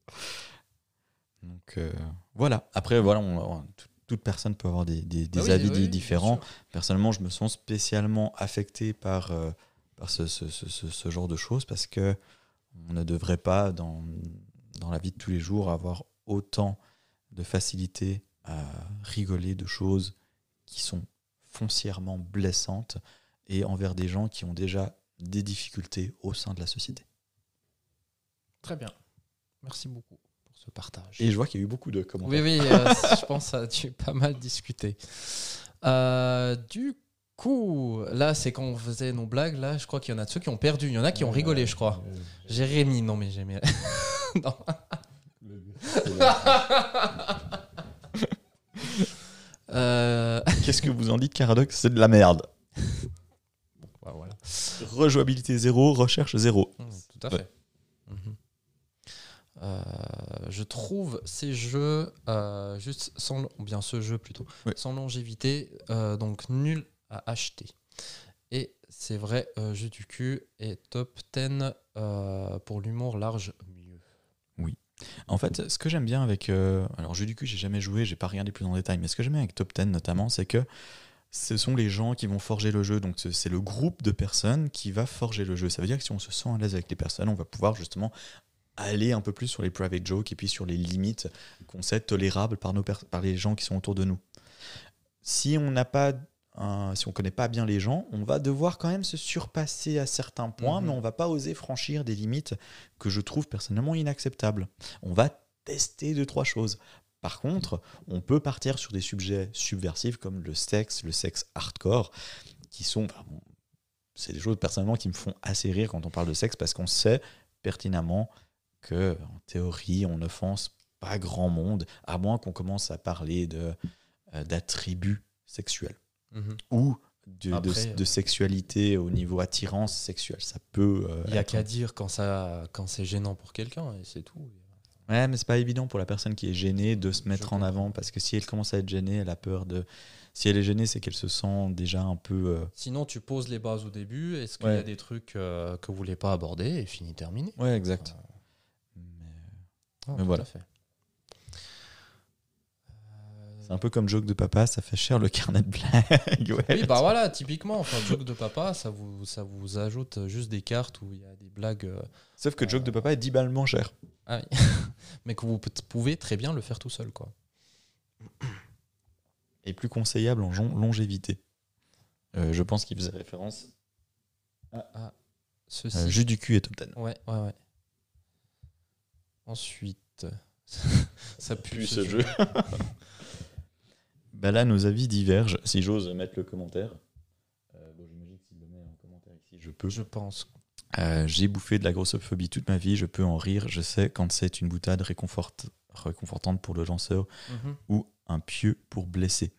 Donc euh, voilà. Après voilà, on, on, toute personne peut avoir des, des, des ah oui, avis oui, différents. Personnellement, je me sens spécialement affecté par euh, par ce, ce, ce, ce, ce genre de choses parce que on ne devrait pas, dans, dans la vie de tous les jours, avoir autant de facilité à rigoler de choses qui sont foncièrement blessantes et envers des gens qui ont déjà des difficultés au sein de la société. Très bien. Merci beaucoup pour ce partage. Et je vois qu'il y a eu beaucoup de commentaires. Oui, oui, euh, je pense que ça a dû pas mal discuter. Euh, du coup, Coup, là, c'est quand on faisait nos blagues. Là, je crois qu'il y en a de ceux qui ont perdu. Il y en a qui ont rigolé, je crois. Euh, Jérémy, non, mais Jérémy. non. Euh... Qu'est-ce que vous en dites, Caradox? C'est de la merde. Bon, bah, voilà. Rejouabilité zéro, recherche zéro. Mmh, tout à fait. Ouais. Mmh. Euh, je trouve ces jeux euh, juste sans, ou bien ce jeu plutôt, oui. sans longévité, euh, donc nul à acheter. Et c'est vrai, euh, jeu du cul est top dix euh, pour l'humour large mieux. Oui. En fait, ce que j'aime bien avec euh, alors jeu du cul, j'ai jamais joué, j'ai pas regardé plus en détail, mais ce que j'aime bien avec top dix notamment, c'est que ce sont les gens qui vont forger le jeu, donc c'est le groupe de personnes qui va forger le jeu. Ça veut dire que si on se sent à l'aise avec les personnes, on va pouvoir justement aller un peu plus sur les private jokes et puis sur les limites qu'on sait tolérables par, nos per- par les gens qui sont autour de nous. Si on n'a pas, un, si on connaît pas bien les gens, on va devoir quand même se surpasser à certains points, mmh. mais on va pas oser franchir des limites que je trouve personnellement inacceptables. On va tester deux, trois choses. Par contre, on peut partir sur des sujets subversifs comme le sexe, le sexe hardcore, qui sont... Enfin, bon, c'est des choses personnellement qui me font assez rire quand on parle de sexe, parce qu'on sait pertinemment que, en théorie, on n'offense pas grand monde, à moins qu'on commence à parler de, euh, d'attributs sexuels mmh. ou de, Après, de, de sexualité au niveau attirance sexuelle. Ça peut. Il euh, n'y a qu'à dire quand, ça, quand c'est gênant pour quelqu'un, et c'est tout. Ouais, mais c'est pas évident pour la personne qui est gênée de se mettre Je en avant, parce que si elle commence à être gênée, elle a peur de. Si elle est gênée, c'est qu'elle se sent déjà un peu. Euh... Sinon, tu poses les bases au début. Est-ce qu'il ouais. y a des trucs euh, que vous voulez pas aborder et fini terminé. Ouais, exact. Euh... Oh, mais voilà. Fait. Euh... C'est un peu comme joke de papa, ça fait cher le carnet de blagues. Ouais. Oui, bah voilà, typiquement, enfin, joke de papa, ça vous, ça vous ajoute juste des cartes où il y a des blagues. Euh, Sauf que euh... joke de papa est dix balles moins cher. Ah oui. Mais que vous pouvez très bien le faire tout seul, quoi. Et plus conseillable en longévité. Euh, je pense qu'il faisait référence à, à ceci. Euh, jus du cul et top dix. Ouais, ouais, ouais. Ensuite, ça pue, pue ce jeu. jeu. Bah là, nos avis divergent. Si j'ose mettre le commentaire. Euh, bon, j'imagine que s'il le met en commentaire ici, je peux. Je pense. Euh, j'ai bouffé de la grossophobie toute ma vie. Je peux en rire. Je sais quand c'est une boutade réconforte, réconfortante pour le lanceur mm-hmm. ou un pieu pour blesser.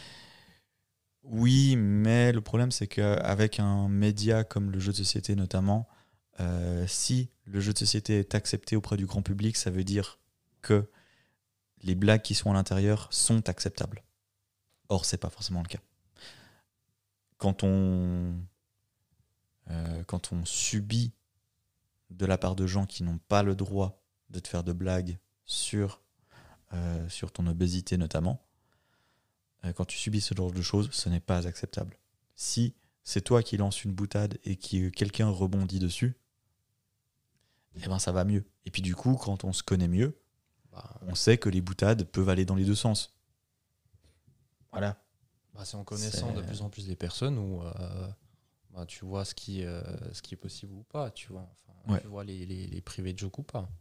Oui, mais le problème, c'est qu'avec un média comme le jeu de société notamment, euh, si le jeu de société est accepté auprès du grand public, ça veut dire que les blagues qui sont à l'intérieur sont acceptables. Or, c'est pas forcément le cas. Quand on, euh, quand on subit de la part de gens qui n'ont pas le droit de te faire de blagues sur, euh, sur ton obésité notamment, euh, quand tu subis ce genre de choses, ce n'est pas acceptable. Si c'est toi qui lance une boutade et que quelqu'un rebondit dessus, eh ben ça va mieux. Et puis du coup, quand on se connaît mieux, bah, on sait que les boutades peuvent aller dans les deux sens. Voilà. Bah, c'est en connaissant c'est... de plus en plus des personnes où euh, bah, tu vois ce qui, euh, ce qui est possible ou pas. Tu vois, enfin, ouais. Tu vois les, les, les privés de joke ou pas.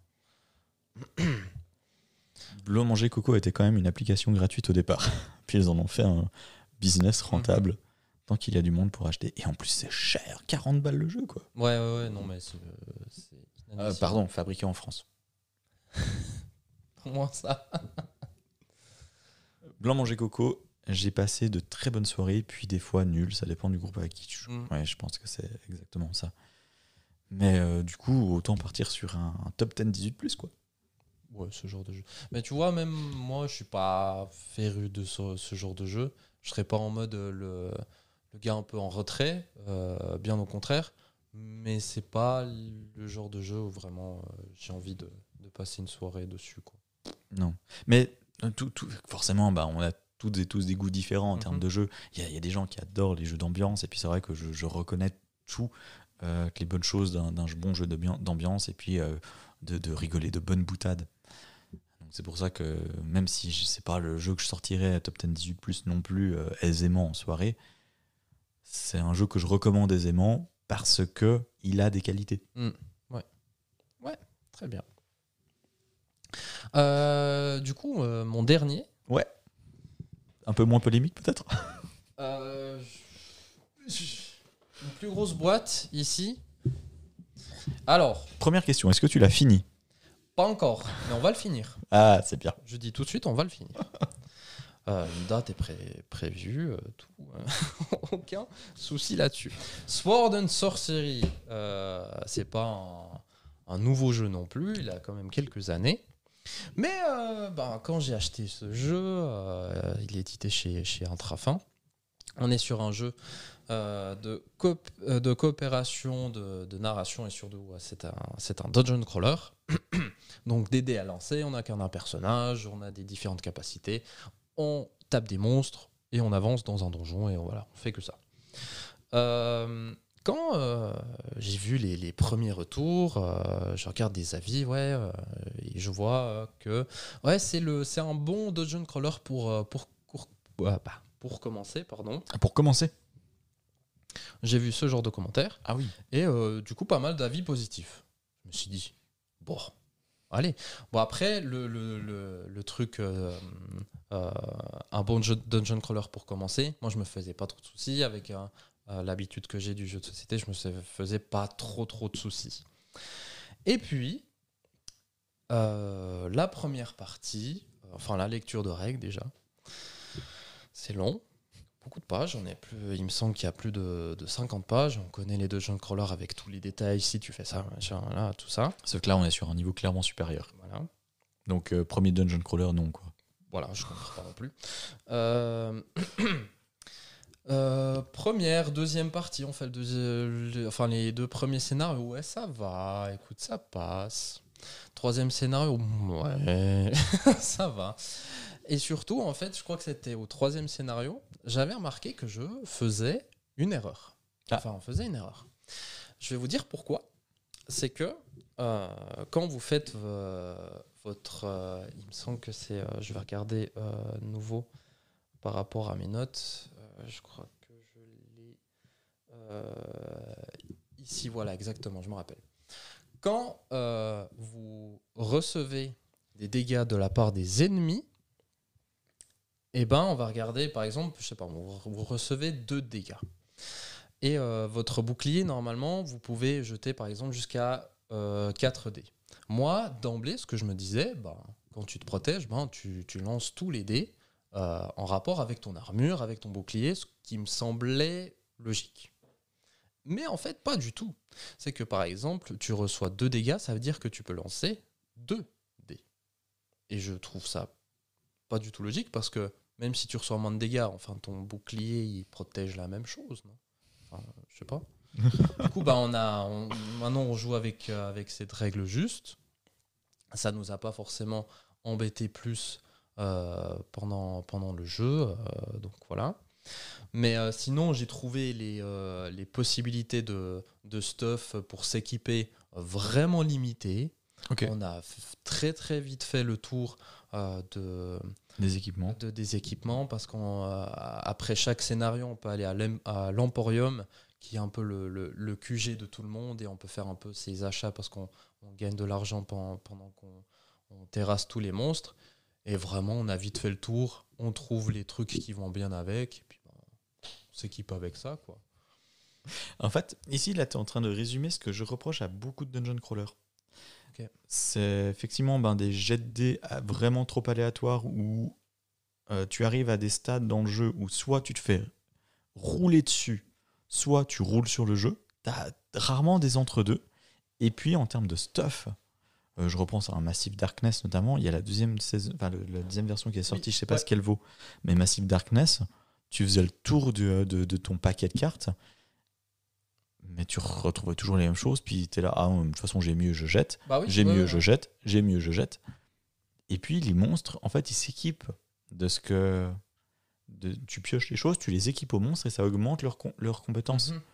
Blanc Manger Coco était quand même une application gratuite au départ. Puis ils en ont fait un business rentable. Mm-hmm. Tant qu'il y a du monde pour acheter. Et en plus, c'est cher. quarante balles le jeu, quoi. Ouais, ouais, ouais. Non, mais c'est... c'est euh, pardon, fabriqué en France. Comment ça? Blanc Manger Coco, j'ai passé de très bonnes soirées, puis des fois nulles. Ça dépend du groupe avec qui tu joues. Mm. Ouais, je pense que c'est exactement ça. Mais euh, du coup, autant partir sur un, un top dix dix-huit plus, quoi. Ouais, ce genre de jeu. Mais tu vois, même moi, je suis pas féru de ce, ce genre de jeu. Je serais pas en mode le... le gars un peu en retrait, euh, bien au contraire, mais c'est pas le genre de jeu où vraiment euh, j'ai envie de, de passer une soirée dessus, quoi. Non, mais tout, tout, forcément, bah, on a toutes et tous des goûts différents en mm-hmm. termes de jeux. Il y, y a des gens qui adorent les jeux d'ambiance, et puis c'est vrai que je, je reconnais tout, euh, les bonnes choses d'un, d'un bon jeu d'ambiance, et puis euh, de, de rigoler, de bonnes boutades. Donc c'est pour ça que même si c'est pas le jeu que je sortirais à top dix dix-huit plus non plus euh, aisément en soirée, c'est un jeu que je recommande aisément parce que il a des qualités. Mmh. Ouais. Ouais, très bien. Euh, du coup, euh, mon dernier. Ouais. Un peu moins polémique peut-être. euh, Une plus grosse boîte ici. Alors. Première question, est-ce que tu l'as fini? Pas encore, mais on va le finir. Ah, c'est bien. Je dis tout de suite, on va le finir. Euh, une date est pré- prévue, euh, tout, euh, aucun souci là-dessus. Sword and Sorcery, euh, c'est pas un, un nouveau jeu non plus, il a quand même quelques années. Mais euh, ben, quand j'ai acheté ce jeu, euh, il est édité chez, chez Intrafin. On est sur un jeu euh, de, coop- euh, de coopération, de, de narration et surtout, ouais, c'est un, c'est un dungeon crawler. Donc des dés à lancer, on incarne un personnage, on a des différentes capacités, on tape des monstres et on avance dans un donjon et voilà, on fait que ça. Euh, quand euh, j'ai vu les, les premiers retours, euh, je regarde des avis, ouais, euh, et je vois euh, que ouais, c'est le, c'est un bon dungeon crawler pour euh, pour pour, euh, bah, pour commencer, pardon. Pour commencer. J'ai vu ce genre de commentaires Ah oui. et euh, du coup pas mal d'avis positifs. Je me suis dit bon, allez. Bon après le le, le, le truc. Euh, euh, un bon jeu dungeon crawler pour commencer. Moi, je me faisais pas trop de soucis avec euh, euh, l'habitude que j'ai du jeu de société. Je me faisais pas trop trop de soucis. Et puis, euh, la première partie, enfin la lecture de règles déjà, c'est long. Beaucoup de pages, on est plus, il me semble qu'il y a plus de, de cinquante pages. On connaît les dungeon crawlers avec tous les détails. Si tu fais ça, machin, là, tout ça. Sauf que là, on est sur un niveau clairement supérieur. Voilà. Donc, euh, premier dungeon crawler, non, quoi. Voilà, je comprends pas non plus. Euh... euh, première, deuxième partie, on fait le deuxi- le- enfin, les deux premiers scénarios, ouais, ça va, écoute, ça passe. Troisième scénario, ouais, ça va. Et surtout, en fait, je crois que c'était au troisième scénario, j'avais remarqué que je faisais une erreur. Ah. Enfin, on faisait une erreur. Je vais vous dire pourquoi. C'est que euh, quand vous faites euh, votre... euh, il me semble que c'est... euh, je vais regarder euh, nouveau par rapport à mes notes. Euh, je crois que je l'ai... euh, ici, voilà, exactement, je me rappelle. Quand euh, vous recevez des dégâts de la part des ennemis, eh ben, on va regarder, par exemple, je sais pas, vous, vous recevez deux dégâts. Et euh, votre bouclier, normalement, vous pouvez jeter, par exemple, jusqu'à euh, quatre dés. Moi, d'emblée, ce que je me disais, bah, quand tu te protèges, bah, tu, tu lances tous les dés euh, en rapport avec ton armure, avec ton bouclier, ce qui me semblait logique. Mais en fait, pas du tout. C'est que, par exemple, tu reçois deux dégâts, ça veut dire que tu peux lancer deux dés. Et je trouve ça pas du tout logique, parce que même si tu reçois moins de dégâts, enfin, ton bouclier, il protège la même chose, non ? Enfin, je sais pas. Du coup, bah, on a, on, maintenant, on joue avec, euh, avec cette règle juste. Ça nous a pas forcément embêté plus euh, pendant, pendant le jeu. Euh, donc voilà. Mais euh, sinon, j'ai trouvé les, euh, les possibilités de, de stuff pour s'équiper vraiment limitées. Ok. On a f- très très vite fait le tour euh, de, Des équipements. de, des équipements, parce qu'après chaque scénario, on peut aller à l'em- à l'Emporium, qui est un peu le, le, le Q G de tout le monde, et on peut faire un peu ses achats parce qu'on on gagne de l'argent pendant, pendant qu'on on terrasse tous les monstres. Et vraiment, on a vite fait le tour, on trouve les trucs qui vont bien avec, et puis ben, on s'équipe avec ça, quoi. En fait, ici, là, tu es en train de résumer ce que je reproche à beaucoup de dungeon crawlers. Ok. C'est effectivement ben, des jets de dés à- vraiment trop aléatoires où euh, tu arrives à des stades dans le jeu où soit tu te fais rouler dessus, soit tu roules sur le jeu. Tu as rarement des entre-deux. Et puis, en termes de stuff, euh, je repense à un Massive Darkness notamment. Il y a la deuxième, saison, enfin, le- la deuxième version qui est sortie, Oui, je sais pas ouais. ce qu'elle vaut, mais Massive Darkness, tu faisais le tour de, de, de ton paquet de cartes, mais tu retrouvais toujours les mêmes choses, puis tu es là, ah, de toute façon, j'ai mieux, je jette. Bah oui, J'ai ouais, mieux, ouais, je ouais. jette. J'ai mieux, je jette. Et puis, les monstres, en fait, ils s'équipent de ce que. De, tu pioches les choses, tu les équipes aux monstres et ça augmente leurs com- leurs compétences. Mhm.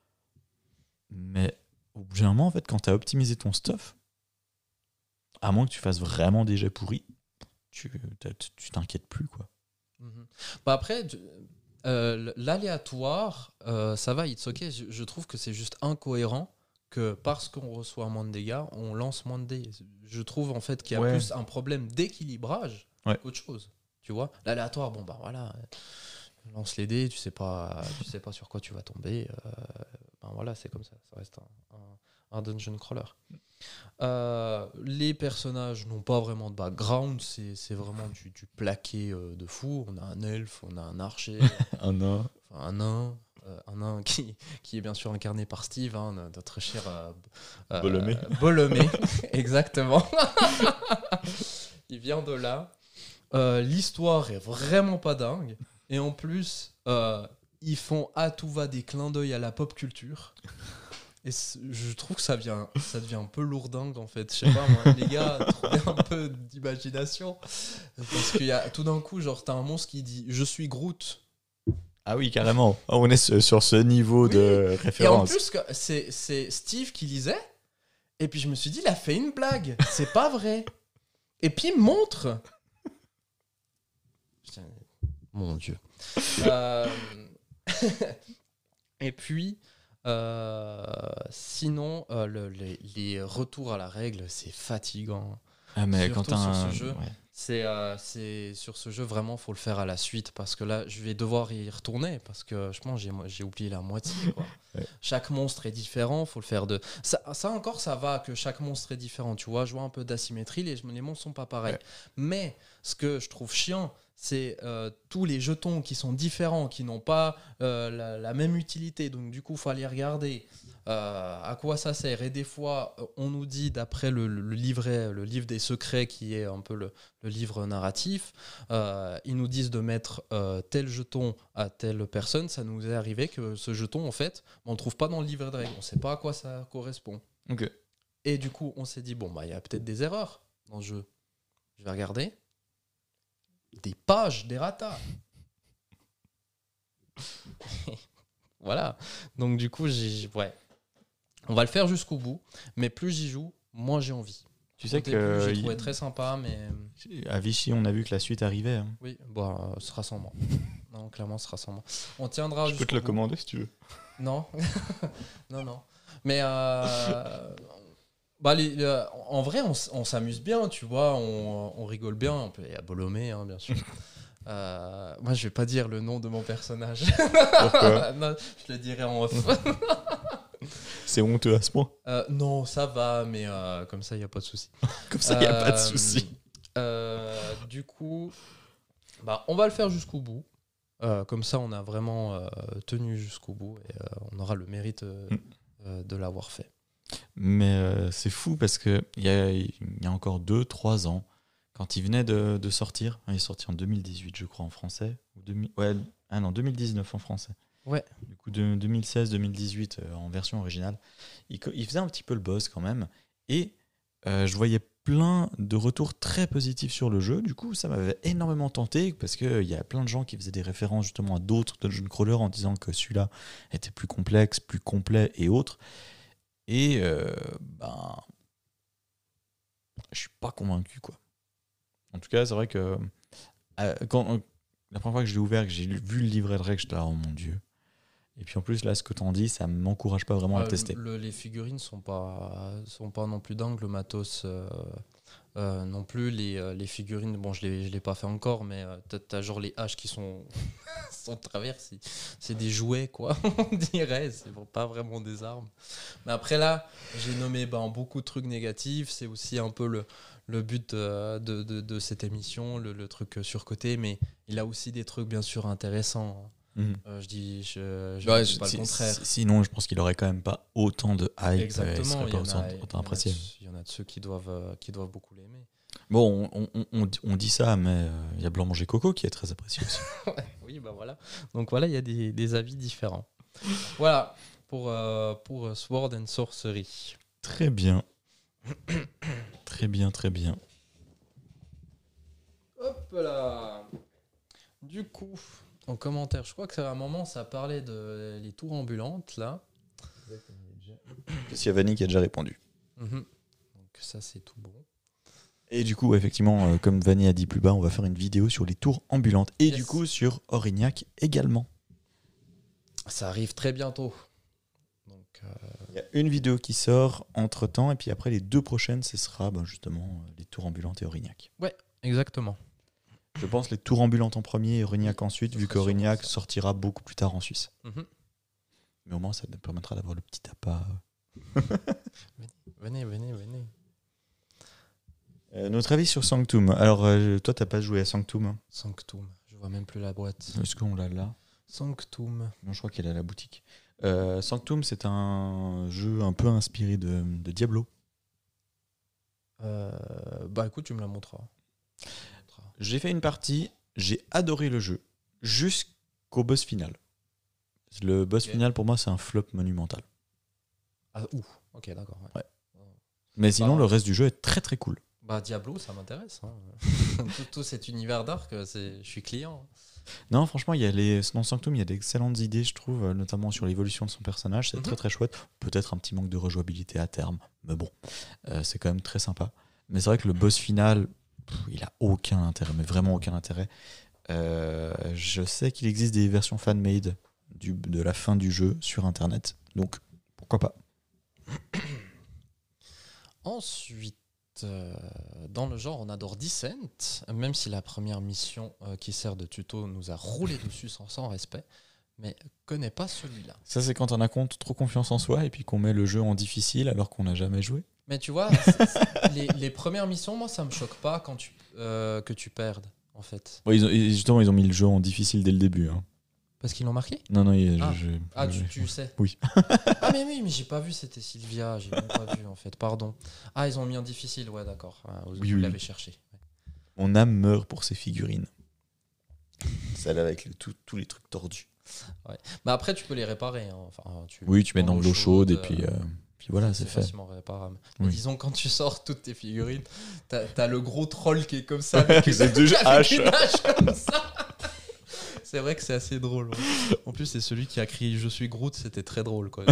Mais au bout d'un moment, en fait, quand tu as optimisé ton stuff, à moins que tu fasses vraiment des jets pourris, tu t'as- tu t'inquiètes plus, quoi. Mhm. Bah après, tu- euh, l'aléatoire, euh, ça va, it's ok. Je, je trouve que c'est juste incohérent que parce qu'on reçoit moins de dégâts, on lance moins de dés. Je trouve en fait qu'il y a Ouais. plus un problème d'équilibrage Ouais. qu'autre chose. Tu vois, l'aléatoire, bon bah voilà, euh, lance les dés, tu sais pas, tu sais pas sur quoi tu vas tomber. euh, ben voilà, c'est comme ça. Ça reste un, un- un dungeon crawler. Euh, les personnages n'ont pas vraiment de background, c'est, c'est vraiment du, du plaqué euh, de fou. On a un elfe, on a un archer, un nain, enfin, un nain, euh, un nain qui, qui est bien sûr incarné par Steve, hein, notre cher euh, euh, Bolomé. Bolomé, exactement. Il vient de là. Euh, l'histoire est vraiment pas dingue. Et en plus, euh, ils font à tout va des clins d'œil à la pop culture. Et je trouve que ça, vient, ça devient un peu lourdingue en fait. Je sais pas, moi, les gars, trouvez un peu d'imagination. Parce qu'il y a tout d'un coup, genre, t'as un monstre qui dit je suis Groot. Ah oui, carrément. On est sur ce niveau oui. de référence. Et en plus, c'est, c'est Steve qui lisait. Et puis je me suis dit, il a fait une blague. C'est pas vrai. Et puis il montre. Putain, mon Dieu. euh... Et puis. Euh, sinon, euh, le, les, les retours à la règle, c'est fatigant. Ah mais Surtout quand t'as sur un... ce jeu, ouais. c'est, euh, c'est sur ce jeu vraiment, faut le faire à la suite parce que là, je vais devoir y retourner parce que je pense j'ai j'ai oublié la moitié. Quoi. Ouais. Chaque monstre est différent, faut le faire de. Ça, ça encore, ça va que chaque monstre est différent. Tu vois, je vois un peu d'asymétrie, les, les monstres sont pas pareils. Ouais. Mais ce que je trouve chiant, c'est euh, tous les jetons qui sont différents, qui n'ont pas euh, la, la même utilité. Donc du coup, il faut aller regarder euh, à quoi ça sert. Et des fois, on nous dit, d'après le, le livret, le livre des secrets, qui est un peu le, le livre narratif, euh, ils nous disent de mettre euh, tel jeton à telle personne. Ça nous est arrivé que ce jeton, en fait, on ne le trouve pas dans le livret de règles. On ne sait pas à quoi ça correspond. Okay. Et du coup, on s'est dit, bon, bah, il y a peut-être des erreurs dans le jeu. Je vais regarder. Des pages d'errata. Voilà. Donc du coup, j'ai, ouais. On va le faire jusqu'au bout. Mais plus j'y joue, moins j'ai envie. Tu sais que j'ai trouvé y... très sympa, mais à Vichy, on a vu que la suite arrivait. Hein. Oui, bon, euh, ce sera sans moi. Non, clairement, ce sera sans moi. On tiendra. Je peux te le bout. commander si tu veux. Non, non, non. Mais euh... Bah, les, les, en vrai, on, on s'amuse bien, tu vois, on, on rigole bien. Il y a Bolomé, hein, bien sûr. euh, moi, je vais pas dire le nom de mon personnage. Pourquoi? Non, je le dirai en off. C'est honteux à ce point? euh, Non, ça va, mais euh, comme ça, il n'y a pas de souci. Comme ça, il n'y a euh, pas de souci. Euh, du coup, bah, on va le faire jusqu'au bout. Euh, comme ça, on a vraiment euh, tenu jusqu'au bout et euh, on aura le mérite euh, mm. euh, de l'avoir fait. Mais euh, c'est fou parce qu'il y a, y a encore deux trois ans, quand il venait de, de sortir, il est sorti en deux mille dix-huit, je crois, en français. Ou deux mille, ouais, ah non, deux mille dix-neuf en français. Ouais. Du coup, de deux mille seize deux mille dix-huit euh, en version originale. Il, il faisait un petit peu le buzz quand même. Et euh, je voyais plein de retours très positifs sur le jeu. Du coup, ça m'avait énormément tenté parce qu'il y a plein de gens qui faisaient des références justement à d'autres dungeon crawlers en disant que celui-là était plus complexe, plus complet et autres. Et euh, ben, je suis pas convaincu, quoi. En tout cas, c'est vrai que euh, quand, euh, la première fois que je l'ai ouvert, que j'ai vu le livret de règles, j'étais là, oh mon Dieu. Et puis en plus, là, ce que t'en dis, ça m'encourage pas vraiment euh, à le tester. Le, les figurines sont pas, sont pas non plus dingues, le matos euh, euh, non plus. Les, euh, les figurines, bon, je l'ai, je l'ai pas fait encore, mais euh, t'as, t'as genre les haches qui sont, sont traversées. C'est des jouets, quoi, on dirait. C'est pas vraiment des armes. Mais après, là, j'ai nommé ben, beaucoup de trucs négatifs. C'est aussi un peu le, le but de, de, de, de cette émission, le, le truc surcoté. Mais il a aussi des trucs, bien sûr, intéressants. Mmh. Euh, je dis, je, je ouais, dis pas si, le contraire. Si, sinon, je pense qu'il aurait quand même pas autant de hype. Exactement. Il, il, y pas a, autant apprécié. Il y en a de ceux qui doivent, euh, qui doivent beaucoup l'aimer. Bon, on, on, on, on dit ça, mais il euh, y a Blanc Manger Coco qui est très apprécié aussi. Oui, bah voilà. Donc voilà, il y a des, des avis différents. Voilà pour, euh, pour Sword and Sorcery. Très bien. Très bien, très bien. Hop là. Du coup. En commentaire, je crois que c'est à un moment, ça parlait de les tours ambulantes, là. S'il y a Vanny qui a déjà répondu. Mm-hmm. Donc ça, c'est tout bon. Et du coup, effectivement, euh, comme Vanny a dit plus bas, on va faire une vidéo sur les tours ambulantes. Et yes. du coup, sur Aurignac également. Ça arrive très bientôt. Donc, euh... il y a une vidéo qui sort entre-temps, et puis après, les deux prochaines, ce sera ben, justement les tours ambulantes et Aurignac. Ouais, exactement. Je pense les tours ambulantes en premier et Aurignac ensuite, vu qu'Aurignac sortira beaucoup plus tard en Suisse. Mm-hmm. Mais au moins, ça nous permettra d'avoir le petit appât. venez, venez, venez. Euh, notre avis sur Sanctum. Alors, euh, toi, t'as pas joué à Sanctum? Sanctum, je vois même plus la boîte. Est-ce qu'on l'a là? Sanctum. Non, je crois qu'elle est à la boutique. Euh, Sanctum, c'est un jeu un peu inspiré de, de Diablo. Euh, bah écoute, tu me la montreras. J'ai fait une partie, j'ai adoré le jeu, jusqu'au boss final. Le boss Ok. final, pour moi, c'est un flop monumental. Ah, ouh, ok, d'accord. Ouais. Ouais. Mais sinon, Bah, le reste du jeu est très très cool. Bah Diablo, ça m'intéresse. Hein. tout, tout cet univers d'arc, c'est, je suis client. Non, franchement, il y a les, dans Sanctum, il y a d'excellentes idées, je trouve, euh, notamment sur l'évolution de son personnage. C'est Mhm. très très chouette. Peut-être un petit manque de rejouabilité à terme, mais bon, euh, c'est quand même très sympa. Mais c'est vrai que le boss final, pff, il a aucun intérêt, mais vraiment aucun intérêt. Euh, je sais qu'il existe des versions fan-made du, de la fin du jeu sur Internet, donc pourquoi pas. Ensuite, euh, dans le genre, on adore Descent, même si la première mission euh, qui sert de tuto nous a roulé dessus sans, sans respect, mais connais pas celui-là. Ça, c'est quand on a compte trop confiance en soi et puis qu'on met le jeu en difficile alors qu'on n'a jamais joué. Mais tu vois, c'est- c'est- les, les premières missions, moi, ça me choque pas quand tu, euh, que tu perdes, en fait. Ouais, ils ont, et justement, ils ont mis le jeu en difficile dès le début. Hein. Parce qu'ils l'ont marqué. Non, non, il- Ah. je, je- Ah, je- tu, tu sais. Oui. Ah, mais oui, mais j'ai pas vu, c'était Sylvia, j'ai même pas vu, en fait, pardon. Ah, ils ont mis en difficile, ouais, d'accord. Ah, vous Oui, vous oui. l'avez cherché. Mon âme meurt pour ces figurines. Celle avec le- tout- tous les trucs tordus. Bah après, tu peux les réparer. Hein. Enfin, tu, Oui, tu mets dans de l'eau chaude et euh, puis, euh, puis voilà, c'est fait. facilement réparable. Mais Oui. disons, quand tu sors toutes tes figurines, t'as, t'as le gros troll qui est comme ça, avec, Avec ses deux avec haches. une hache comme ça. C'est vrai que c'est assez drôle. Ouais. En plus, c'est celui qui a crié Je suis Groot, c'était très drôle. Quoi.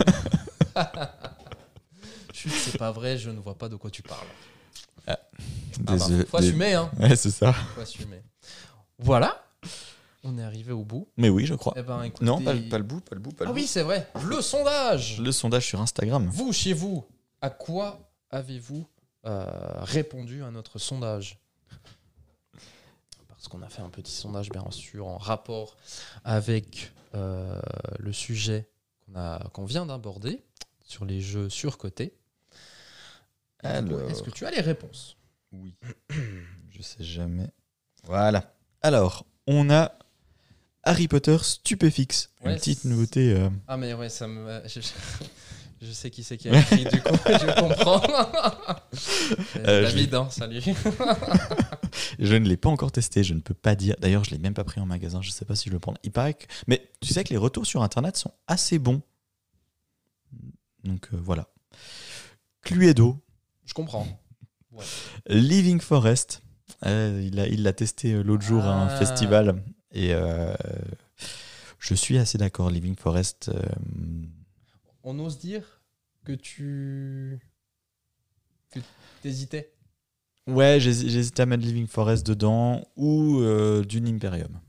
Chut, c'est pas vrai, je ne vois pas de quoi tu parles. Ah bah, Désolé. faut assumer, hein. Ouais, c'est ça. Faut assumer. Voilà, on est arrivé au bout. Mais oui, je crois. Eh ben, écoutez... Non, pas, le- pas le bout, pas le bout, pas le Ah bout. oui, c'est vrai, le sondage. Le sondage sur Instagram. Vous, chez vous, à quoi avez-vous euh, répondu à notre sondage? Parce qu'on a fait un petit sondage, bien sûr, en rapport avec euh, le sujet qu'on a, qu'on vient d'aborder sur les jeux surcotés. Alors. Est-ce que tu as les réponses? Oui. Je sais jamais. Voilà. Alors, on a Harry Potter Stupéfixe. Ouais, Une petite c'est- nouveauté. euh, Ah mais ouais, ça me... Je, je sais qui c'est qui a écrit, du coup, je comprends. Euh, je David, hein, salut. Je ne l'ai pas encore testé, je ne peux pas dire. D'ailleurs, je ne l'ai même pas pris en magasin, je ne sais pas si je le prends. Il paraît que... Mais tu sais que les retours sur Internet sont assez bons. Donc euh, voilà. Cluedo, Je comprends. Living Forest. Euh, il l'a il l'a testé euh, l'autre jour à un Ah. festival. Et euh, je suis assez d'accord. Living Forest... euh, On ose dire que tu... que t'hésitais. Ouais, j'hési- j'hésitais à mettre Living Forest dedans ou euh, Dune Imperium.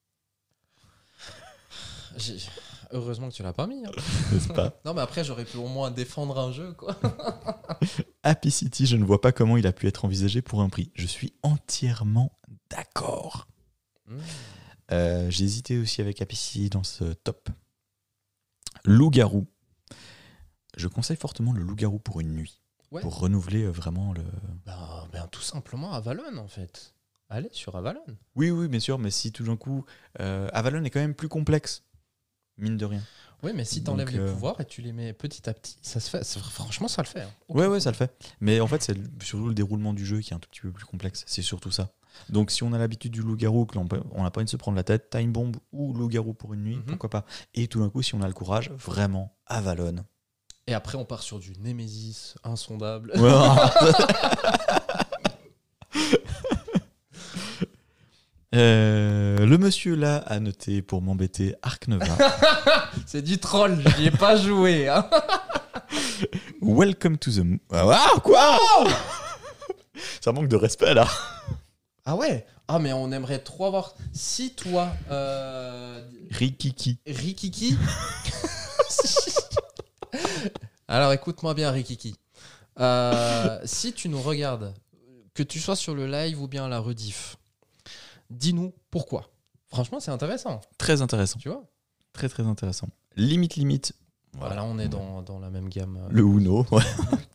J'ai- Heureusement que tu l'as pas mis. Hein. N'est-ce pas? Non mais après j'aurais pu au moins défendre un jeu quoi. Happy City, je ne vois pas comment il a pu être envisagé pour un prix. Je suis entièrement d'accord. Mmh. Euh, J'ai hésité aussi avec Happy City dans ce top. Loup-garou. Je conseille fortement le loup-garou pour une nuit. Ouais. Pour renouveler euh, vraiment le... Ben, ben, tout simplement Avalon en fait. Allez sur Avalon. Oui, oui, bien sûr, mais si tout d'un coup... euh, Avalon est quand même plus complexe, mine de rien. Oui mais si t'enlèves Donc, les euh, pouvoirs et tu les mets petit à petit, ça se fait. Ça- franchement ça le fait. Hein. Ouais, ouais, ça le fait. Mais en fait, c'est le- surtout le déroulement du jeu qui est un tout petit peu plus complexe. C'est surtout ça. Donc, si on a l'habitude du loup-garou, que l'on peut- on n'a pas envie de se prendre la tête, Time Bomb ou loup-garou pour une nuit, Mhm. pourquoi pas. Et tout d'un coup, si on a le courage, vraiment, Avalon. Et après on part sur du Némésis insondable. Euh, le monsieur là a noté pour m'embêter Ark Nova. C'est du troll, j'y ai pas joué. Hein. Welcome to the... Mo- Ah, quoi Ça manque de respect là. Ah ouais. Ah mais on aimerait trop avoir. Si toi, euh, Rikiki. Rikiki. Alors écoute-moi bien Rikiki. Euh, si tu nous regardes, que tu sois sur le live ou bien la rediff, dis-nous pourquoi. Franchement c'est intéressant, Très intéressant. tu vois. Très très intéressant. Limite limite. Voilà, on est dans, dans la même gamme. Le Uno. Ouais.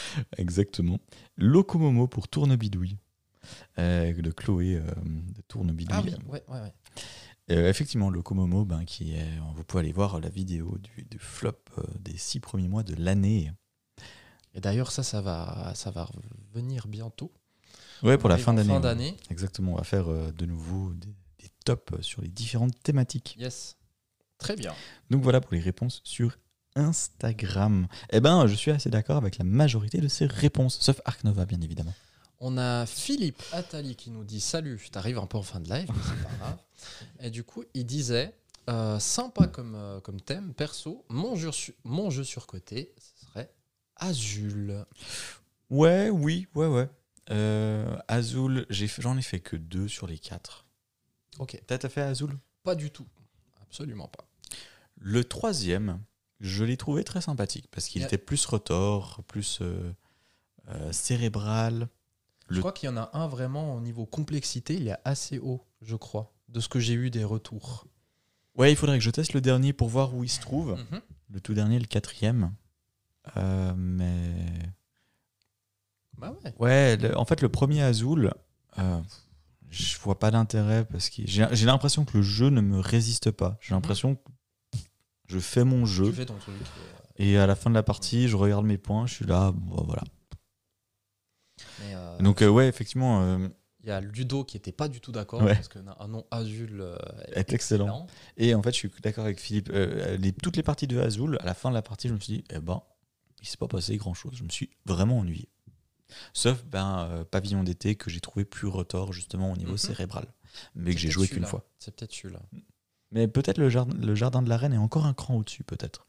Exactement. Locomomo pour Tournebidouille. Euh, de Chloé euh, de Tournebidouille. Ah oui, ouais, ouais, ouais. Euh, effectivement, Locomomo, ben, qui est, vous pouvez aller voir la vidéo du, du flop euh, des six premiers mois de l'année. Et d'ailleurs, ça, ça va, ça va revenir bientôt. Ouais, On pour la arrive fin en d'année. Fin ouais. d'année. Exactement, on va faire euh, de nouveau des, des tops sur les différentes thématiques. Yes. Très bien. Donc voilà pour les réponses sur Instagram. Eh ben, je suis assez d'accord avec la majorité de ces réponses, sauf Ark Nova, bien évidemment. On a Philippe Attali qui nous dit salut, t'arrives un peu en fin de live, mais c'est pas grave. Et du coup, il disait euh, sympa comme, euh, comme thème, perso, mon jeu, su- mon jeu surcoté, ce serait Azul. Ouais, oui, ouais, ouais. Euh, Azul, j'ai fait- j'en ai fait que deux sur les quatre. Ok. T'as t'as fait Azul ? Pas du tout. Absolument pas. Le troisième, je l'ai trouvé très sympathique parce qu'il Yeah. était plus retors, plus euh, euh, cérébral. Je Le- crois qu'il y en a un vraiment au niveau complexité, il est assez haut, je crois, de ce que j'ai eu des retours. Ouais, il faudrait que je teste le dernier pour voir où il se trouve. Mhm. Le tout dernier, le quatrième. Euh, mais Bah ouais. ouais, le- en fait, le premier Azul, euh, je vois pas d'intérêt parce que j'ai j'ai l'impression que le jeu ne me résiste pas. J'ai l'impression que je fais mon jeu Tu fais ton truc. et, euh, et à la fin de la partie, je regarde mes points, je suis là, bon, voilà. mais, euh, Donc euh, ouais, effectivement, euh, il y a Ludo qui était pas du tout d'accord Ouais. parce qu'un nom Azul euh, Est excellent. Et en fait, je suis d'accord avec Philippe. Euh, les, toutes les parties de Azul, à la fin de la partie, je me suis dit, eh ben, il s'est pas passé grand-chose. Je me suis vraiment ennuyé. Sauf ben, euh, Pavillon d'été, que j'ai trouvé plus retors, justement, au niveau Mhm. cérébral. Mais C'est que j'ai peut-être joué qu'une celui-là. fois. C'est peut-être celui-là. Mais peut-être le jardin, le jardin de la Reine est encore un cran au-dessus, peut-être.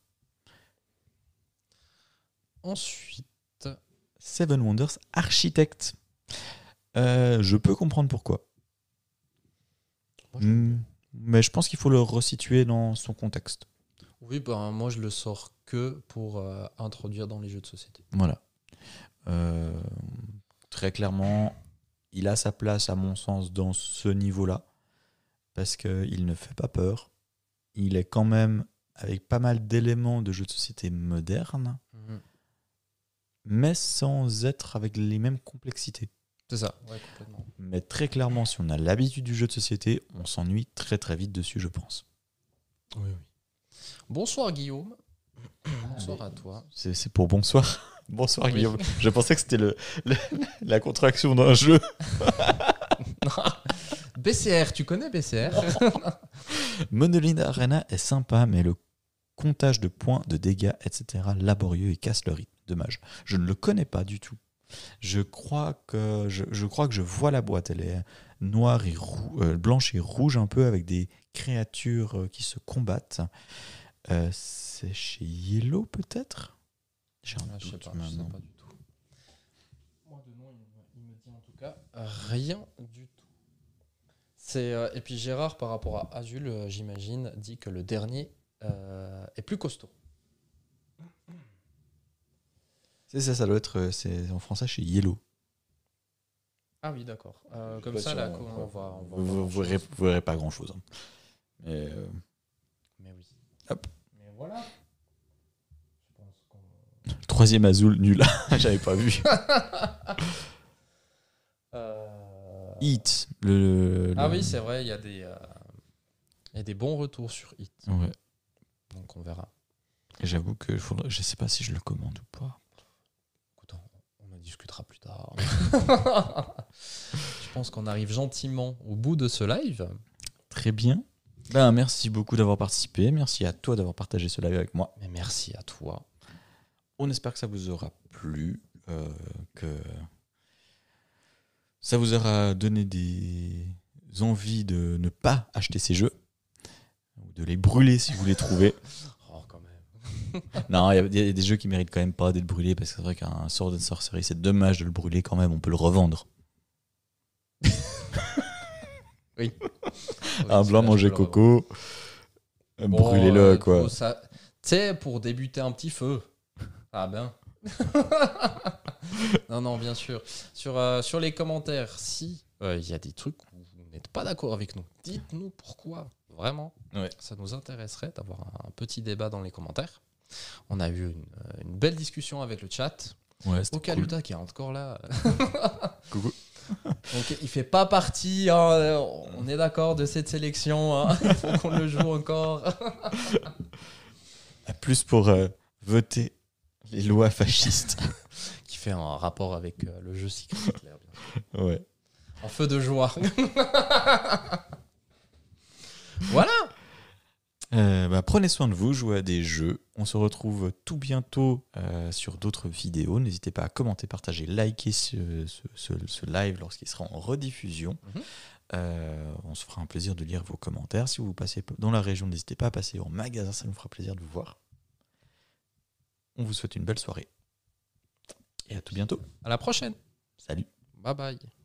Ensuite, Seven Wonders Architect. Euh, je peux comprendre pourquoi. moi, j'aime bien. Hmm, mais je pense qu'il faut le resituer dans son contexte. Oui, ben, moi je le sors que pour euh, introduire dans les jeux de société. Voilà. Euh, très clairement, il a sa place, à mon sens, dans ce niveau-là, parce qu'il ne fait pas peur. Il est quand même avec pas mal d'éléments de jeux de société modernes, Mhm. mais sans être avec les mêmes complexités. C'est ça, ouais, complètement. Mais très clairement, si on a l'habitude du jeu de société, on s'ennuie très très vite dessus, je pense. Oui, oui. Bonsoir Guillaume. Bonsoir à toi. C'est, c'est pour bonsoir. Bonsoir Oui. Guillaume. Je pensais que c'était le, le- la contraction d'un jeu. B C R, tu connais B C R? Monolith Arena est sympa, mais le comptage de points, de dégâts, et cetera laborieux et casse le rythme. Dommage. Je ne le connais pas du tout. Je crois que je, je crois que je vois la boîte. Elle est noire et rou- euh, blanche et rouge un peu avec des créatures euh, qui se combattent. Euh, c'est chez Yellow peut-être. J'ai un Ah, je sais doute pas, je sais maintenant. pas du tout. Moi de nom, il me, il me dit en tout cas rien du tout. C'est, euh, et puis Gérard, par rapport à Azul, euh, j'imagine, dit que le dernier euh, est plus costaud. C'est ça, ça doit être euh, c'est en français chez Yellow. Ah oui, d'accord. Euh, comme Pas ça, sûr, là, on- comment on va, on va Vous, voir vous autre verrez, chose. vous verrez pas grand chose. Mais euh, Mais oui. Hop. Mais voilà. Je pense qu'on... troisième Azul nul. J'avais pas vu. Euh, Hit. Le, Ah le- oui, c'est vrai, il y a des, euh, il y a des bons retours sur Hit. Ouais. Donc on verra. Et j'avoue que faudrait, je sais pas si je le commande ou pas. Écoute, on, on en discutera plus tard. Je pense qu'on arrive gentiment au bout de ce live. Très bien. Ben, merci beaucoup d'avoir participé. Merci à toi d'avoir partagé ce live avec moi. Mais merci à toi. On espère que ça vous aura plu, euh, que ça vous aura donné des envies de ne pas acheter ces jeux, ou de les brûler si vous les trouvez. Oh, quand même. Non, il y, a- il y a des jeux qui méritent quand même pas d'être brûlés, parce que c'est vrai qu'un Sword and Sorcery, c'est dommage de le brûler quand même, on peut le revendre. Oui. Un blanc manger coco, euh, Bon, brûlez-le, euh, quoi. pour ça- Tu sais, pour débuter un petit feu. Ah ben. Non, non, bien sûr. Sur, euh, sur les commentaires, si euh, il y a des trucs où vous n'êtes pas d'accord avec nous, dites-nous pourquoi. Vraiment. Ouais. Ça nous intéresserait d'avoir un petit débat dans les commentaires. On a eu une, une belle discussion avec le chat. Ouais, c'était Okaluta cool. qui est encore là. Coucou. Donc, il fait pas partie, hein, on est d'accord, de cette sélection. Hein. Il faut qu'on le joue encore. Plus pour euh, voter les lois fascistes. Qui fait un rapport avec euh, le jeu Secret Clair, bien sûr. Ouais. En feu de joie. Voilà. Euh, bah, prenez soin de vous, jouez à des jeux. On se retrouve tout bientôt euh, sur d'autres vidéos. N'hésitez pas à commenter, partager, liker ce, ce, ce, ce live lorsqu'il sera en rediffusion. Mm-hmm. Euh, on se fera un plaisir de lire vos commentaires. Si vous passez dans la région, n'hésitez pas à passer en magasin, ça nous fera plaisir de vous voir. On vous souhaite une belle soirée. Et à tout bientôt. À la prochaine. Salut. Bye bye.